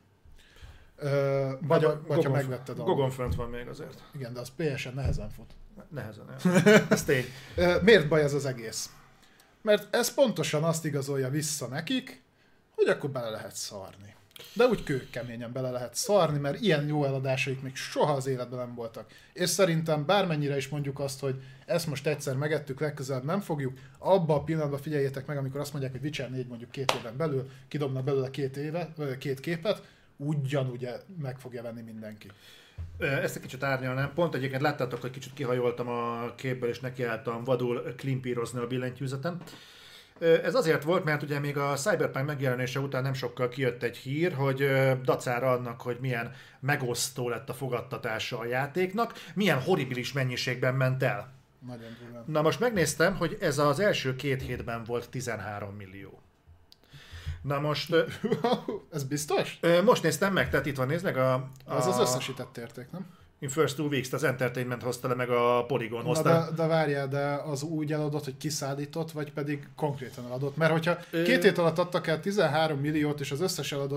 Vagy ha megvetted a... Gogon fönt van még azért. Igen, de az PS-en nehezen fut. Nehezen, ez tény. Miért baj ez az egész? Mert ez pontosan azt igazolja vissza nekik, hogy akkor bele lehet szarni. De úgy kőkeményen bele lehet szarni, mert ilyen jó eladásaik még soha az életben nem voltak. És szerintem bármennyire is mondjuk azt, hogy ezt most egyszer megettük, legközelebb nem fogjuk, abban a pillanatban figyeljétek meg, amikor azt mondják, hogy Witcher 4 mondjuk 2 éven belül kidobnak belőle 2 képet, ugyanúgy meg fogja venni mindenki. Ezt egy kicsit árnyalnám. Pont egyébként láttátok, hogy kicsit kihajoltam a képből, és nekiálltam vadul klimpírozni a billentyűzeten. Ez azért volt, mert ugye még a Cyberpunk megjelenése után nem sokkal kijött egy hír, hogy dacára annak, hogy milyen megosztó lett a fogadtatása a játéknak, milyen horribilis mennyiségben ment el. Nagyon durván. Na most megnéztem, hogy ez az első 2 hétben volt 13 millió. Na most... Ez biztos? Most néztem meg, tehát itt van, nézd meg az összesített érték, nem? In First 2 Weeks, az Entertainment hozta le, meg a Polygon hozta. De várjál, de az úgy eladott, hogy kiszállított, vagy pedig konkrétan eladott? Mert hogyha 2 hét alatt adtak el 13 milliót, és az összes eladott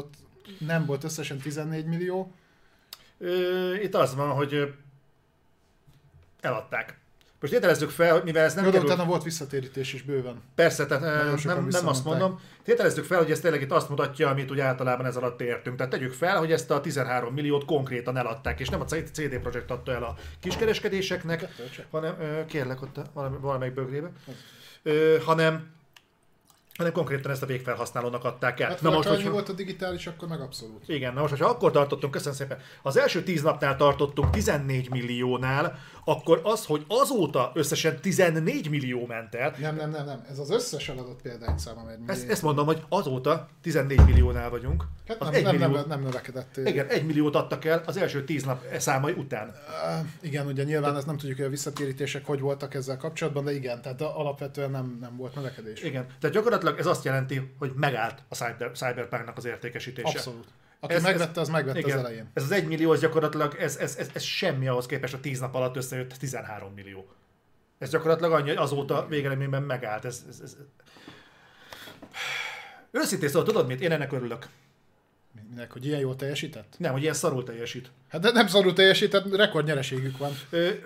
nem volt összesen 14 millió. Itt az van, hogy eladták. Most tételezzük fel, mivel ez nem Jó, kerül... utána volt visszatérítés is bőven. Persze, tehát nem azt mondom. Tételezzük fel, hogy ez tényleg itt azt mutatja, amit úgy általában ez alatt értünk. Tehát tegyük fel, hogy ezt a 13 milliót konkrétan eladták, és nem a CD Projekt adta el a kiskereskedéseknek, hanem, kérlek ott valamelyik bögrébe, hanem konkrétan ezt a végfelhasználónak adták el. Hát na most, hogyha volt a digitális, akkor meg abszolút. Igen, na most, hogyha akkor tartottunk, köszönöm szépen, az első 10 napnál tartottunk 14 milliónál, akkor az, hogy azóta összesen 14 millió ment el. Nem, ez az összes eladott példányszám, amely... Ezt mondom, hogy azóta 14 milliónál vagyunk. Hát az nem növekedett. Igen, 1 milliót adtak el az első 10 nap számai után. Igen, ugye nyilván ezt nem tudjuk, hogy a visszatérítések hogy voltak ezzel kapcsolatban, de igen, tehát alapvetően nem volt növekedés. Igen, tehát gyakorlatilag ez azt jelenti, hogy megállt a Cyberpunknak az értékesítése. Abszolút. Aki megvette, az megvette igen, az elején. Ez az 1 millió, az gyakorlatilag, ez semmi ahhoz képest, a 10 nap alatt összejött 13 millió. Ez gyakorlatilag annyi, hogy azóta végeredményben megállt. Őszintén szóval tudod mit? Én ennek örülök. Minek, hogy ilyen jól teljesített? Nem, hogy ilyen szarul teljesít. Hát de nem szarul teljesített, rekordnyereségük van.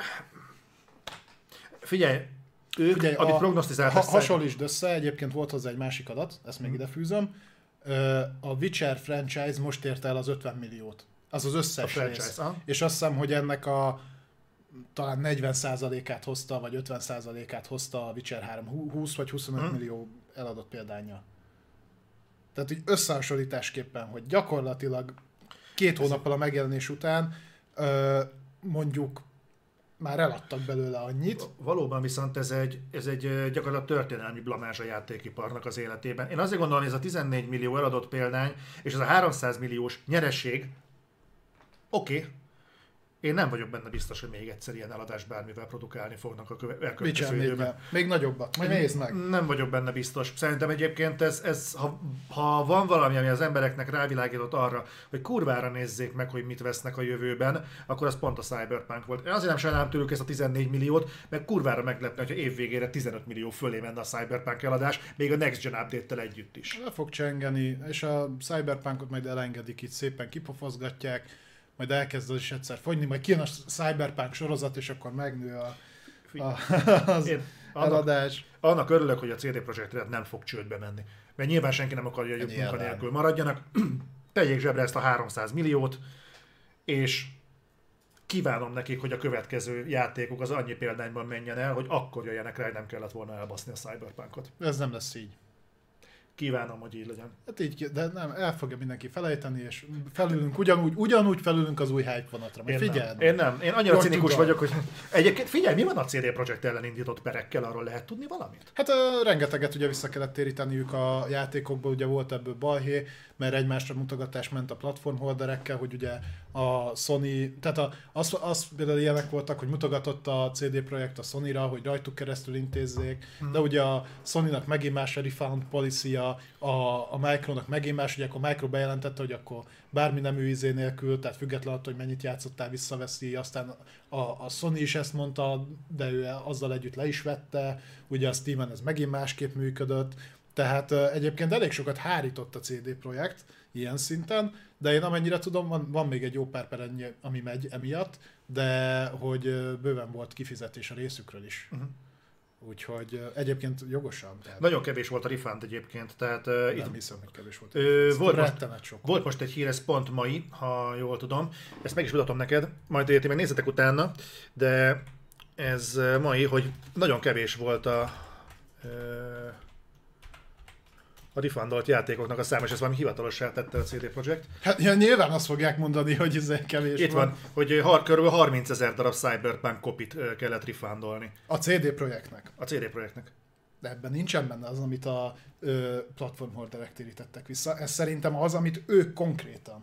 Figyelj, amit prognosztizáltak... Hasonlítsd össze, egyébként volt hozzá egy másik adat, ezt még ide fűzöm. A Witcher franchise most érte el az 50 milliót. Az az összes rész. És azt hiszem, hogy ennek talán 40%-át hozta, vagy 50%-át hozta a Witcher 3. 20 vagy 25 millió eladott példánya. Tehát így összehasonlításképpen, hogy gyakorlatilag 2 hónappal a megjelenés után mondjuk már eladtak belőle annyit. Valóban viszont ez egy gyakorlatilag történelmi blamázs a játékiparnak az életében. Én azért gondolom, hogy ez a 14 millió eladott példány, és ez a 300 milliós nyereség, oké. Én nem vagyok benne biztos, hogy még egyszer ilyen eladást bármivel produkálni fognak a elkövetkező időben. Még nagyobbat, majd nézd meg. Nem vagyok benne biztos. Szerintem egyébként ha van valami, ami az embereknek rávilágított arra, hogy kurvára nézzék meg, hogy mit vesznek a jövőben, akkor az pont a Cyberpunk volt. Én azért nem sajnálom tőlük ezt a 14 milliót, mert kurvára meglepne, hogyha évvégére 15 millió fölé menne a Cyberpunk eladás, még a Next Gen update-tel együtt is. Le fog csengeni, és a Cyberpunkot majd elengedik, itt szépen kipofozgatják, majd elkezd az is egyszer fogyni, majd kijön a Cyberpunk sorozat, és akkor megnő az eladás. Annak örülök, hogy a CD Projekt Red nem fog csődbe menni. Mert nyilván senki nem akarja, hogy munkanélkül maradjanak. Tegyék zsebre ezt a 300 milliót, és kívánom nekik, hogy a következő játékok az annyi példányban menjen el, hogy akkor jöjjenek rá, hogy nem kellett volna elbaszni a Cyberpunkot. Ez nem lesz így. Kívánom, hogy így legyen. Hát így, de nem, el fogja mindenki felejteni, és felülünk, ugyanúgy felülünk az új hype vonatra. Én nem. Én annyira cinikus vagyok, hogy egyébként figyelj, mi van a CD Projekt ellen indított perekkel, arról lehet tudni valamit? Hát rengeteget ugye vissza kellett téríteniük a játékokból, ugye volt ebből balhé, mert egymásra mutogatás ment a platformholderekkel, hogy ugye a Sony, tehát az például ilyenek voltak, hogy mutogatott a CD Projekt a Sonyra, hogy rajtuk keresztül intézzék, de ugye a Sonynak megint más a refund policy-a, a Micronak megint más, ugye akkor Micro bejelentette, hogy akkor bármi nemű izé nélkül, tehát független attól, hogy mennyit játszottál, visszaveszi, aztán a Sony is ezt mondta, de ő azzal együtt le is vette, ugye a Steamen ez megint másképp működött, tehát egyébként elég sokat hárított a CD Projekt ilyen szinten, de én amennyire tudom, van még egy jó pár perennyi, ami megy emiatt, de hogy bőven volt kifizetés a részükről is. Úgyhogy egyébként jogosan. Tehát... Nagyon kevés volt a refund egyébként, tehát... Nem hiszem, hogy kevés volt. Volt most egy hír, ez pont mai, ha jól tudom. Ezt meg is mutatom neked, majd ti meg nézzetek utána, de ez mai, hogy nagyon kevés volt a refundolt játékoknak a száma, és ez valami hivatalossá tette a CD Projekt. Hát ja, nyilván azt fogják mondani, hogy ez kevés. Itt van, hogy kb. 30 000 darab Cyberpunk kopit kellett refundolni. A CD Projektnek. A CD Projektnek. De ebben nincsen benne az, amit a platformholderek térítettek vissza. Ez szerintem az, amit ők konkrétan.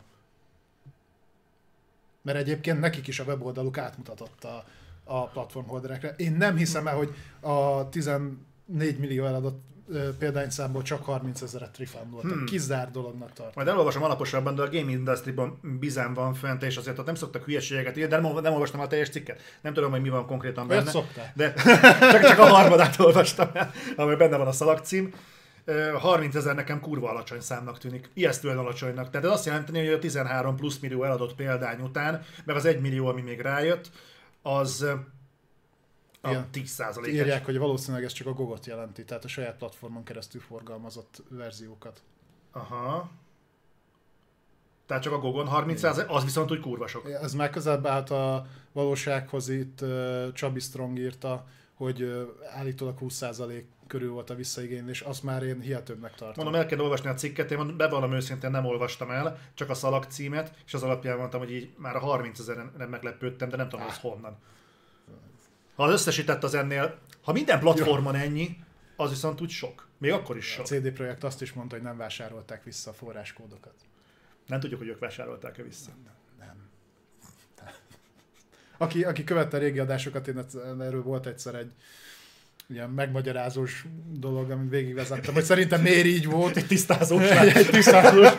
Mert egyébként nekik is a weboldaluk átmutatott a platformholderekre. Én nem hiszem el, hogy a 14 millió eladott példányszámból csak 30 000-et refundoltak. Kizár dolognak tartom. Majd elolvasom alaposabban, de a Game Industry-ban bizán van fent, és azért ott nem szoktak hülyeségeket írni, de nem olvastam a teljes cikket. Nem tudom, hogy mi van konkrétan benne. Szoktál. De csak a harmadát olvastam el, amely benne van a szalagcím. 30 000 nekem kurva alacsony számnak tűnik. Ijesztően alacsonynak. Tehát ez azt jelenteni, hogy a 13 plusz millió eladott példány után, meg az 1 millió, ami még rájött, az a 10%-es. Írják, hogy valószínűleg ez csak a GOG-ot jelenti, tehát a saját platformon keresztül forgalmazott verziókat. Aha. Tehát csak a GOG-on 30%, az viszont úgy kurva sok. Ez már közelebb állt a valósághoz, itt Csabi Strong írta, hogy állítólag 20% körül volt a visszaigénylés, azt már én hihetőbbnek tartom. Mondom, el kell olvasni a cikket, én bevallom őszintén nem olvastam el, csak a szalagcímet, és az alapján mondtam, hogy így már a 30 000-en meglepődtem, de nem tudom, az honnan. Ha az összesített az ennél, ha minden platformon ennyi, az viszont úgy sok. Még akkor is sok. A CD Projekt azt is mondta, hogy nem vásárolták vissza a forráskódokat. Nem tudjuk, hogy ők vásárolták-e vissza. Nem. Aki követte a régi adásokat, én erről volt egyszer egy ilyen megmagyarázós dolog, amit végigvezettem, hogy szerintem miért így volt. Egy tisztázós. Egy tisztázós.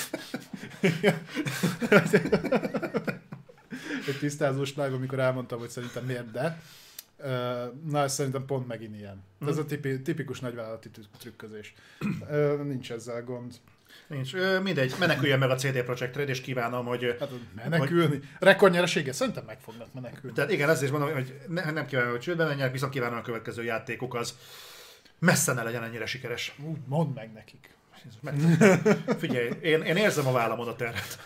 Egy tisztázós live, amikor elmondtam, hogy szerintem miért, de. Na, ez szerintem pont megint ilyen. Ez a tipikus nagyvállalati trükközés. Nincs ezzel gond. Nincs. Mindegy, meneküljen meg a CD Projekt Red, és kívánom, hogy... Hát menekülni? Rekordnyeresége? Szerintem meg fognak menekülni. Tehát igen, ezért is mondom, hogy nem kívánom, hogy csődben menjenek, viszont kívánom, a következő játékok az messze ne legyen ennyire sikeres. Úgy mondd meg nekik. Figyelj, én érzem a vállamon a terhet.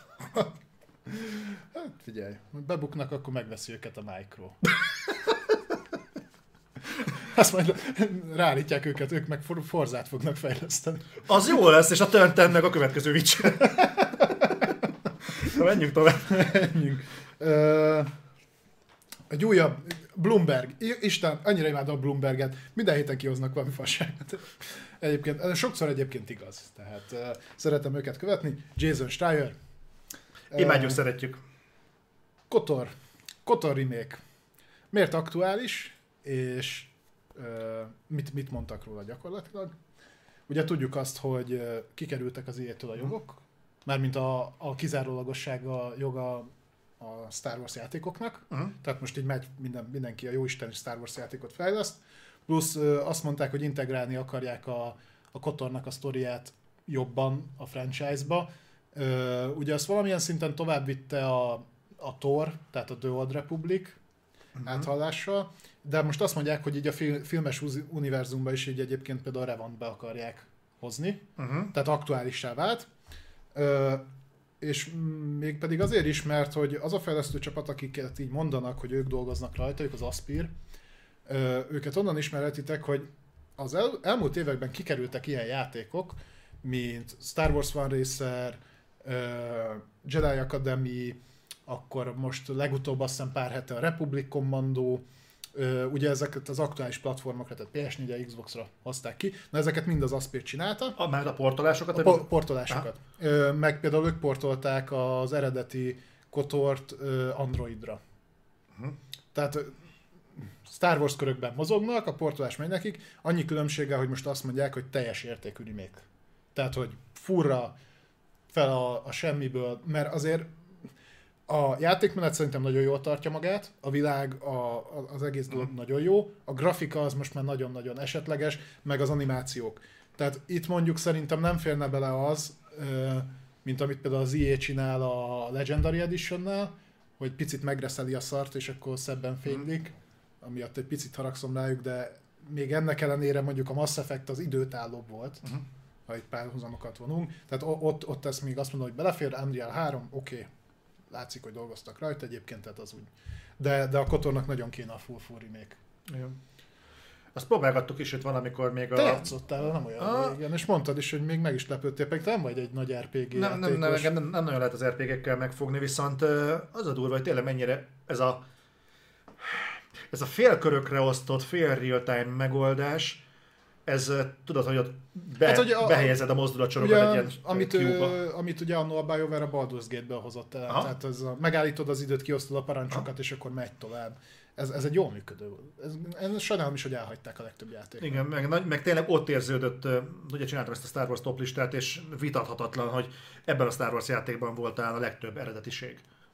Hát figyelj, bebuknak, akkor megveszi őket a Micro. Azt majd ráállítják őket, ők meg Forzát fognak fejleszteni. Az jó lesz, és a Turn meg a következő Witcher. Menjünk tovább. Menjünk. Egy újabb, Bloomberg. Isten, annyira imádom a Bloomberget. Minden héten kihoznak valami fasságot. Egyébként, sokszor egyébként igaz. Tehát szeretem őket követni. Jason Schreier. Imádjuk, szeretjük. KOTOR remake. Miért aktuális, és mit mondtak róla gyakorlatilag? Ugye tudjuk azt, hogy kikerültek az EA-től a jogok, mármint a kizárólagossága joga a Star Wars játékoknak, tehát most így megy mindenki a jóisteni Star Wars játékot fejleszt, plusz azt mondták, hogy integrálni akarják a KOTOR-nak a sztoriát jobban a franchise-ba. Ugye azt valamilyen szinten tovább vitte a TOR, tehát a The Old Republic áthallással, de most azt mondják, hogy így a filmes univerzumban is így egyébként például a Revant-be akarják hozni, tehát aktuálissá vált. És még pedig azért is, mert hogy az a fejlesztő csapat, akiket így mondanak, hogy ők dolgoznak rajta, ők az Aspyr, őket onnan ismerhetitek, hogy az elmúlt években kikerültek ilyen játékok, mint Star Wars One Racer, Jedi Academy, akkor most legutóbb azt hiszem pár hete a Republic Commando, ugye ezeket az aktuális platformokra, tehát PS4-re, Xbox-ra hozták ki, na ezeket mind az Aspyr csinálta. Már a portolásokat? Portolásokat. Meg például ők portolták az eredeti KOTOR-t Androidra. Tehát Star Wars körökben mozognak, a portolás megy nekik, annyi különbséggel, hogy most azt mondják, hogy teljes értékű remake. Tehát, hogy furra fel a semmiből, mert azért a játékmenet szerintem nagyon jól tartja magát, a világ, az egész dolog nagyon jó, a grafika az most már nagyon-nagyon esetleges, meg az animációk. Tehát itt mondjuk szerintem nem férne bele az, mint amit például az EA csinál a Legendary Edition-nál, hogy picit megreszeli a szart, és akkor szebben fénylik, amiatt egy picit haragszom rájuk, de még ennek ellenére mondjuk a Mass Effect az időtállóbb volt, ha itt párhuzamokat vonunk. Tehát ott ezt még azt mondom, hogy belefér, Unreal 3, oké. Látszik, hogy dolgoztak rajta egyébként, tehát az úgy. De a KOTOR-nak nagyon kéne a full remake. Igen. Azt próbálgattuk is, hogy van, amikor még Te játszottál, nem olyan régen, és mondtad is, hogy még meg is lepődtél, pedig te nem vagy egy nagy RPG játékos. Nem nagyon lehet az RPG-kkel megfogni, viszont az a durva, hogy tényleg mennyire ez a félkörökre osztott, fél real-time megoldás, ez tudod, hogy ott behelyezed a mozdulacsorokat egy ilyen amit ugye annól a BioWare a Baldur's Gate-ből hozott el. Tehát megállítod az időt, kiosztod a parancsokat, és akkor megy tovább. Ez egy jól működő. Ez sajnálom is, hogy elhagyták a legtöbb játékot. Igen, meg tényleg ott érződött, ugye csináltam ezt a Star Wars top listát, és vitathatatlan, hogy ebben a Star Wars játékban volt talán a legtöbb eredetiség.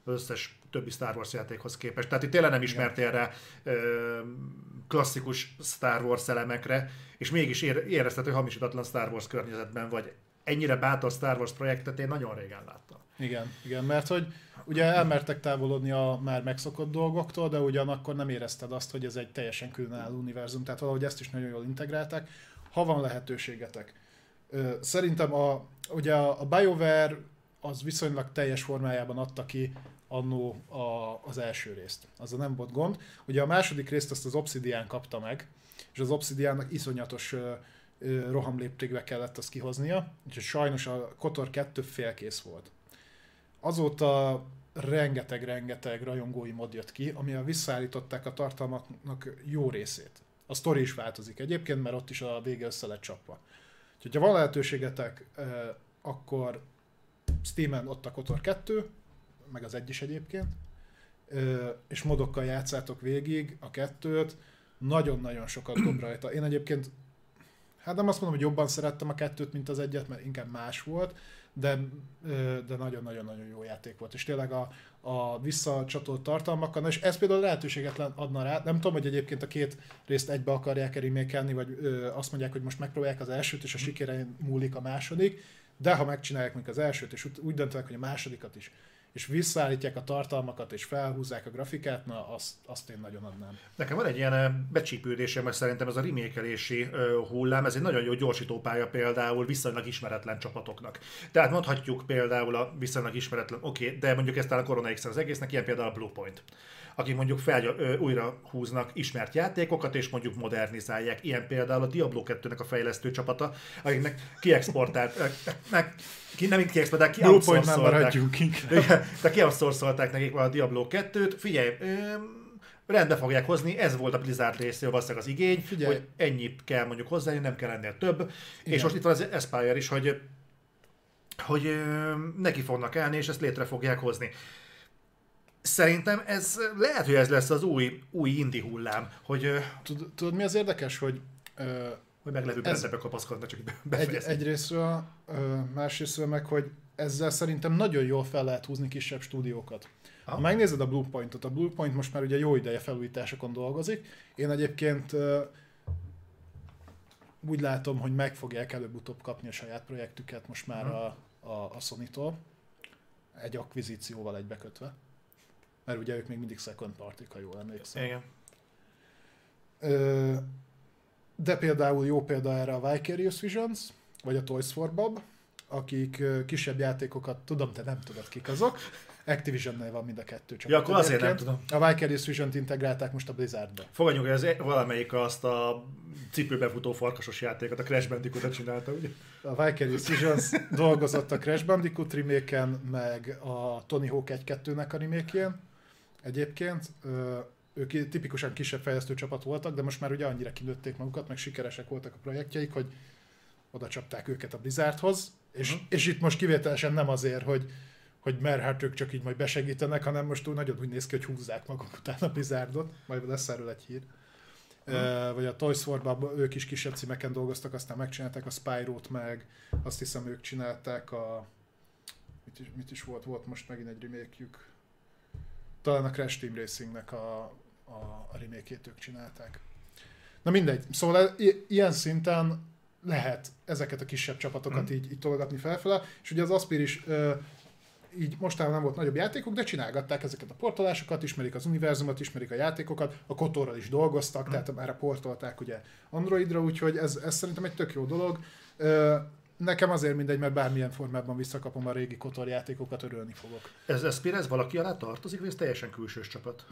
az összes többi Star Wars játékhoz képest. Tehát itt tényleg nem ismertél rá klasszikus Star Wars elemekre, és mégis érezhető hamisítatlan Star Wars környezetben vagy. Ennyire bátor Star Wars projektet én nagyon régen láttam. Igen, mert hogy ugye elmertek távolodni a már megszokott dolgoktól, de ugyanakkor nem érezted azt, hogy ez egy teljesen különálló univerzum, tehát valahogy ezt is nagyon jól integrálták. Ha van lehetőségetek. Szerintem ugye a BioWare az viszonylag teljes formájában adta ki annó az első részt. Azzal nem volt gond. Ugye a második részt azt az Obsidian kapta meg, és az Obsidiannak iszonyatos rohamléptékbe kellett azt kihoznia, úgyhogy sajnos a KOTOR 2 félkész volt. Azóta rengeteg rajongói mod jött ki, amivel visszaállították a tartalmaknak jó részét. A sztori is változik egyébként, mert ott is a vége össze lett csapva. Úgyhogy ha van lehetőségetek, akkor Steamen ott a KOTOR 2, meg az 1 is egyébként, és modokkal játszátok végig a 2-t, nagyon-nagyon sokat dob rajta. Én egyébként, hát nem azt mondom, hogy jobban szerettem a 2-t, mint az 1-et, mert inkább más volt, de nagyon-nagyon jó játék volt. És tényleg a visszacsatolt tartalmakkal, és ez például lehetőséget adna rá. Nem tudom, hogy egyébként a két részt egybe akarják remékelni, vagy azt mondják, hogy most megpróbálják az elsőt, és a sikerén múlik a második, de ha megcsinálják még az elsőt, és úgy döntenek, hogy a másodikat is, és visszaállítják a tartalmakat, és felhúzzák a grafikát, na azt én nagyon adnám. Nekem van egy ilyen becsípődésem, mert szerintem ez a remékelési hullám, ez egy nagyon jó gyorsítópálya például viszonylag ismeretlen csapatoknak. Tehát mondhatjuk például a viszonylag ismeretlen, oké, de mondjuk ezt a Corona X az egésznek, ilyen például a Bluepoint, akik mondjuk újra húznak ismert játékokat, és mondjuk modernizálják. Ilyen például a Diablo 2-nek a fejlesztő csapata, akiknek kiabszorszolták nekik a Diablo 2-t. Figyelj, rendbe fogják hozni, ez volt a Blizzard részéről valószínűleg az igény, figyelj, hogy ennyit kell mondjuk hozzá, nem kell ennél több. Igen. És most itt van az Aspire is, hogy neki fognak állni, és ezt létre fogják hozni. Szerintem ez lehet, hogy ez lesz az új indie hullám, hogy... Tudod, mi az érdekes, hogy meglevő brendebe kapaszkodnak, csak befejezni. Egyrésztről, másrésztről meg, hogy ezzel szerintem nagyon jól fel lehet húzni kisebb stúdiókat. Ha megnézed a Bluepointot, a Bluepoint most már ugye jó ideje felújításokon dolgozik. Én egyébként úgy látom, hogy meg fogják előbb-utóbb kapni a saját projektüket most már a Sony-tól. Egy akvizícióval egybekötve. Mert ugye ők még mindig second party-k, ha jól emlékszem. Igen. De például jó példa erre a Vicarious Visions, vagy a Toys for Bob, akik kisebb játékokat, tudom, te nem tudod kik azok, Activision-nél van mind a kettő csapat. Ja, akkor azért nem tudom. A Vicarious Vision-t integrálták most a Blizzardba. Fogadjuk, hogy ez valamelyik azt a cipőbe futó farkasos játékot, a Crash Bandicoot-ot csinálta, ugye? A Vicarious Visions dolgozott a Crash Bandicoot remake-en, meg a Tony Hawk 1-2-nek a remake-jén. Egyébként ők tipikusan kisebb fejlesztő csapat voltak, de most már ugye annyira kinőtték magukat, meg sikeresek voltak a projektjeik, hogy oda csapták őket a Blizzardhoz, és itt most kivételesen nem azért, hogy mert hát ők csak így majd besegítenek, hanem most nagyon úgy néz ki, hogy húzzák maguk után a Blizzardot, majd lesz erről egy hír. Vagy a Toys for Bob, ők is kisebb címeken dolgoztak, aztán megcsinálták a Spyro-t, meg azt hiszem ők csinálták a... Mit is volt most megint egy remake-jük. Talán a Crash Team Racingnek a remake-ét ők csinálták. Na mindegy, szóval ilyen szinten lehet ezeket a kisebb csapatokat így tologatni felfele, és ugye az Aspir is így mostanában nem volt nagyobb játékok, de csinálgatták ezeket a portolásokat, ismerik az univerzumot, ismerik a játékokat, a KOTOR-ral is dolgoztak, tehát már portolták ugye Androidra, úgyhogy ez szerintem egy tök jó dolog. Nekem azért mindegy, mert bármilyen formában visszakapom a régi KOTOR játékokat, örülni fogok. Ez Aspir, ez valaki alá tartozik, vagy ez teljesen külsős csapat?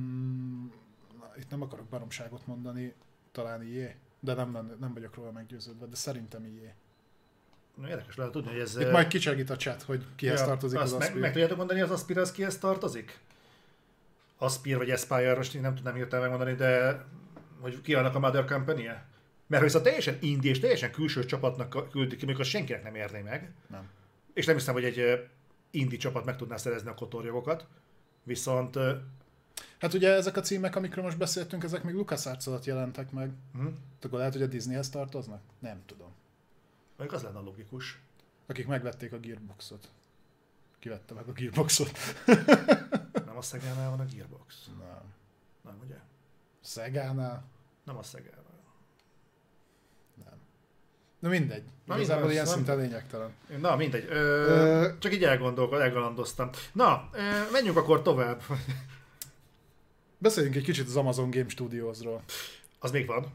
Itt nem akarok baromságot mondani, talán IE, de nem vagyok róla meggyőződve, de szerintem IE. Érdekes lehet tudni, hogy ez... Itt majd kicsegít a chat, hogy kihez tartozik az Aspir. Meg tudjátok mondani, az Aspir az kihez tartozik? Aspir vagy Aspire, most nem tudnám hirtelen megmondani, de hogy ki annak a Mother Company-e? Mert hogy ez a teljesen indie és teljesen külső csapatnak küldik ki, amikor senkinek nem érné meg. Nem. És nem hiszem, hogy egy indie csapat meg tudná szerezni a KOTOR jogokat. Viszont... Hát ugye ezek a címek, amikről most beszéltünk, ezek még LucasArts alatt jelentek meg. Akkor lehet, hogy a Disneyhez tartoznak? Nem tudom. Mondjuk az lenne a logikus. Akik megvették a Gearboxot. Kivette meg a Gearboxot. Nem a Szegánál van a Gearbox? Nem. Nem, ugye? Szegánál? Nem a Szegánál. Nem. Na mindegy. Na, igazából ilyen nem. szinten lényegtelen. Na, mindegy. Csak így elgalandoztam. Na, menjünk akkor tovább. Beszéljünk egy kicsit az Amazon Game Studiosról. Az még van.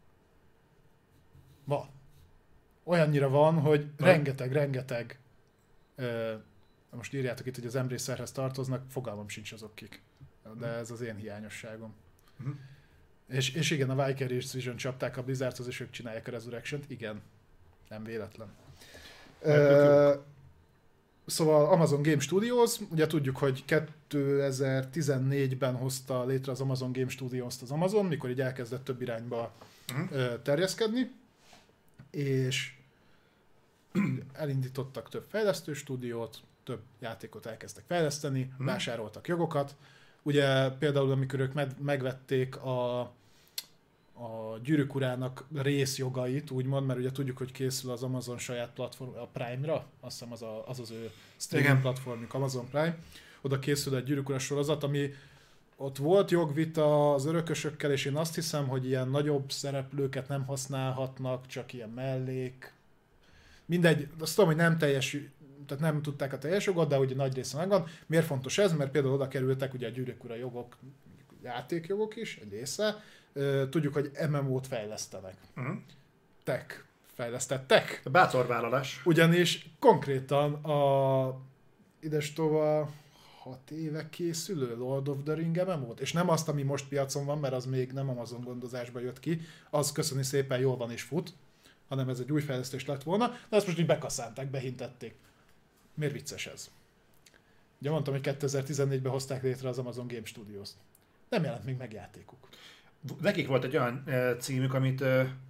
Van. Olyannyira van, hogy rengeteg, most írjátok itt, hogy az Embracerhez tartoznak, fogalmam sincs azok kik. De ez az én hiányosságom. Uh-huh. És igen, a Vicarious Vision csapták a Blizzardhoz, és ők csinálják a Resurrection-t. Igen, nem véletlen. Szóval Amazon Game Studios, ugye tudjuk, hogy 2014-ben hozta létre az Amazon Game Studios-t az Amazon, mikor így elkezdett több irányba terjeszkedni, és elindítottak több fejlesztő stúdiót, több játékot elkezdtek fejleszteni, vásároltak jogokat. Ugye például amikor ők megvették a Gyűrűk Urának részjogait, úgymond, mert ugye tudjuk, hogy készül az Amazon saját platform, a Prime-ra, azt hiszem az ő streaming platformjuk, Amazon Prime, oda készül egy Gyűrűk Ura sorozat, ami ott volt jogvita az örökösökkel, és én azt hiszem, hogy ilyen nagyobb szereplőket nem használhatnak, csak ilyen mellék. Mindegy, azt tudom, hogy nem teljes, tehát nem tudták a teljes jogot, de ugye nagy része megvan. Miért fontos ez? Mert például oda kerültek ugye a Gyűrűk Ura jogok, játékjogok is, egy része. Tudjuk, hogy MMO-t fejlesztenek. Tech fejlesztettek. Bátor vállalás. Ugyanis konkrétan a idestova 6 éve készülő Lord of the Ring MMO-t, és nem azt, ami most piacon van, mert az még nem Amazon gondozásba jött ki, az köszöni szépen jól van és fut, hanem ez egy új fejlesztés lett volna, de ezt most így bekaszánták, behintették. Miért vicces ez? Ugye mondtam, hogy 2014-ben hozták létre az Amazon Game Studios-t. Nem jelent még meg játékuk. Nekik volt egy olyan címük, amit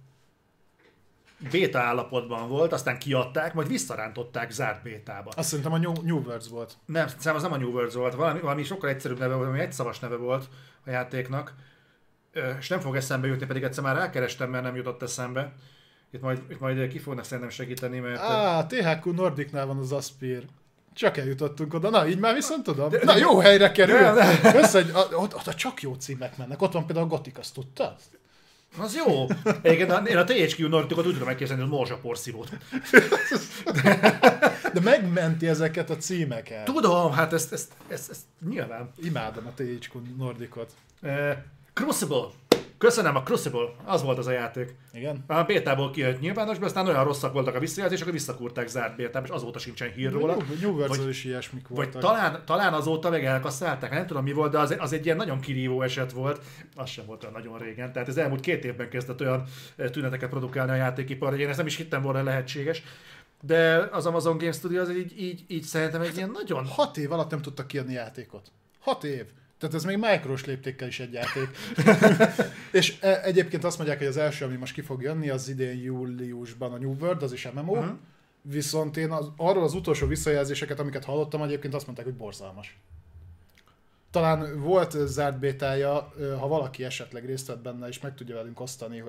béta állapotban volt, aztán kiadták, majd visszarántották zárt bétába. Azt szerintem a New Worlds volt. Nem, szerintem az nem a New Worlds volt, valami sokkal egyszerűbb neve volt, valami egyszavas neve volt a játéknak, és nem fog eszembe jutni, pedig egyszer már rákerestem, mert nem jutott eszembe. Itt majd ki fognak szerintem segíteni, mert... THQ Nordicnál van az Aspir. Csak eljutottunk oda. Na, így már viszont tudom. Na, jó helyre kerül. Ott csak jó címek mennek. Ott van például a Gothic, azt tudtad? Az jó. Egyébként én a THQ Nordicot úgy tudom megképzelni, hogy morzsaporszívót. De megmenti ezeket a címeket. Tudom, hát ezt nyilván. Imádom a THQ Nordicot. Crucible. Köszönöm, a Crucible. Az volt az a játék. Igen. A bétából kijött nyilvánosba, aztán olyan rosszak voltak a visszajelzések, hogy visszakúrták zárt bétába, és azóta sincsen hír róla. New Worlds-on is ilyesmik voltak. Vagy talán azóta meg elkasszálták, nem tudom mi volt, de az egy ilyen nagyon kirívó eset volt. Az sem volt olyan nagyon régen. Tehát az elmúlt 2 évben kezdett olyan tüneteket produkálni a játékipar, hogy én ezt nem is hittem volna lehetséges. De az Amazon Game Studios így szerintem egy ilyen nagyon... 6 év alatt nem tudtak kiadni játékot. 6 év. Tehát ez még micros léptékkel is egy játék. És egyébként azt mondják, hogy az első, ami most ki fog jönni, az idén júliusban a New World, az is MMO. Viszont én arról az utolsó visszajelzéseket, amiket hallottam, egyébként azt mondták, hogy borzalmas. Talán volt zárt bétája, ha valaki esetleg részt vett benne, és meg tudja velünk osztani,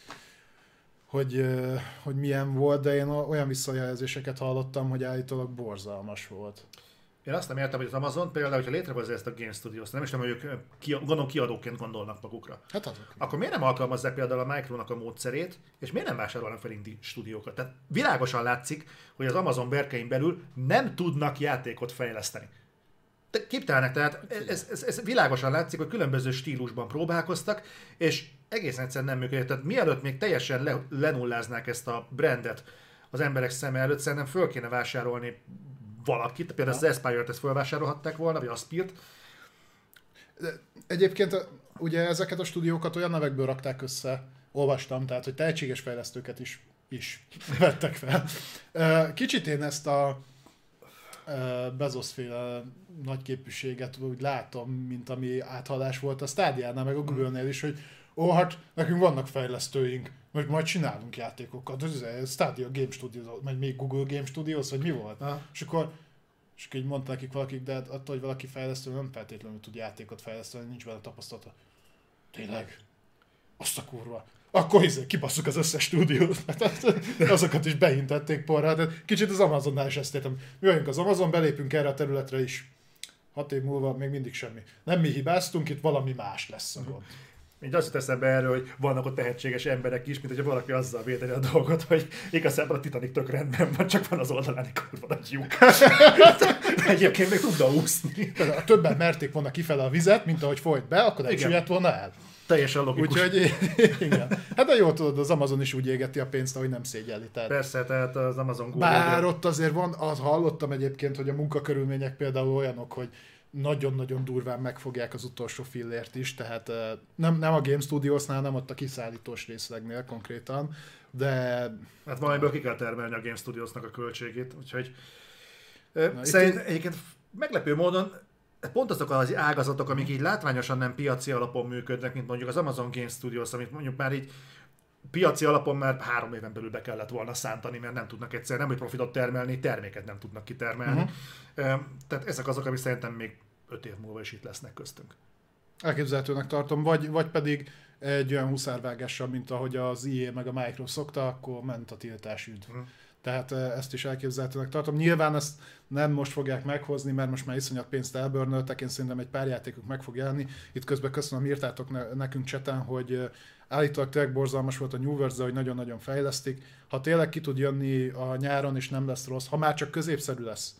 hogy milyen volt, de én olyan visszajelzéseket hallottam, hogy állítólag borzalmas volt. Én azt nem értem, hogy az Amazon például, hogyha létrehozza ezt a Game Studios-t, nem is tudom, hogy ők gondolom kiadóként gondolnak magukra. Hát azok. Akkor miért nem alkalmazzák például a Micronak a módszerét, és miért nem vásárolnak fel indie stúdiókat? Tehát világosan látszik, hogy az Amazon berkein belül nem tudnak játékot fejleszteni. Képtelenek, tehát ez világosan látszik, hogy különböző stílusban próbálkoztak, és egészen egyszerűen nem működik. Tehát mielőtt még teljesen lenulláznák ezt a brandet az emberek szeme előtt, szerintem föl kéne vásárolni valakit, például az Aspire-t ezt felvásárolhatták volna, vagy Aspirt. Egyébként ugye ezeket a stúdiókat olyan nevekből rakták össze, olvastam, tehát hogy tehetséges fejlesztőket is vettek fel. Kicsit én ezt a Bezos-féle nagyképűséget úgy látom, mint ami áthallás volt a Stadiánál, meg a Google-nél is, hogy hát nekünk vannak fejlesztőink, meg majd csinálunk játékokat. Ez Stadia Game Studios, vagy még Google Game Studios, vagy mi volt? És akkor így mondta nekik valakik, de attól, hogy valaki fejlesztő, nem feltétlenül tud játékot fejleszteni, nincs benne tapasztalata. Tényleg? azt a kurva. Akkor kibasszuk az összes stúdiót, azokat is behintették porrá. Tehát kicsit az Amazonnál is ezt értem. Mi vagyunk az Amazon, belépünk erre a területre is. 6 év múlva még mindig semmi. Nem mi hibáztunk, itt valami más lesz a gond. Így azt jut eszembe erről, hogy vannak ott tehetséges emberek is, mint hogyha valaki azzal védeni a dolgot, hogy igazából a Titanic tök rendben van, csak van az oldalán egy kurva nagy lyuk. Egyébként még tudna úszni. Ha többen merték volna kifele a vizet, mint ahogy folyt be, akkor nem süllyedt volna el. Teljesen logikus. Úgyhogy igen. Hát de jól tudod, az Amazon is úgy égeti a pénzt, ahogy nem szégyelli. Tehát... Persze, tehát az Amazon Google. Bár ott azért van, hallottam egyébként, hogy a munkakörülmények például olyanok, hogy nagyon-nagyon durván megfogják az utolsó fillért is, tehát nem a Game Studiosnál, nem ott a kiszállítós részlegnél konkrétan, de... Hát valamiből ki kell termelni a Game Studiosnak a költségét, úgyhogy szerintem egyébként meglepő módon pont azok az ágazatok, amik így látványosan nem piaci alapon működnek, mint mondjuk az Amazon Game Studios, amit mondjuk már így piaci alapon már 3 éven belül be kellett volna szántani, mert nem tudnak egyszer nem hogy profitot termelni, terméket nem tudnak kitermelni. Tehát ezek azok, amik szerintem még 5 év múlva is itt lesznek köztünk. Elképzelhetőnek tartom, vagy pedig egy olyan huszárvágással, mint ahogy az EA meg a Microsoft szokta, akkor ment a tiltás üdv. Tehát ezt is elképzelhetőnek tartom. Nyilván ezt nem most fogják meghozni, mert most már iszonyat pénzt elbörnöltek, én szerintem egy pár játékuk meg fog jelenni. Itt közben köszönöm, írtátok nekünk cseten, hogy állítólag tényleg borzalmas volt a New World, hogy nagyon-nagyon fejlesztik. Ha tényleg ki tud jönni a nyáron és nem lesz rossz, ha már csak középszerű lesz,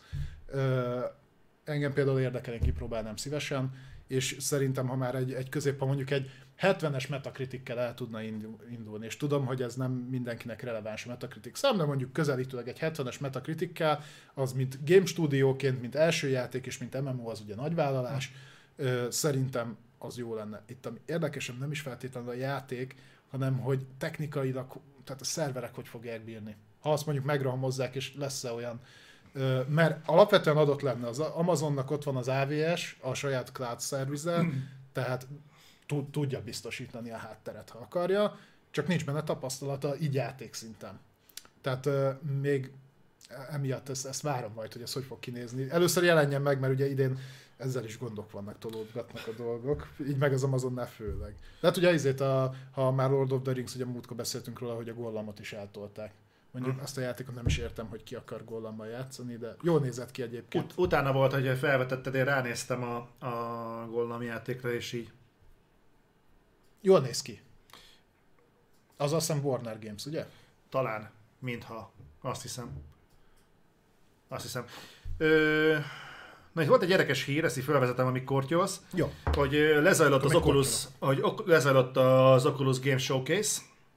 engem például érdekel, én kipróbálnám szívesen, és szerintem ha már egy közép, ha mondjuk egy 70-es Metacritic-kel el tudna indulni, és tudom, hogy ez nem mindenkinek releváns a Metacritic szám, de mondjuk közelítőleg egy 70-es Metacritic-kel, az mint Game Studioként, mint első játék és mint MMO az ugye nagyvállalás, szerintem az jó lenne. Itt ami érdekesem nem is feltétlenül a játék, hanem hogy technikailag, tehát a szerverek hogy fogják bírni. Ha azt mondjuk megrahamozzák, és lesz-e olyan, mert alapvetően adott lenne, az Amazonnak ott van az AWS, a saját cloud szervize, tehát tudja biztosítani a hátteret, ha akarja, csak nincs benne tapasztalata így játékszinten. Tehát még emiatt ezt várom majd, hogy ez hogy fog kinézni. Először jelenjen meg, mert ugye idén ezzel is gondok vannak, tolódgatnak a dolgok, így meg az Amazonnál főleg. De hát ugye ha már Lord of the Rings, ugye múltkor beszéltünk róla, hogy a Gollamot is eltolták. Mondjuk azt a játékot nem is értem, hogy ki akar Gollammal játszani, de jól nézett ki egyébként. Utána volt, hogy felvetetted, én ránéztem a Gollam játékra, és így. Jól néz ki. Az azt hiszem Warner Games, ugye? Talán, mintha. Azt hiszem. Na itt volt egy érdekes hír, ezt így felvezetem, amíg kortyolsz. Jó. Hogy lezajlott az Oculus Game Showcase.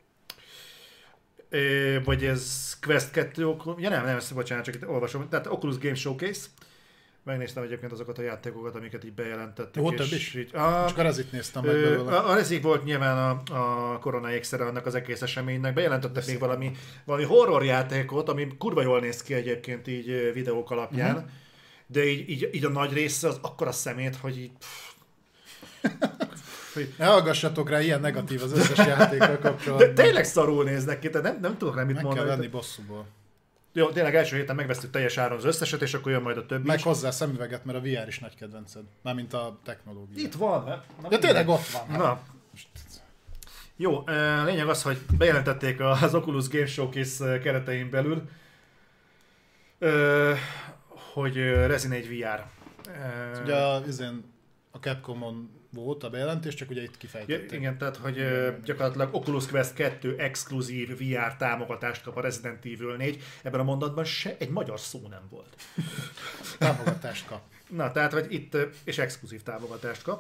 Vagy ez Quest 2, nem, bocsánat, csak itt olvasom. Tehát Oculus Game Showcase. Megnéztem egyébként azokat a játékokat, amiket így bejelentettek. Volt több is? Csak a Rezit néztem meg belőle. A Rezik volt nyilván a korona ékszere annak az egész eseménynek. Bejelentettek még valami horror játékot, ami kurva jól néz ki egyébként így videók alapján. De így a nagy része az akkora szemét, hogy így... Ne hallgassatok rá, ilyen negatív az összes játékkal kapcsolatban. De tényleg szarul néznek ki, tehát nem tudok rá mit mondani. Meg kell venni bosszúból. Jó, tényleg első héten megvesztük teljes áron az összeset, és akkor jön majd a többi. Meg hozzá szemüveget, mert a VR is nagy kedvenced. Mármint a technológia. Itt van. De tényleg ott van. Na. Jó, lényeg az, hogy bejelentették az Oculus Game Showcase keretein belül, hogy Resin 1 VR. Ugye a Capcomon volt a bejelentés, csak ugye itt kifejtették. Igen, tehát hogy gyakorlatilag Oculus Quest 2 exkluzív VR támogatást kap a Resident Evil 4. Ebben a mondatban se egy magyar szó nem volt. Támogatást kap. Na, tehát, hogy itt, és exkluzív támogatást kap.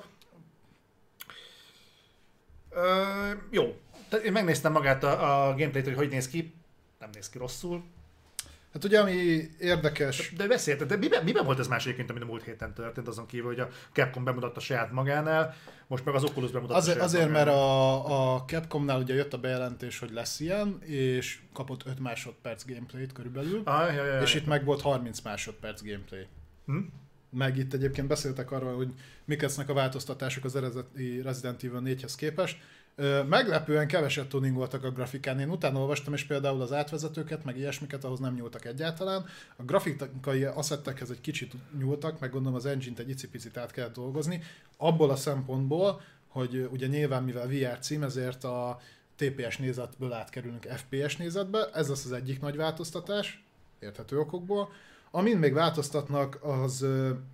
Jó, tehát én megnéztem magát a gameplayt, hogy néz ki. Nem néz ki rosszul. Hát ugye, ami érdekes... De beszélted, de miben volt ez másikként, ami a múlt héten történt, azon kívül, hogy a Capcom bemutatta saját magánál, most meg az Oculus bemutatta saját azért, magánál. Mert a Capcomnál ugye jött a bejelentés, hogy lesz ilyen, és kapott 5 másodperc gameplayt körülbelül, és itt meg volt 30 másodperc gameplay. Meg itt egyébként beszéltek arról, hogy mik lesznek a változtatások az eredeti Resident Evil 4-hez képest. Meglepően keveset tuningoltak a grafikán. Én utána olvastam, és például az átvezetőket, meg ilyesmiket, ahhoz nem nyúltak egyáltalán. A grafikai asszettekhez egy kicsit nyúltak, meg gondolom az engine-t egy icipicit át kellett dolgozni. Abból a szempontból, hogy ugye nyilván mivel VR cím, ezért a TPS nézetből átkerülünk FPS nézetbe, ez lesz az egyik nagy változtatás, érthető okokból. Amin még változtatnak, az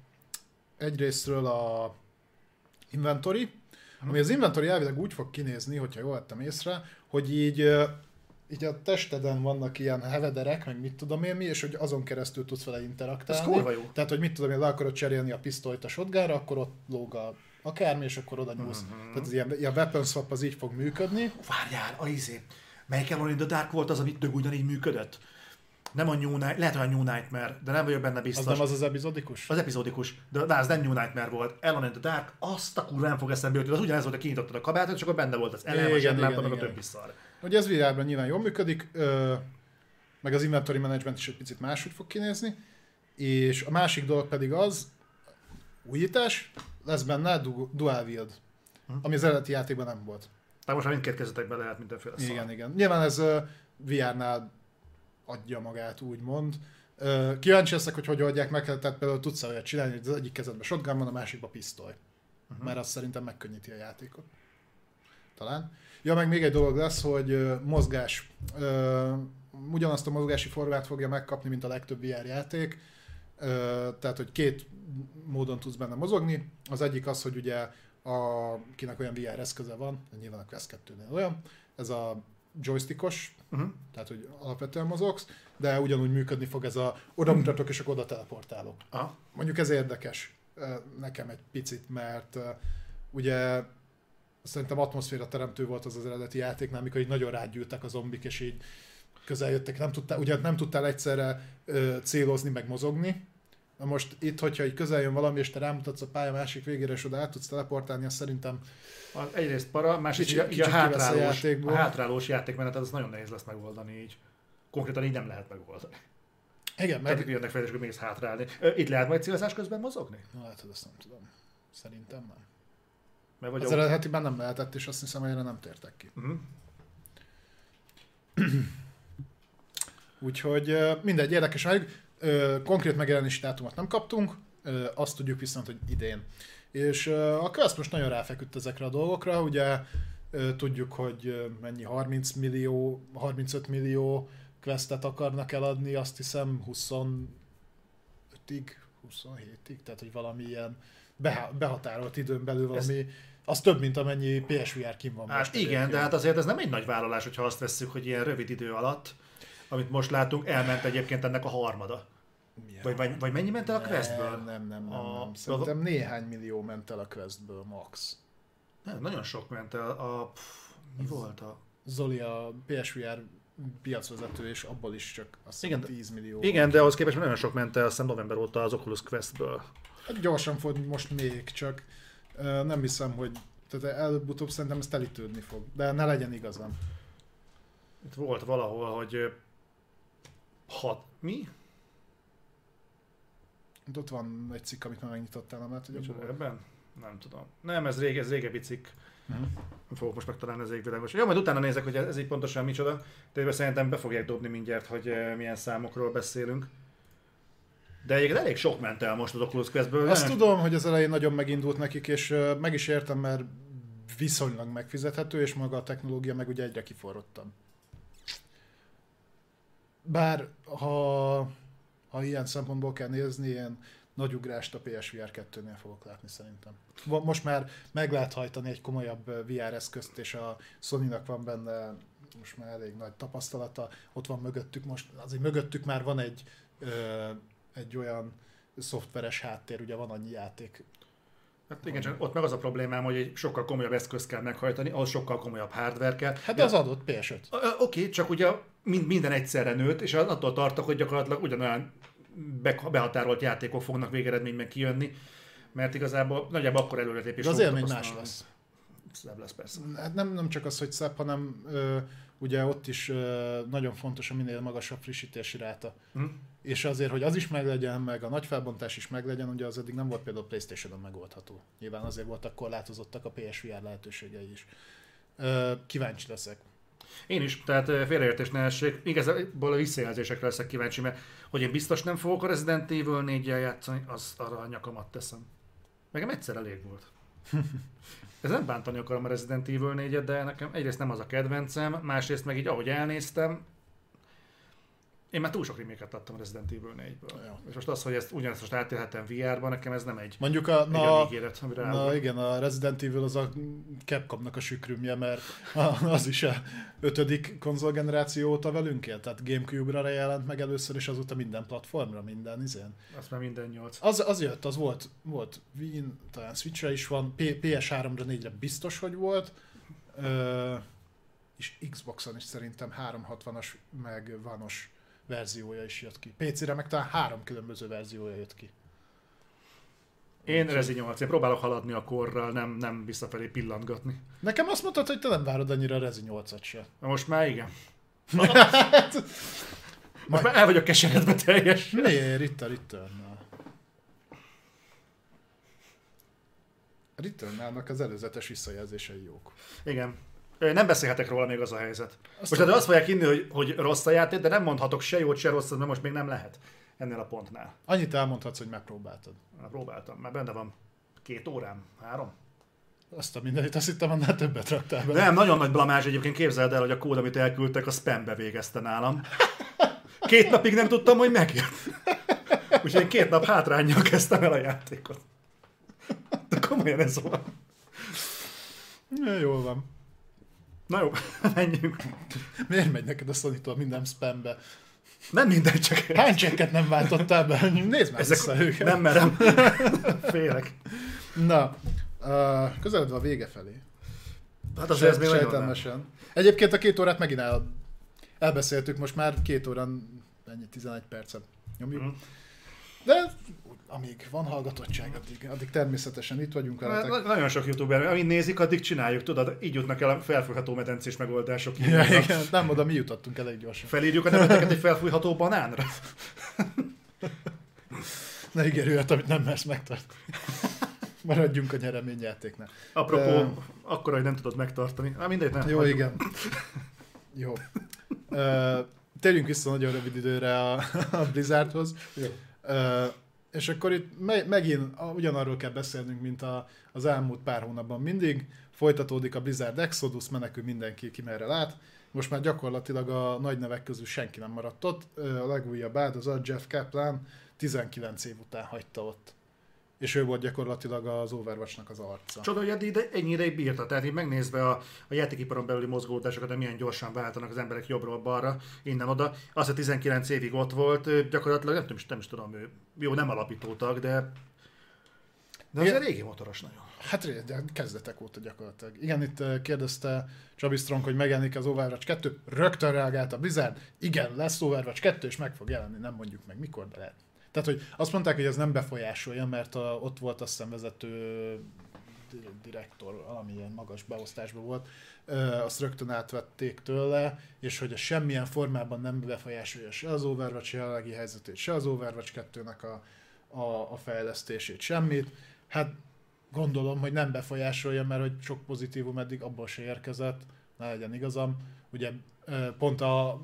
egyrésztről a inventory, ami az inventory elvileg úgy fog kinézni, hogyha jól vettem észre, hogy így a testeden vannak ilyen hevederek, meg mit tudom én mi, és hogy azon keresztül tudsz vele interaktálni. Ez kurva jó. Tehát, hogy mit tudom én, le akarod cserélni a pisztolyt a shotgunra, akkor ott lóg akármi, és akkor oda nyúlsz. Tehát az ilyen weapon swap az így fog működni. Várjál, melyik Alone in the Dark volt az, amit tök ugyanígy működött? Nem a New Night, lehet, hogy a New Nightmare, de nem vagyok benne biztos. Az nem az epizódikus? Az epizódikus, de az nem New Nightmare volt. Alone in the Dark, azt a kurván fog eszembe jutni, az ugyanez volt, hogy kinyitottad a kabátot, csak akkor benne volt az elem, a zseblámpa, meg a többi szar. Ugye ez VR-ban nyilván jól működik, meg az inventory management is egy picit máshogy fog kinézni, és a másik dolog pedig az, újítás, lesz benne dual wield, ami az eredeti játékban nem volt. Tehát most már mindkét kezetekben lehet mindenféle szar. Igen. Nyilván ez VR-nál adja magát, úgymond. Kíváncsi leszek, hogy oldják meg, tehát például tudsz olyat csinálni, hogy az egyik kezedben shotgun van, a másikban pisztoly. Mert az szerintem megkönnyíti a játékot. Talán. Ja, meg még egy dolog lesz, hogy mozgás. Ugyanazt a mozgási formát fogja megkapni, mint a legtöbb VR játék. Tehát, hogy két módon tudsz benne mozogni. Az egyik az, hogy ugye kinek olyan VR eszköze van, nyilván a Quest 2-nél olyan, ez a joystickos, tehát hogy alapvetően mozogsz, de ugyanúgy működni fog ez a oda mutatok és akkor oda teleportálok. Mondjuk ez érdekes nekem egy picit, mert ugye szerintem atmoszféra teremtő volt az eredeti játéknál, amikor így nagyon rágyűltek a zombik, és így közel jöttek, nem tudtál egyszerre célozni, meg mozogni. Na most itt, hogyha így közel jön valami, és te rámutatsz a pálya másik végére, és oda át tudsz teleportálni, az szerintem egyrészt para, másrészt a hátrálós játékmenetet, az nagyon nehéz lesz megoldani így. Konkrétan így nem lehet megoldani. Igen, mert jönnek fel, és akkor mész hátrálni. Itt lehet majd célzás közben mozogni? Na hát, ezt nem tudom. Szerintem nem. Mert az eredetiben nem lehetett, és azt hiszem, hogy erre nem tértek ki. Úgyhogy mindegy, érdekes meg. Konkrét megjelenési dátumot nem kaptunk, azt tudjuk viszont, hogy idén. És a Quest most nagyon ráfeküdt ezekre a dolgokra, ugye tudjuk, hogy mennyi 35 millió Questet akarnak eladni, azt hiszem 25-ig, 27-ig, tehát hogy valami ilyen behatárolt időn belül valami, az több, mint amennyi PSVR kim van most. Igen, de hát azért ez nem egy nagy vállalás, hogyha azt vesszük, hogy ilyen rövid idő alatt, amit most látunk, elment egyébként ennek a harmada. Ja. Vagy mennyi ment el a Questből? Nem. Szerintem néhány millió ment el a Questből, max. Nem, nagyon sok ment el. Mi volt a... Zoli a PSVR piacvezető, és abból is csak azt igen, 10 millió. Igen, de ahhoz képest nagyon sok ment el, azt hiszem november óta az Oculus Questből. Hát gyorsan fog most még, csak nem hiszem, hogy... Tehát előbb-utóbb szerintem ez telítődni fog, de ne legyen igazam. Itt volt valahol, hogy... Mi? Ott van egy cikk, amit már megnyitottál, nem lehet, hogy ebben? Nem tudom. Nem, ez régebbi cikk. Fogok most megtalálni az égvilágos. Jó, majd utána nézek, hogy ez így pontosan micsoda. De szerintem be fogják dobni mindjárt, hogy milyen számokról beszélünk. De egyébként elég sok ment el most az Oculus Questből. Azt tudom, hogy az elején nagyon megindult nekik, és meg is értem, mert viszonylag megfizethető, és maga a technológia meg ugye egyre kiforrottabb. Bár ha ilyen szempontból kell nézni, ilyen nagy ugrást a PSVR 2-nél fogok látni szerintem. Most már meg lehet hajtani egy komolyabb VR eszközt, és a Sony-nak van benne most már elég nagy tapasztalata. Ott van mögöttük most, azért mögöttük már van egy olyan szoftveres háttér, ugye van annyi játék. Hát igen, csak ott meg az a problémám, hogy egy sokkal komolyabb eszközt kell meghajtani, ahhoz sokkal komolyabb hardware kell. Hát de az adott PS5. Oké, csak ugye minden egyszerre nőtt, és attól tartok, hogy gyakorlatilag ugyanolyan behatárolt játékok fognak végeredményben kijönni, mert igazából nagyjából akkor előrelépés. De az élmény más lesz. Szebb lesz persze. Hát nem csak az, hogy szebb, hanem ugye ott is nagyon fontos a minél magasabb frissítési ráta. És azért, hogy az is meglegyen, meg a nagy felbontás is meglegyen, ugye az eddig nem volt például PlayStation-on megoldható. Nyilván azért voltak korlátozottak a PSVR lehetőségei is. Kíváncsi leszek. Én is, tehát félreértés ne essék. Igazából a visszajelzésekre leszek kíváncsi, mert hogy én biztos nem fogok a Resident Evil 4-jel játszani, az arra a nyakamat teszem. Nekem egyszer elég volt. Ez nem bántani akarom a Resident Evil 4-et, de nekem egyrészt nem az a kedvencem, másrészt meg így ahogy elnéztem, én már túl sok remake-et adtam Resident Evil 4-ből. Ja. És most az, hogy ezt ugyanezt most átélhetem VR-ban, nekem ez nem egy mondjuk egy ígéret, amire na igen, a Resident Evil az a Capcomnak a sükrümje, mert az is a 5. konzolgeneráció óta velünk él, tehát Gamecube-ra jelent meg először, és azóta minden platformra, minden izén. Azt már minden 8. Az jött, az volt Wii-n, talán Switchre is van, PS3-ra, 4-re biztos, hogy volt, és Xboxon is szerintem 360-as meg One-os verziója is jött ki. PC-re meg talán 3 különböző verziója jött ki. Én Rezi 8, én próbálok haladni a korral, nem visszafelé pillantgatni. Nekem azt mondtad, hogy te nem várod annyira a Rezi 8-at se. Most már igen. Most már el vagyok keseredve teljesen. Miért? Itt a Returnal. A Returnalnak az előzetes visszajelzései jók. Igen. Nem beszélhetek róla, még az a helyzet. Most hát azt fogják inni, hogy rossz a játék, de nem mondhatok se jót, se rosszat, mert most még nem lehet ennél a pontnál. Annyit elmondhatsz, hogy megpróbáltad. Próbáltam, már benne van 2 órám, 3. Azt a mindenit, azt hittem, annál többet raktál be. Nem, nagyon nagy blamázs egyébként, képzeld el, hogy a kód, amit elküldtek, a spambe végezte nálam. 2 napig nem tudtam, hogy megjött. Úgyhogy én 2 nap hátránnyal kezdtem el a játékot. De komolyan ez van. Ja, jól van. Na jó, menjünk. Miért megy neked a Sony-tól minden spambe? Nem minden, csak... Hány csekket nem váltottál be? Nézd már vissza őket. Nem merem. Félek. Na, közeledve a vége felé. Hát azért ez még sejtelmesen. Egyébként a 2 órát megint elbeszéltük, most már 2 órán 11 percet nyomjuk. De amíg van hallgatottság, addig természetesen itt vagyunk veletek. Nagyon sok youtuber, amíg nézik, addig csináljuk, tudod, így jutnak el a felfújható medencés megoldások. Ja, igen, nem oda mi jutottunk elég gyorsan. Felírjuk a neveteket egy felfújható banánra. Ne ígérj olyat, amit nem mersz megtartani. Maradjunk a nyereményjátéknál. Apropó, akkora, hogy nem tudod megtartani. Mindegy, nem. Jó, hagyjuk. Igen. Jó. Térjünk vissza nagyon rövid időre a Blizzardhoz. Jó. És akkor itt megint ugyanarról kell beszélnünk, mint az elmúlt pár hónapban mindig. Folytatódik a Blizzard Exodus, menekül mindenki ki merre lát. Most már gyakorlatilag a nagy nevek közül senki nem maradt ott. A legújabb áldozat, Jeff Kaplan, 19 év után hagyta ott. És ő volt gyakorlatilag az Overwatch-nak az arca. Csoda, hogy ennyi ideig bírta. Tehát így megnézve a játékiparon belüli mozgódásokat, de milyen gyorsan váltanak az emberek jobbról balra, innen-oda. Az, hogy 19 évig ott volt, gyakorlatilag nem is tudom, ő jó, nem alapítótag, de azért régi motoros nagyon. Hát kezdetek óta gyakorlatilag. Igen, itt kérdezte Csabi Strong, hogy megjelenik az Overwatch 2. Rögtön reagált a Blizzard. Igen, lesz Overwatch 2, és meg fog jelenni, nem mondjuk meg mikor, de lehet. Tehát, hogy azt mondták, hogy ez nem befolyásolja, mert ott volt azt hiszem vezető direktor, valamilyen magas beosztásban volt, azt rögtön átvették tőle, és hogy ez semmilyen formában nem befolyásolja se az Overwatch jelenlegi helyzetét, se az Overwatch 2-nek a fejlesztését, semmit. Hát gondolom, hogy nem befolyásolja, mert hogy sok pozitívum eddig abból se érkezett, ne legyen igazam. Ugye pont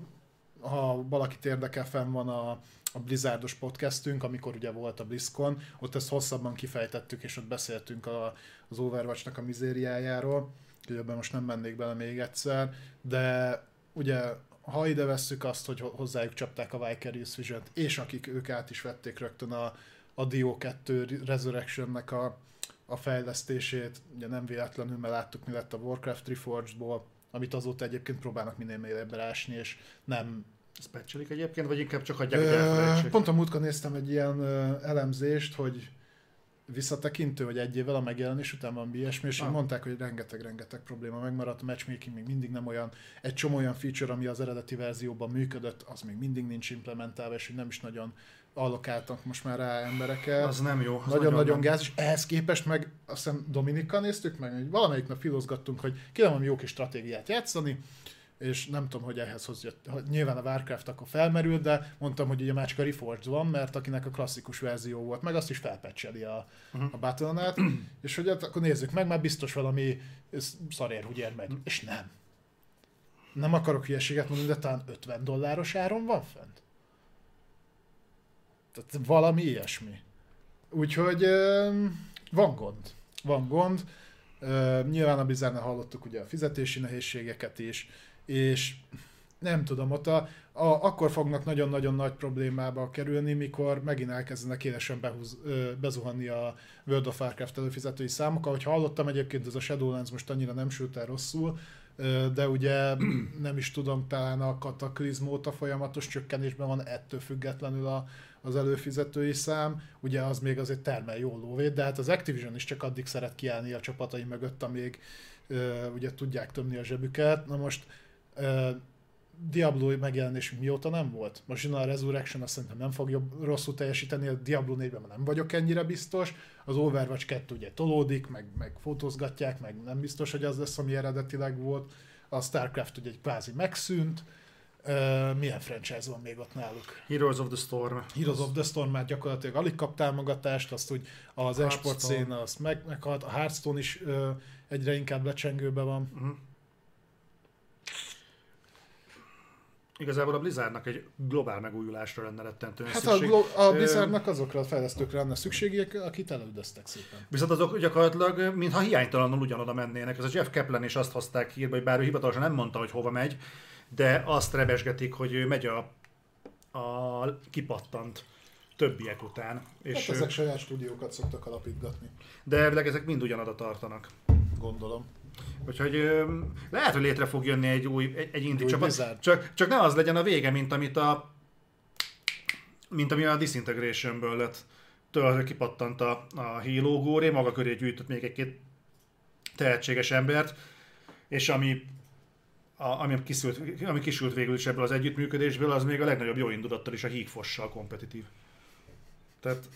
ha valakit érdekel, fenn van a Blizzardos podcastünk, amikor ugye volt a BlizzCon, ott ezt hosszabban kifejtettük, és ott beszéltünk az Overwatch-nak a mizériájáról, úgyhogy ebben most nem mennék bele még egyszer, de ugye ha ide vesszük azt, hogy hozzájuk csapták a Vicarious Vision-t, és akik ők át is vették rögtön a Dio 2 Resurrection-nek a fejlesztését, ugye nem véletlenül, mert láttuk, mi lett a Warcraft Reforged-ból, amit azóta egyébként próbálnak minél mélyebbre ásni, és nem... Ezt patchelik egyébként, vagy inkább csak hagyják, hogy elfelejtsék? Pont a múltkor néztem egy ilyen elemzést, hogy visszatekintő, vagy 1 évvel a megjelenés után van ilyesmi, és mondták, hogy rengeteg probléma megmaradt, a matchmaking még mindig nem olyan, egy csomó olyan feature, ami az eredeti verzióban működött, az még mindig nincs implementálva, és hogy nem is nagyon allokáltak most már rá embereket. Az nem jó. Nagyon gáz, és ehhez képest meg azt hiszem Dominikkal néztük meg, hogy valamelyik nap filozgattunk, hogy ki nem jó kis stratégiát játszani, és nem tudom, hogy ehhez jött. Nyilván a Warcraft akkor felmerült, de mondtam, hogy ugye már csak a Reforged van, mert akinek a klasszikus verzió volt, meg azt is felpecseli a Battle.net, és hogy hát akkor nézzük meg, már biztos valami szarérhúgyér megy. És nem. Nem akarok hülyeséget mondani, de talán $50 áron van fent. Tehát valami ilyesmi. Úgyhogy van gond. van gond. Nyilván a Blizzardnál hallottuk ugye a fizetési nehézségeket is, és nem tudom, ott akkor fognak nagyon-nagyon nagy problémába kerülni, mikor megint elkezdenek élesen bezuhanni a World of Warcraft előfizetői számok. Ahogy hallottam egyébként, ez a Shadowlands most annyira nem sült el rosszul, de ugye nem is tudom, talán a Cataclysm óta folyamatos csökkenésben van ettől függetlenül az előfizetői szám. Ugye az még azért termel jól lóvét, de hát az Activision is csak addig szeret kiállni a csapatai mögött, amíg ugye tudják tömni a zsebüket. Na most Diablo megjelenés mióta nem volt? Most a Resurrection azt szerintem nem fog rosszul teljesíteni, a Diablo 4-ben nem vagyok ennyire biztos, az Overwatch 2 ugye tolódik, meg fotózgatják, meg nem biztos, hogy az lesz, ami eredetileg volt, a Starcraft ugye egy kvázi megszűnt, milyen franchise van még ott náluk? Heroes of the Storm. Heroes of the Storm már gyakorlatilag alig kap támogatást, azt úgy az e-sport széna azt meghalt, a Hearthstone is egyre inkább lecsengőben van. Uh-huh. Igazából a Blizzardnak egy globál megújulásra lenne rettentően szükség. A Blizzardnak azokra a fejlesztőkre lenne szükségek, akit elődöztek szépen. Viszont azok gyakorlatilag, mintha hiánytalanul ugyanoda mennének. Ez a Jeff Kaplan is azt hozták hírba, hogy bár ő hivatalosan nem mondta, hogy hova megy, de azt rebesgetik, hogy ő megy a kipattant többiek után. És hát ezek saját stúdiókat szoktak alapítgatni. De elvileg ezek mind ugyanoda tartanak. Gondolom. Úgyhogy lehet, hogy létre fog jönni egy indie csapat. Csak ne az legyen a vége, mint ami a Disintegration-ből lett. Tőle kipattant a Halo góré, maga köré gyűjtött még egy-két tehetséges embert, és ami kisült végül is ebből az együttműködésből, az még a legnagyobb jó indulattal is a hígfossal kompetitív. Tehát...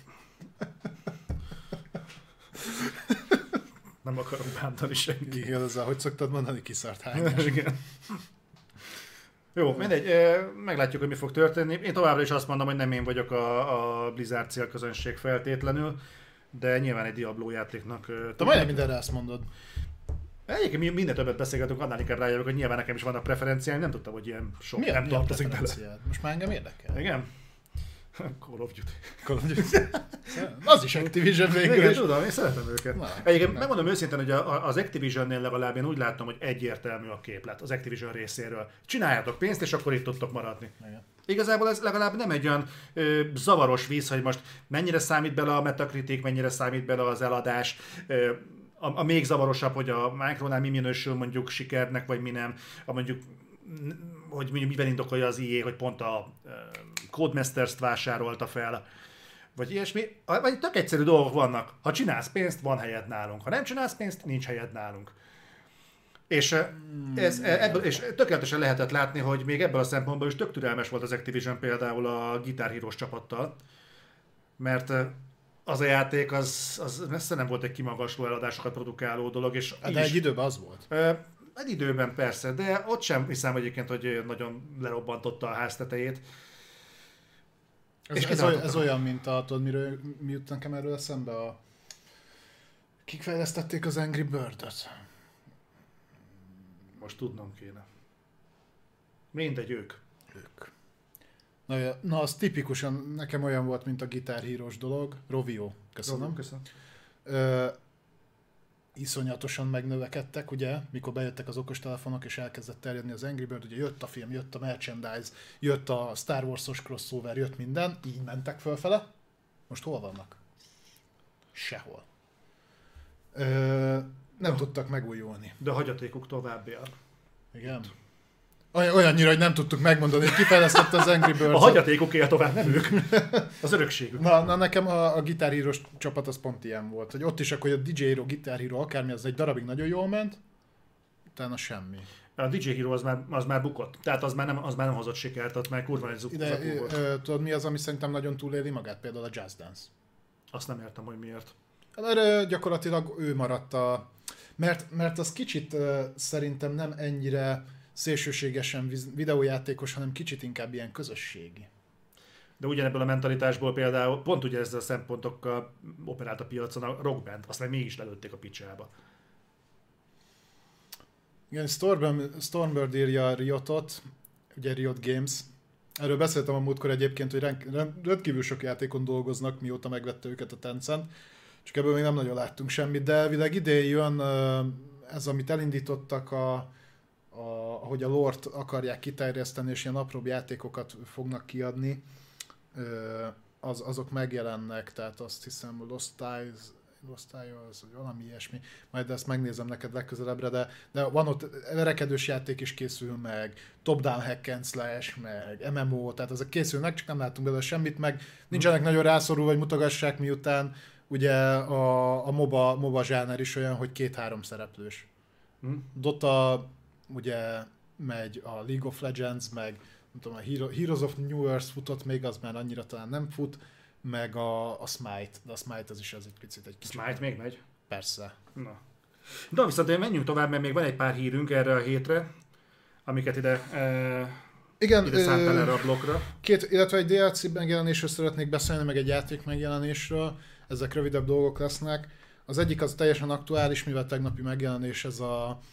Nem akarok bántani senkit. Igen, ezzel, hogy szoktad mondani, kiszart hányás. Igen. Jó, mindegy, meglátjuk, hogy mi fog történni. Én továbbra is azt mondom, hogy nem én vagyok a Blizzard célközönség feltétlenül, de nyilván egy Diablo játéknak... Te majdnem mindenre ezt mondod. Egyébként minden többet beszélgetünk, annál inkább rájövök, hogy nyilván nekem is vannak preferenciáim, nem tudtam, hogy ilyen sok Milyen, nem tartozik bele. Most már engem érdekel. Igen? Call of Duty. Call of Duty. Az is Activision végül. Igen, tudom, én szeretem őket. Egyébként megmondom őszintén, hogy az Activisionnél legalább én úgy látom, hogy egyértelmű a képlet az Activision részéről. Csináljátok pénzt, és akkor itt tudtok maradni. Igen. Igazából ez legalább nem egy olyan zavaros víz, hogy most mennyire számít bele a Metacritic, mennyire számít bele az eladás. A még zavarosabb, hogy a Micronál mi minősül mondjuk sikernek, vagy mi nem. Hogy mivel indokolja az EA, hogy pont a Codemasters-t vásárolta fel, vagy ilyesmi. Vagy tök egyszerű dolgok vannak. Ha csinálsz pénzt, van helyed nálunk. Ha nem csinálsz pénzt, nincs helyed nálunk. És, ebből, és tökéletesen lehetett látni, hogy még ebből a szempontból is tök türelmes volt az Activision például a Guitar Heroes csapattal, mert az a játék az messze nem volt egy kimagasló eladásokat produkáló dolog. És de egy időben az volt. Egy időben persze, de ott sem hiszem egyébként, hogy nagyon lerobbantotta a ház tetejét. Ez olyan, mint tudod, mi jut nekem erről eszembe? Kik fejlesztették az Angry Bird-öt? Most tudnom kéne. Mindegy, ők. Na, az tipikusan nekem olyan volt, mint a Guitar Hero-s dolog. Rovio. Köszönöm. Iszonyatosan megnövekedtek, ugye, mikor bejöttek az okostelefonok és elkezdett terjedni az Angry Bird, ugye jött a film, jött a merchandise, jött a Star Wars-os crossover, jött minden, így mentek fölfele. Most hol vannak? Sehol. Nem tudtak megújulni. De a hagyatékuk tovább él. Igen. Olyannyira, hogy nem tudtuk megmondani, hogy kifejlesztette az Angry Birds-ot. A hagyatékok él tovább, nem ők. Az örökségük. Na nekem a Guitar Hero csapat az pont ilyen volt, hogy ott is akkor a DJ Hero, Guitar Hero, akármi, az egy darabig nagyon jól ment, utána semmi. A DJ Hero az már bukott, tehát az már nem hozott sikert, ott már kurva egy zakó volt. Tudod mi az, ami szerintem nagyon túléli magát? Például a Just Dance. Azt nem értem, hogy miért. Mert gyakorlatilag ő maradt mert az kicsit szerintem nem ennyire szélsőségesen videójátékos, hanem kicsit inkább ilyen közösségi. De ugyanebből a mentalitásból például pont ugye ezzel a szempontokkal operált a piacon a Rock Band, azt meg mégis lelőtték a picsába. Igen, Stormbird írja a Riotot, ugye Riot Games. Erről beszéltem a múltkor egyébként, hogy rendkívül sok játékon dolgoznak, mióta megvette őket a Tencent. csak ebből még nem nagyon láttunk semmit, de elvileg idén jön ez, amit elindítottak, ahogy a lore-t akarják kiterjeszteni, és ilyen apróbb játékokat fognak kiadni, azok megjelennek, tehát azt hiszem Lost Isles, vagy valami ilyesmi, majd ezt megnézem neked legközelebbre, de van ott verekedős játék is készül meg, top-down hack and slash, meg MMO, tehát ezek készülnek, csak nem látunk belőle semmit, meg nincsenek nagyon rászorul, vagy mutogassák, miután ugye a MOBA zsáner is olyan, hogy 2-3 szereplős. Dota ugye megy, a League of Legends, meg nem tudom, a Heroes of New Earth futott még, az már annyira talán nem fut, meg a Smite, de a Smite az is az egy picit egy kicsit. Smite még megy? Persze. Na viszont menjünk tovább, mert még van egy pár hírünk erre a hétre, amiket ide szántál erre a blokkra. Illetve egy DLC megjelenésről szeretnék beszélni, meg egy játék megjelenésről, ezek rövidebb dolgok lesznek. Az egyik az teljesen aktuális, mivel tegnapi megjelenés, ez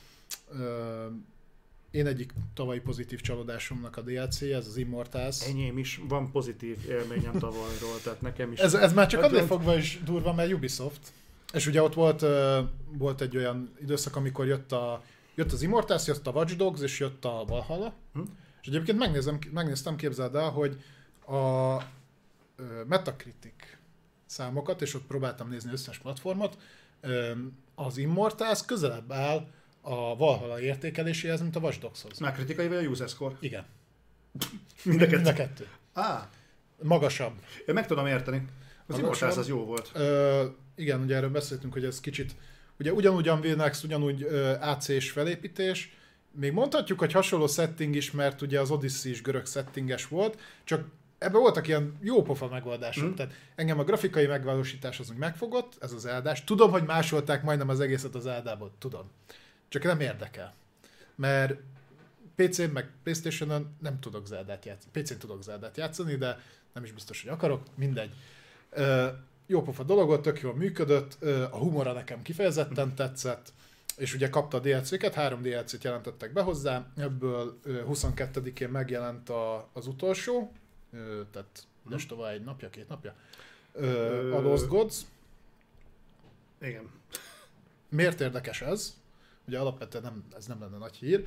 én egyik tavalyi pozitív csalódásomnak a DLC-je, ez az Immortals. Enyém is, van pozitív élményem tavalyról, tehát nekem is. Ez már csak azért fogva is durva, mert Ubisoft. És ugye ott volt egy olyan időszak, amikor jött az Immortals, jött a Watch Dogs, és jött a Valhalla. És egyébként megnéztem, képzeld el, hogy a Metacritic számokat, és ott próbáltam nézni összes platformot, az Immortals közelebb áll a Valhalla értékeléséhez, mint a Watch Dogshoz. Már kritikai vagy a user score? Igen. Mind a kettő. Magasabb. Én meg tudom érteni. Az Immortals az jó volt. Igen, ugye erről beszéltünk, hogy ez kicsit, ugye ugyanúgy Unveil-Next, ugyanúgy AC-s felépítés. Még mondhatjuk, hogy hasonló setting is, mert ugye az Odyssey is görög settinges volt, csak ebben voltak ilyen jópofa megoldások. Tehát engem a grafikai megvalósítás az úgy megfogott, ez az Eldás. Tudom, hogy másolták majdnem az egészet az Eldából, tudom. Csak nem érdekel. Mert PC-n meg PlayStation-on nem tudok Zeldát játszani. PC-n tudok Zeldát játszani, de nem is biztos, hogy akarok. Mindegy. Jópofa dolog volt, tök jól működött. A humora nekem kifejezetten tetszett. És ugye kapta a DLC-ket, 3 DLC-t jelentettek be hozzá. Ebből 22-én megjelent az utolsó. Tehát tovább egy napja, 2 napja. A Lost Gods. Igen. Miért érdekes ez? Ugye alapvetően ez nem lenne nagy hír.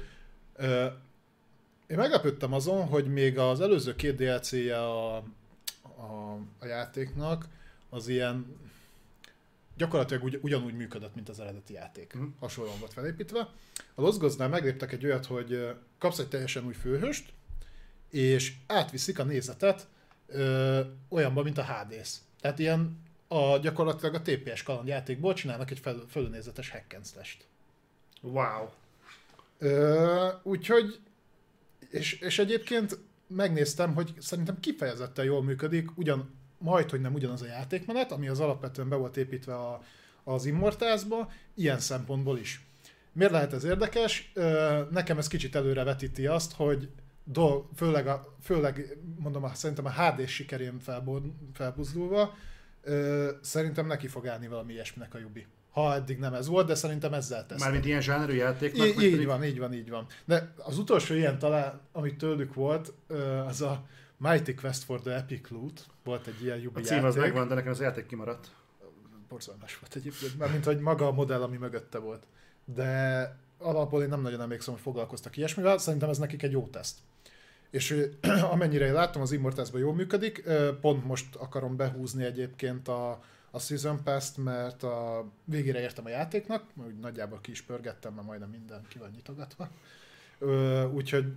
Én meglepődtem azon, hogy még az előző 2 DLC-je a játéknak az ilyen gyakorlatilag ugyanúgy működött, mint az eredeti játék. Hasonlóan volt felépítve. A Lost Godsnál megléptek egy olyat, hogy kapsz egy teljesen új főhőst, és átviszik a nézetet olyanban, mint a Hades. Tehát ilyen gyakorlatilag a TPS kalandjátékból csinálnak egy fölnézetes hack and slash-t. Wow. Úgyhogy, és egyébként megnéztem, hogy szerintem kifejezetten jól működik, majdhogy nem ugyanaz a játékmenet, ami az alapvetően be volt építve az Immortalsba, ilyen szempontból is. Miért lehet ez érdekes? Nekem ez kicsit előrevetíti azt, hogy főleg mondom, szerintem a HD sikerén felbuzdulva, szerintem neki fog állni valami ilyesminek a Ubi. Ha eddig nem ez volt, de szerintem ezzel tesznek. Mármint ilyen zsánerű játéknak? Így van. De az utolsó ilyen talán, amit tőlük volt, az a Mighty Quest for the Epic Loot, volt egy ilyen Ubi játék. A cím az megvan, de nekem az játék kimaradt. Borzalmas volt egyébként, mármint hogy maga a modell, ami mögötte volt. De alapból én nem nagyon emlékszem, hogy foglalkoztak ilyesmivel, szerintem ez nekik egy jó teszt. És amennyire én láttam, az Immortalsban jól működik, pont most akarom behúzni egyébként a Season Pass-t, mert a végére értem a játéknak, úgy nagyjából ki is pörgettem, mert majdnem minden ki van nyitogatva. Úgyhogy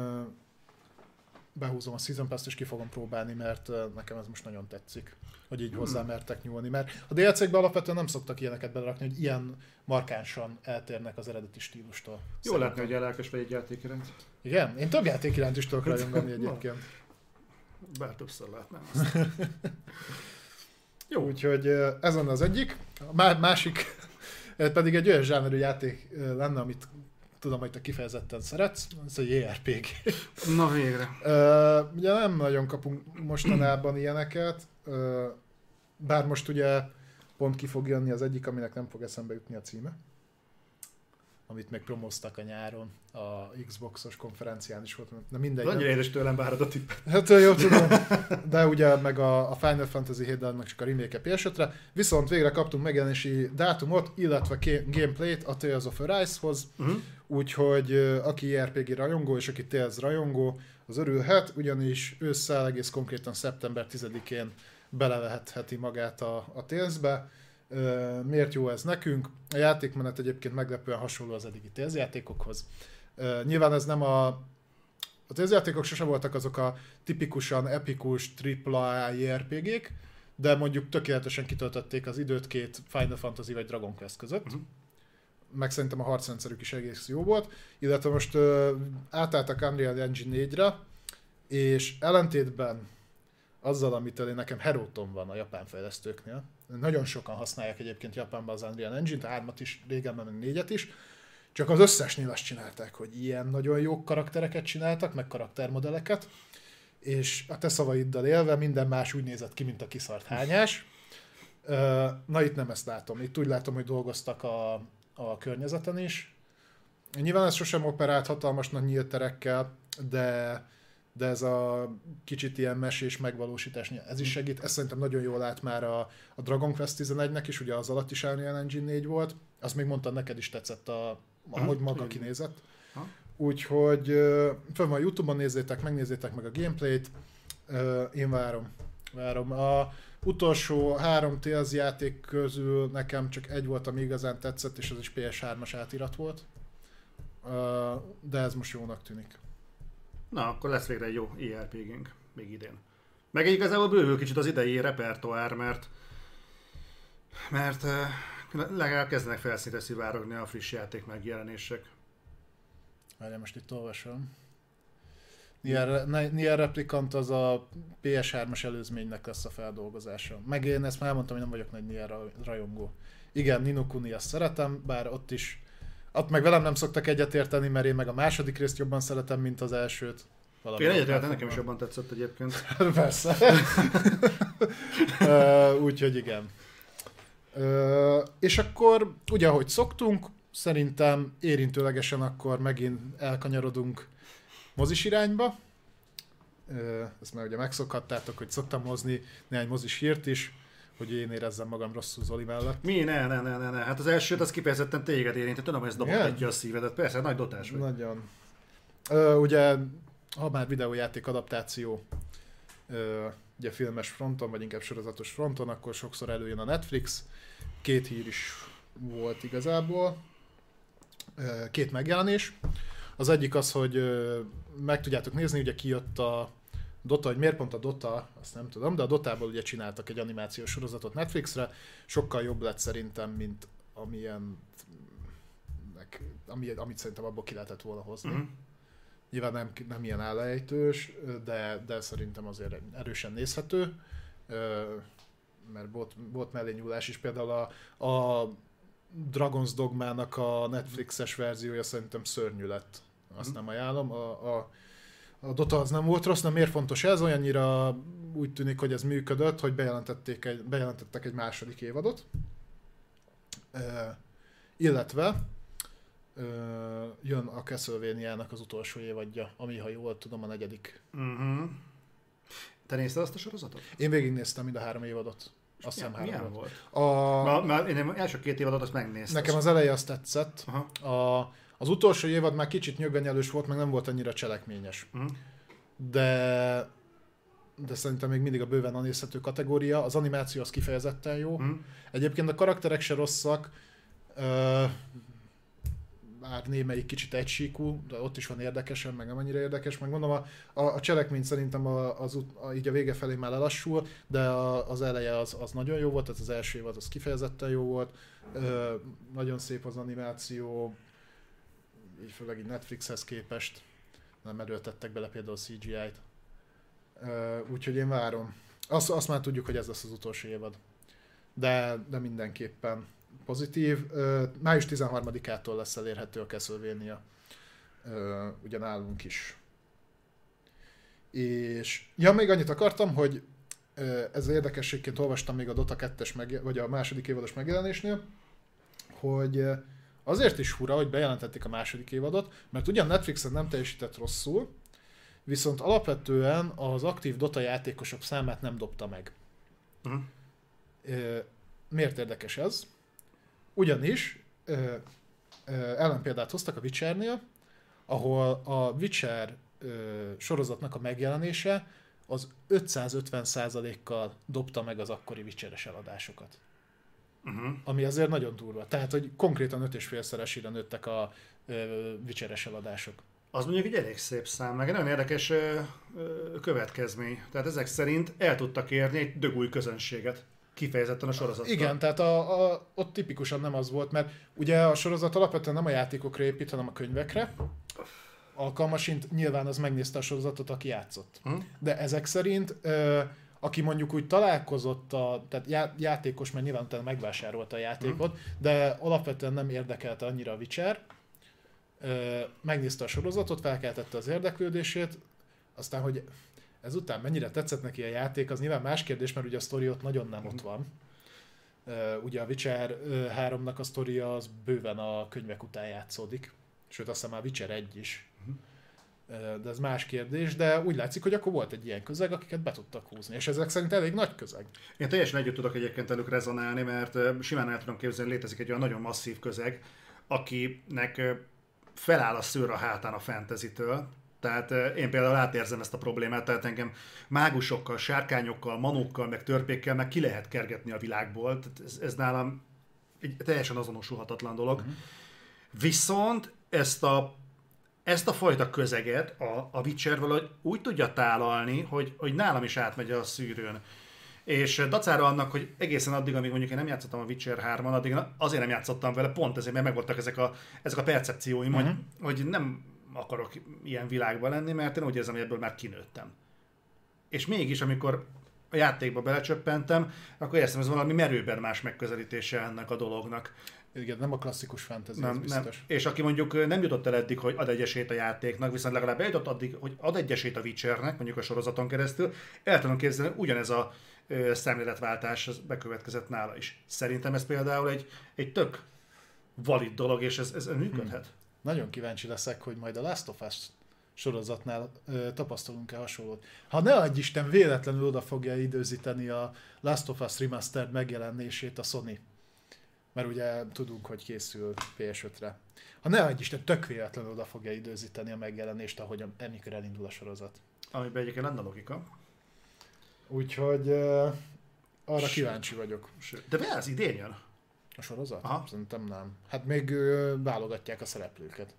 behúzom a Season Pass-t és ki fogom próbálni, mert nekem ez most nagyon tetszik, hogy így hozzá mertek nyúlni. Mert a DLC-kben alapvetően nem szoktak ilyeneket belerakni, hogy ilyen markánsan eltérnek az eredeti stílustól. Jó látni, hogy lelkes vagy egy játék iránt. Igen? Én több játék iránt is tudok rajongani egyébként. Bár többször látnám azt. Jó, úgyhogy ez lenne az egyik. A másik pedig egy olyan zsánerű játék lenne, amit tudom, hogy te kifejezetten szeretsz, ez a JRPG. Na végre. Ugye nem nagyon kapunk mostanában ilyeneket, bár most ugye pont ki fog jönni az egyik, aminek nem fog eszembe jutni a címe. amit meg promóztak a nyáron, a Xboxos konferencián is volt, de mindegy. Annyira édes tőlem várod a tippet. Hát jó tudom, de ugye meg a Final Fantasy 7 meg csak a remake PS5-re, viszont végre kaptunk megjelenési dátumot, illetve gameplayt a Tales of Arise-hoz, úgyhogy aki RPG rajongó és aki Tales rajongó, az örülhet, ugyanis ősszel egész konkrétan szeptember 10-én belevehetheti magát a Tales-be. Miért jó ez nekünk? A játékmenet egyébként meglepően hasonló az eddigi Tales játékokhoz. Nyilván ez nem a Tales játékok sose voltak azok a tipikusan epikus AAA RPG-k, de mondjuk tökéletesen kitöltötték az időt két Final Fantasy vagy Dragon Quest között. Meg szerintem a harcrendszerük is egész jó volt, illetve most átálltak Unreal Engine 4-re, és ellentétben azzal, amitől nekem heróton van a japán fejlesztőknél. Nagyon sokan használják egyébként Japánban az Unreal Engine-t, a 3-at is, régebben meg 4-et is, csak az összesnél azt csinálták, hogy ilyen nagyon jó karaktereket csináltak, meg karaktermodelleket, és a te szavaiddal élve minden más úgy nézett ki, mint a kiszart hányás. Na itt nem ezt látom. Itt úgy látom, hogy dolgoztak a környezeten is. Nyilván ez sosem operált hatalmas nagy nyílt terekkel, de ez a kicsit ilyen mesés megvalósítás, ez is segít. Ez szerintem nagyon jól lát már a Dragon Quest 11-nek is, ugye az alatt is Unreal Engine 4 volt. Azt még mondtad, neked is tetszett, ahogy maga kinézett. Úgyhogy fönn van YouTube-on, nézzétek, megnézzétek meg a gameplayt. Én várom. A utolsó 3 Tales játék közül nekem csak egy volt, ami igazán tetszett, és az is PS3-as átirat volt. De ez most jónak tűnik. Na, akkor lesz végre egy jó ERPG-nk még idén. Meg igazából bővül kicsit az idei repertoár, mert legalább kezdenek felszínre szivárogni a friss játék megjelenések. Várjál, most itt olvasom. Nier Replicant az a PS3-as előzménynek lesz a feldolgozása. Meg én ezt már elmondtam, hogy nem vagyok nagy Nier rajongó. Igen, Ni no Kuni, azt szeretem, bár ott meg velem nem szoktak egyetérteni, mert én meg a második részt jobban szeretem, mint az elsőt. Én egyetértem, nekem is jobban tetszett egyébként. Persze. Úgyhogy igen. És akkor, ugye ahogy szoktunk, szerintem érintőlegesen akkor megint elkanyarodunk mozis irányba. Ezt már ugye megszokhattátok, hogy szoktam hozni néhány mozis hírt is, hogy én érezzem magam rosszul Zoli mellett. Mi? Ne. Hát az elsőt az kifejezetten téged érintett, tudom, hogy ez dobott a szívedet. Persze, nagy dotás vagy. Nagyon. Ugye, ha már videójáték adaptáció, ugye filmes fronton, vagy inkább sorozatos fronton, akkor sokszor előjön a Netflix. 2 hír is volt igazából. 2 megjelenés. Az egyik az, hogy meg tudjátok nézni, ugye kijött a Dota, hogy miért pont a Dota, azt nem tudom, de a Dotából ugye csináltak egy animációs sorozatot Netflixre, sokkal jobb lett szerintem, mint amit szerintem abból ki lehetett volna hozni. Nyilván nem ilyen állejtős, de szerintem azért erősen nézhető, mert volt mellé nyúlás is, például a Dragon's Dogmának a Netflixes verziója szerintem szörnyű lett. Azt nem ajánlom. A Dota az nem volt rossz, de miért fontos ez? Olyannyira úgy tűnik, hogy ez működött, hogy bejelentettek egy második évadot. Illetve jön a Castlevania-nak az utolsó évadja, ami, ha jól tudom, a 4. Te nézted azt a sorozatot? Én végignéztem mind a 3 évadot. Azt hiszem 3 milyen volt. Már én első 2 évadot azt megnéztem. Nekem az eleje azt tetszett. Az utolsó évad már kicsit nyögvenyelős volt, meg nem volt annyira cselekményes. De szerintem még mindig a bőven a nézhető kategória. Az animáció az kifejezetten jó. Egyébként a karakterek se rosszak. Már némelyik kicsit egysíkú, de ott is van érdekesen, meg nem annyira érdekes. Meg mondom, a cselekmény szerintem így a vége felé már lelassul, de az eleje az nagyon jó volt, tehát az első évad az kifejezetten jó volt. Nagyon szép az animáció, így főleg így Netflixhez képest. Nem erőltettek bele például CGI-t. Úgyhogy én várom. Azt már tudjuk, hogy ez lesz az utolsó évad. De mindenképpen pozitív. Május 13-ától lesz elérhető a Castlevania. Ugye nálunk is. És még annyit akartam, hogy ez érdekességként olvastam még a Dota 2-es vagy a második évados megjelenésnél, hogy azért is fura, hogy bejelentették a második évadot, mert ugyan Netflixen nem teljesített rosszul, viszont alapvetően az aktív Dota játékosok számát nem dobta meg. Miért érdekes ez? Ugyanis ellenpéldát hoztak a Witchernél, ahol a Witcher sorozatnak a megjelenése az 550%-kal dobta meg az akkori Witcheres eladásokat. Ami azért nagyon durva. Tehát, hogy konkrétan 5,5-szeresére nőttek a Witcheres eladások. Az mondjuk egy elég szép szám, meg egy nagyon érdekes következmény. Tehát ezek szerint el tudtak érni egy dögúj közönséget. Kifejezetten a sorozattal. Igen, tehát ott tipikusan nem az volt, mert ugye a sorozat alapvetően nem a játékokra épít, hanem a könyvekre. Alkalmasint nyilván az megnézte a sorozatot, aki játszott. De ezek szerint, aki mondjuk úgy találkozott, tehát játékos, mert nyilván utána megvásárolta a játékot, de alapvetően nem érdekelte annyira a Witcher, megnézte a sorozatot, felkeltette az érdeklődését, aztán, hogy ezután mennyire tetszett neki a játék, az nyilván más kérdés, mert ugye a sztori ott nagyon nem ott van. Ugye a Witcher 3-nak a sztoria az bőven a könyvek után játszódik, sőt azt hiszem már Witcher 1 is. De ez más kérdés, de úgy látszik, hogy akkor volt egy ilyen közeg, akiket be tudtak húzni, és ezek szerint elég nagy közeg. Én teljesen együtt tudok egyébként velük rezonálni, mert simán el tudom képzelni, létezik egy olyan nagyon masszív közeg, akinek feláll a szőr a hátán a fantasy-től. Tehát én például átérzem ezt a problémát, tehát engem mágusokkal, sárkányokkal, manókkal, meg törpékkel meg ki lehet kergetni a világból. Tehát ez nálam egy teljesen azonosulhatatlan dolog. Viszont ezt a fajta közeget a Witcher valahogy úgy tudja tálalni, hogy nálam is átmegy a szűrőn. És dacára annak, hogy egészen addig, amíg mondjuk én nem játszottam a Witcher 3-on, addig azért nem játszottam vele, pont ezért, mert megvoltak ezek a percepcióim, hogy nem akarok ilyen világban lenni, mert én úgy érzem, hogy ebből már kinőttem. És mégis, amikor a játékba belecsöppentem, akkor éreztem, hogy ez valami merőben más megközelítése ennek a dolognak. Igen, nem a klasszikus fantasy, ez biztos. Nem. És aki mondjuk nem jutott el eddig, hogy ad egy esélyt a játéknak, viszont legalább eljutott addig, hogy ad egy esélyt a Witchernek, mondjuk a sorozaton keresztül, el tudom képzelni, ugyanez a szemléletváltás bekövetkezett nála is. Szerintem ez például egy tök valid dolog, és ez működhet. Nagyon kíváncsi leszek, hogy majd a Last of Us sorozatnál tapasztalunk-e hasonlót. Ha ne adj Isten, véletlenül oda fogja időzíteni a Last of Us Remastered megjelenését a Sony. Mert ugye tudunk, hogy készül PS5-re. Ha ne adj Isten, tök véletlenül oda fogja időzíteni a megjelenést, ahogy amikor elindul a sorozat. Amiben egyébként lenne logika. Úgyhogy arra kíváncsi vagyok. De mi az, idén jön? A sorozat? Aha. Szerintem nem. Hát még válogatják a szereplőket.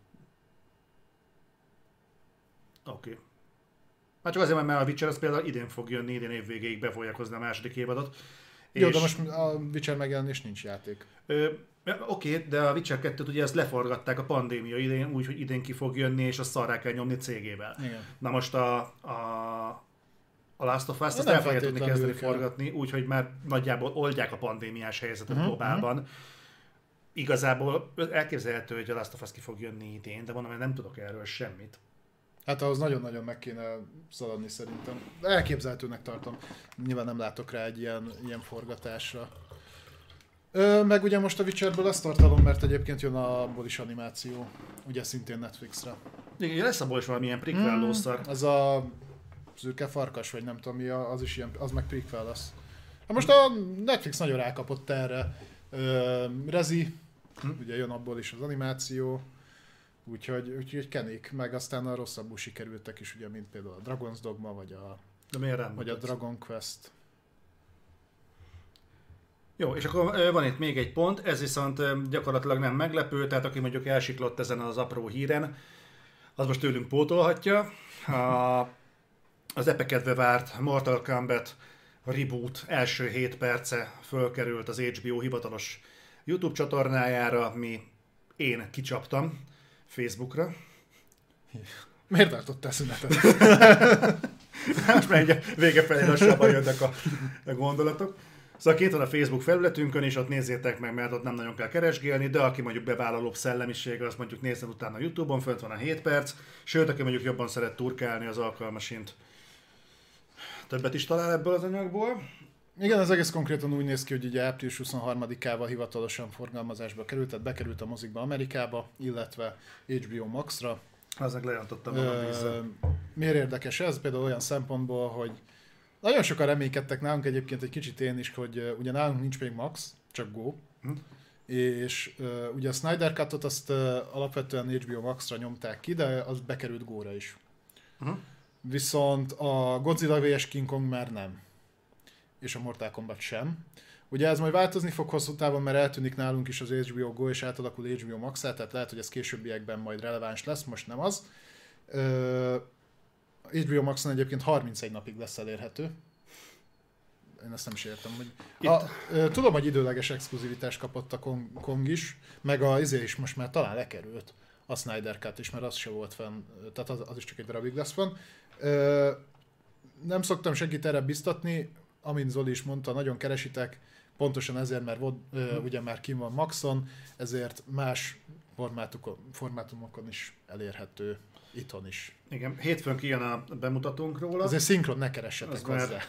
Oké. Hát csak azért, mert a Witcher az például idén fog jönni, idén év végéig be fogják hozni a második évadot. Jó, de most a Witcher megjelenés nincs játék. Oké, de a Witcher 2-t ugye ezt leforgatták a pandémia idején, úgyhogy idén ki fog jönni, és azt szarrá kell nyomni cégével. Igen. Na most a Last of Us-t el fogják tudni kezdeni forgatni, úgyhogy már nagyjából oldják a pandémiás helyzetet globálban. Igazából elképzelhető, hogy a Last of Us ki fog jönni idén, de mondom, hogy nem tudok erről semmit. Hát ahhoz nagyon-nagyon meg kéne szaladni szerintem. Elképzelhetőnek tartom. Nyilván nem látok rá egy ilyen forgatásra. Meg ugye most a Witcherből azt tartalom, mert egyébként jön abból is animáció. Ugye szintén Netflixre. Igen, lesz abból is valamilyen prequel lószar. Az a szürke farkas, vagy nem tudom mi, az is ilyen, az meg prequel lesz. Hát most a Netflix nagyon rákapott erre. Rezi, ugye jön abból is az animáció. Úgyhogy kenék, meg aztán a rosszabbul sikerültek is, ugye, mint például a Dragon's Dogma, vagy a Dragon Quest. Jó, és akkor van itt még egy pont, ez viszont gyakorlatilag nem meglepő, tehát aki mondjuk elsiklott ezen az apró híren, az most tőlünk pótolhatja. Az epekedve várt Mortal Kombat reboot első 7 perce fölkerült az HBO hivatalos YouTube csatornájára, én kicsaptam Facebookra. Miért tartottál szünetet? Most már vége felé lassabban jönnek a gondolatok. Szóval két van a Facebook felületünkön, és ott nézzétek meg, mert ott nem nagyon kell keresgélni, de aki mondjuk bevállalóbb szellemiség, az mondjuk nézzen utána a YouTube-on, fönt van a 7 perc, sőt, aki mondjuk jobban szeret turkálni, az alkalmasint többet is talál ebből az anyagból. Igen, az egész konkrétan úgy néz ki, hogy ugye április 23-ával hivatalosan forgalmazásba került, tehát bekerült a mozikba Amerikába, illetve HBO Max-ra. Aznak lejelentottam volna vízzel. Miért érdekes ez? Például olyan szempontból, hogy nagyon sokan reménykedtek nálunk egyébként egy kicsit én is, hogy ugye nálunk nincs még Max, csak Go. És ugye a Snyder Cut-ot azt alapvetően HBO Max-ra nyomták ki, de az bekerült Go-ra is. Viszont a Godzilla vs. King Kong már nem. És a Mortal Kombat sem. Ugye ez majd változni fog hosszú távon, mert eltűnik nálunk is az HBO Go, és átalakul HBO Max-á, tehát lehet, hogy ez későbbiekben majd releváns lesz, most nem az. HBO Maxon egyébként 31 napig lesz elérhető. Én ezt nem is értem, hogy... tudom, hogy időleges exkluzivitást kapott a Kong is, meg izé is most már talán lekerült a Snyder Cut is, mert az se volt fenn, tehát az is csak egy darabig lesz fenn. Nem szoktam senkit erre biztatni, amint Zoli is mondta, nagyon keresitek, pontosan ezért, mert ugye már kim van Maxon, ezért más formátumokon is elérhető, itthon is. Igen, hétfőn kijön a bemutatónk róla. Azért szinkron ne keressetek hozzá.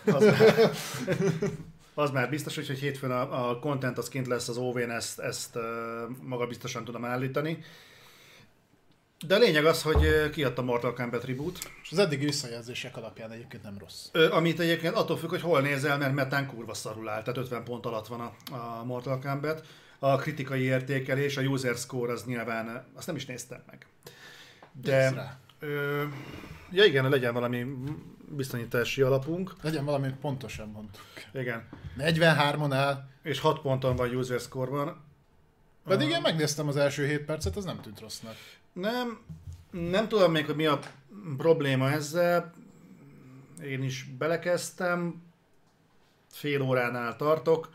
Az már biztos, hogy hétfőn a content az kint lesz az OV-n, ezt maga biztosan tudom állítani. De a lényeg az, hogy kijött a Mortal Kombat Reboot. És az eddigi visszajelzések alapján egyébként nem rossz. Amit egyébként attól függ, hogy hol nézel, mert Metán kurva szarul áll, tehát 50 pont alatt van a Mortal Kombat. A kritikai értékelés, a user score az nyilván, azt nem is néztem meg. De... ja igen, legyen valami bizonyítási alapunk. Legyen valami pontosan mondtuk. Igen. 43-on áll. És 6 ponton van user score-ban. Pedig én megnéztem az első 7 percet, az nem tűnt rossznak. Nem tudom még, hogy mi a probléma ezzel. Én is belekezdtem. Fél óránál tartok.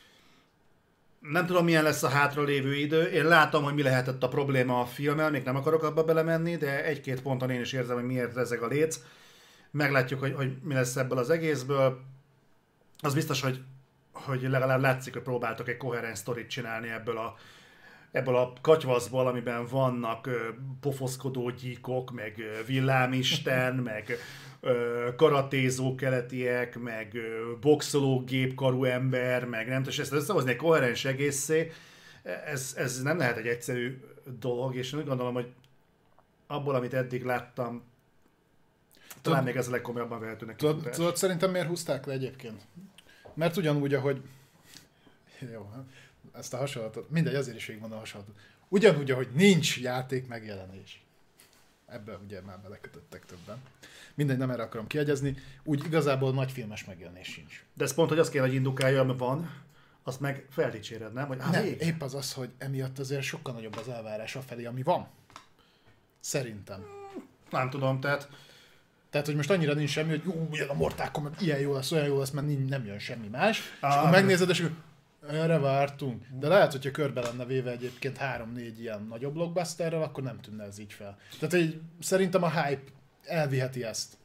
Nem tudom, milyen lesz a hátralévő idő. Én látom, hogy mi lehetett a probléma a filmmel, még nem akarok abba belemenni, de egy-két ponton én is érzem, hogy miért rezeg a léc. Meglátjuk, hogy mi lesz ebből az egészből. Az biztos, hogy legalább látszik, hogy próbáltok egy koherens sztorit csinálni ebből a katyvaszból, amiben vannak pofoszkodó gyíkok, meg villámisten, meg karatézó keletiek, meg boxoló gépkarú ember, meg nem tudom, és ezt összehozni egy koherens egészé, ez nem lehet egy egyszerű dolog, és én úgy gondolom, hogy abból, amit eddig láttam, talán még ez a legkomolyabban vehetőnek. Tudod, szerintem miért húzták le egyébként? Mert ugyanúgy, ahogy... Jó, ezt a hasonlatot, mindegy, azért is végigmondom a hasonlatot. Ugyanúgy, ahogy nincs játék megjelenés. Ebben ugye már belekötöttek többen. Mindegy, nem erre akarom kiegyezni. Úgy igazából nagy filmes megjelenés sincs. De ez pont, hogy azt kéne, hogy indukálja, ami van, azt meg feldicséred, nem? Hogy, nem, épp az, hogy emiatt azért sokkal nagyobb az elvárás afelé, ami van. Szerintem. Nem tudom, tehát, hogy most annyira nincs semmi, hogy ilyen a Mortal Kombat ilyen jó lesz, olyan jó lesz, mert nem jön semmi más. És akkor megnézed, és erre vártunk. De lehet, hogyha körbe lenne véve egyébként 3-4 ilyen nagyobb blockbusterrel, akkor nem tűnne ez így fel. Tehát szerintem a hype elviheti ezt.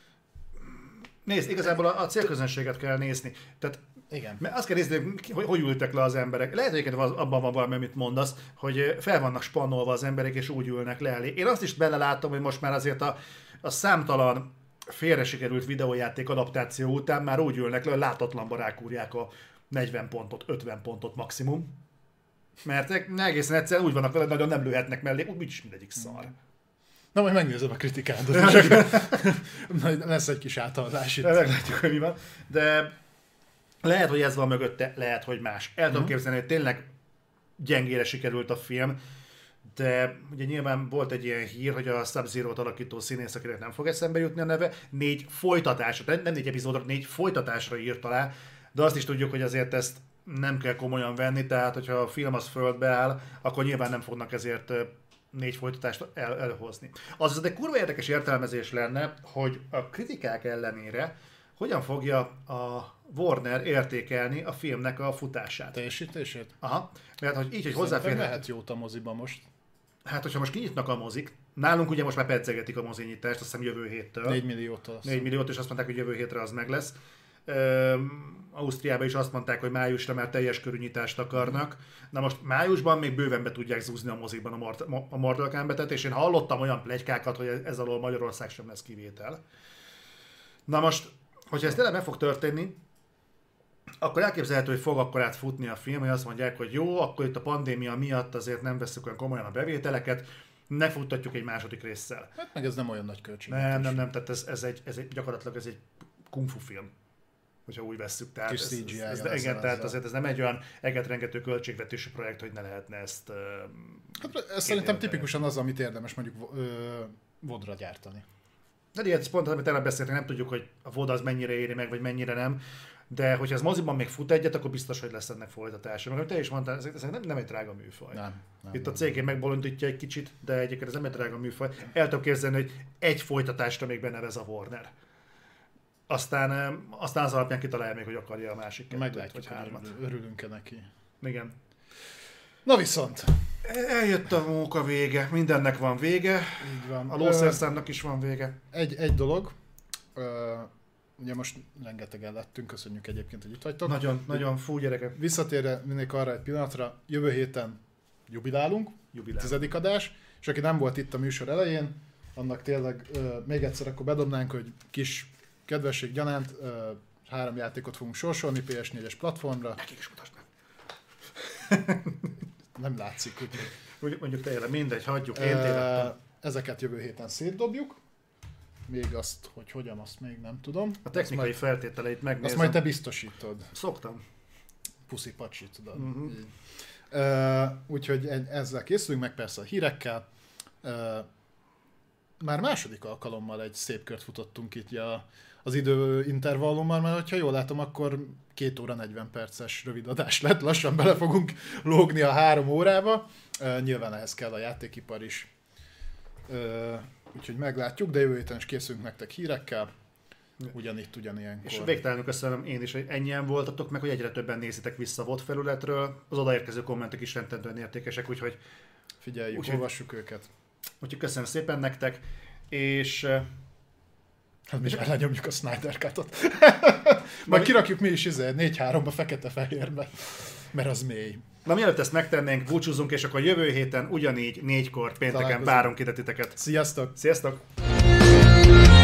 Nézd, igazából a célközönséget kell nézni. Tehát igen. Mert azt kell nézni, hogy ültek le az emberek. Lehet, hogy abban van valami, amit mondasz, hogy fel vannak spannolva az emberek, és úgy ülnek le elé. Én azt is benne látom, hogy most már azért a számtalan félre sikerült videójáték adaptáció után már úgy ülnek le, hogy látatlanba rákúrják a 40 pontot, 50 pontot maximum. Mert egészen egyszerűen úgy vannak vele, nagyon nem lőhetnek mellé, úgyis mindegyik szar. Na, majd megnézem a kritikát. Lesz egy kis átadás itt. Meglátjuk, hogy mi van. De lehet, hogy ez van mögötte, lehet, hogy más. El tudom képzelni, hogy tényleg gyengére sikerült a film, de ugye nyilván volt egy ilyen hír, hogy a Sub-Zero-t alakító színész, akinek nem fog eszembe jutni a neve, 4 folytatásra, nem 4 epizódra, 4 folytatásra írt alá, de azt is tudjuk, hogy azért ezt nem kell komolyan venni, tehát hogyha a film az földbe áll, akkor nyilván nem fognak ezért 4 folytatást elhozni. Az egy kurva érdekes értelmezés lenne, hogy a kritikák ellenére hogyan fogja a Warner értékelni a filmnek a futását. Teljesítését? Aha, mert hogy így, hogy hozzáférhet. Lehet jót a moziba most. Hát, hogyha most kinyitnak a mozik, nálunk ugye most már pedzegetik a mozinyitást, azt hiszem jövő héttől. 4 milliótól. 4 milliót, és azt mondták, hogy jövő hétre az meg lesz. Ausztriában is azt mondták, hogy májusra már teljes körű nyitást akarnak. Na most májusban még bőven be tudják zúzni a mozikban a Mortal Kombatet, és én hallottam olyan pletykákat, hogy ez alól Magyarország sem lesz kivétel. Na most, hogyha ez tényleg meg fog történni, akkor elképzelhető, hogy fog akkor átfutni a film, hogy azt mondják, hogy jó, akkor itt a pandémia miatt azért nem veszük olyan komolyan a bevételeket, ne futtatjuk egy második résszel. Hát meg ez nem olyan nagy költség. Nem, tehát ez egy gyakorlatilag ez egy kung fu film, hogyha úgy vesszük. Tehát kis CGI igen, tehát azért ez nem egy olyan egetrengető költségvetésű projekt, hogy ne lehetne ezt... Hát ez szerintem tipikusan az, amit érdemes mondjuk vodra gyártani. De ilyet pont, amit tegnap beszéltünk, nem tudjuk, hogy a VOD az mennyire éri meg, vagy mennyire nem. De hogyha ez moziban még fut egyet, akkor biztos, hogy lesz ennek folytatása. Meg amit te is mondtál, ez nem egy drága műfaj. Nem, itt a cégén megbolondítja egy kicsit, de egyébként ez nem egy drága műfaj. El tudom képzelni, hogy egy folytatásra még benevez a Warner. Aztán az alapján kitalálja még, hogy akarja a másik kettőt, meglátjuk, vagy hármat. Örülünk-e neki. Igen. Na viszont. Eljött a munka vége, mindennek van vége. Így van. A lószerszámnak is van vége. Egy dolog. Ugye most rengetegen lettünk, köszönjük egyébként, hogy itt vagytok. Nagyon fú gyerekek. Visszatérnék arra egy pillanatra, jövő héten jubilálunk, 10. adás, és aki nem volt itt a műsor elején, annak tényleg még egyszer akkor bedobnánk, hogy kis kedvesség gyanánt 3 játékot fogunk sorsolni PS4-es platformra. Nekik is mutasd meg. Nem látszik, úgy mondjuk tényleg mindegy, hagyjuk, én tévedtem. Ezeket jövő héten szétdobjuk. Még azt, hogy hogyan, azt még nem tudom. A technikai feltételeit megnézem. Azt majd te biztosítod. Szoktam. Puszi pacsi, tudod. Úgyhogy ezzel készülünk, meg persze a hírekkel. Már második alkalommal egy szép kört futottunk itt az időintervallummal, mert ha jól látom, akkor 2 óra 40 perces rövid adás lett. Lassan bele fogunk lógni a 3 órába. Nyilván ehhez kell a játékipar is. Úgyhogy meglátjuk, de jövő héten is készülünk nektek hírekkel. Ugyanitt, ugyanilyenkor. És végtelenül köszönöm én is, hogy ennyien voltatok, meg hogy egyre többen nézitek vissza a VOD felületről. Az odaérkező kommentek is rendkívül értékesek, úgyhogy... Figyeljük, olvassuk őket. Úgyhogy köszönöm szépen nektek, és... Hát mi lenyomjuk a Snyder Cut-ot. Majd kirakjuk mi is 4-3-ba, fekete-fehérbe, mert az mély. Na mielőtt ezt megtennénk, búcsúzzunk, és akkor jövő héten ugyanígy 4-kor pénteken várunk ide titeket. Sziasztok! Sziasztok!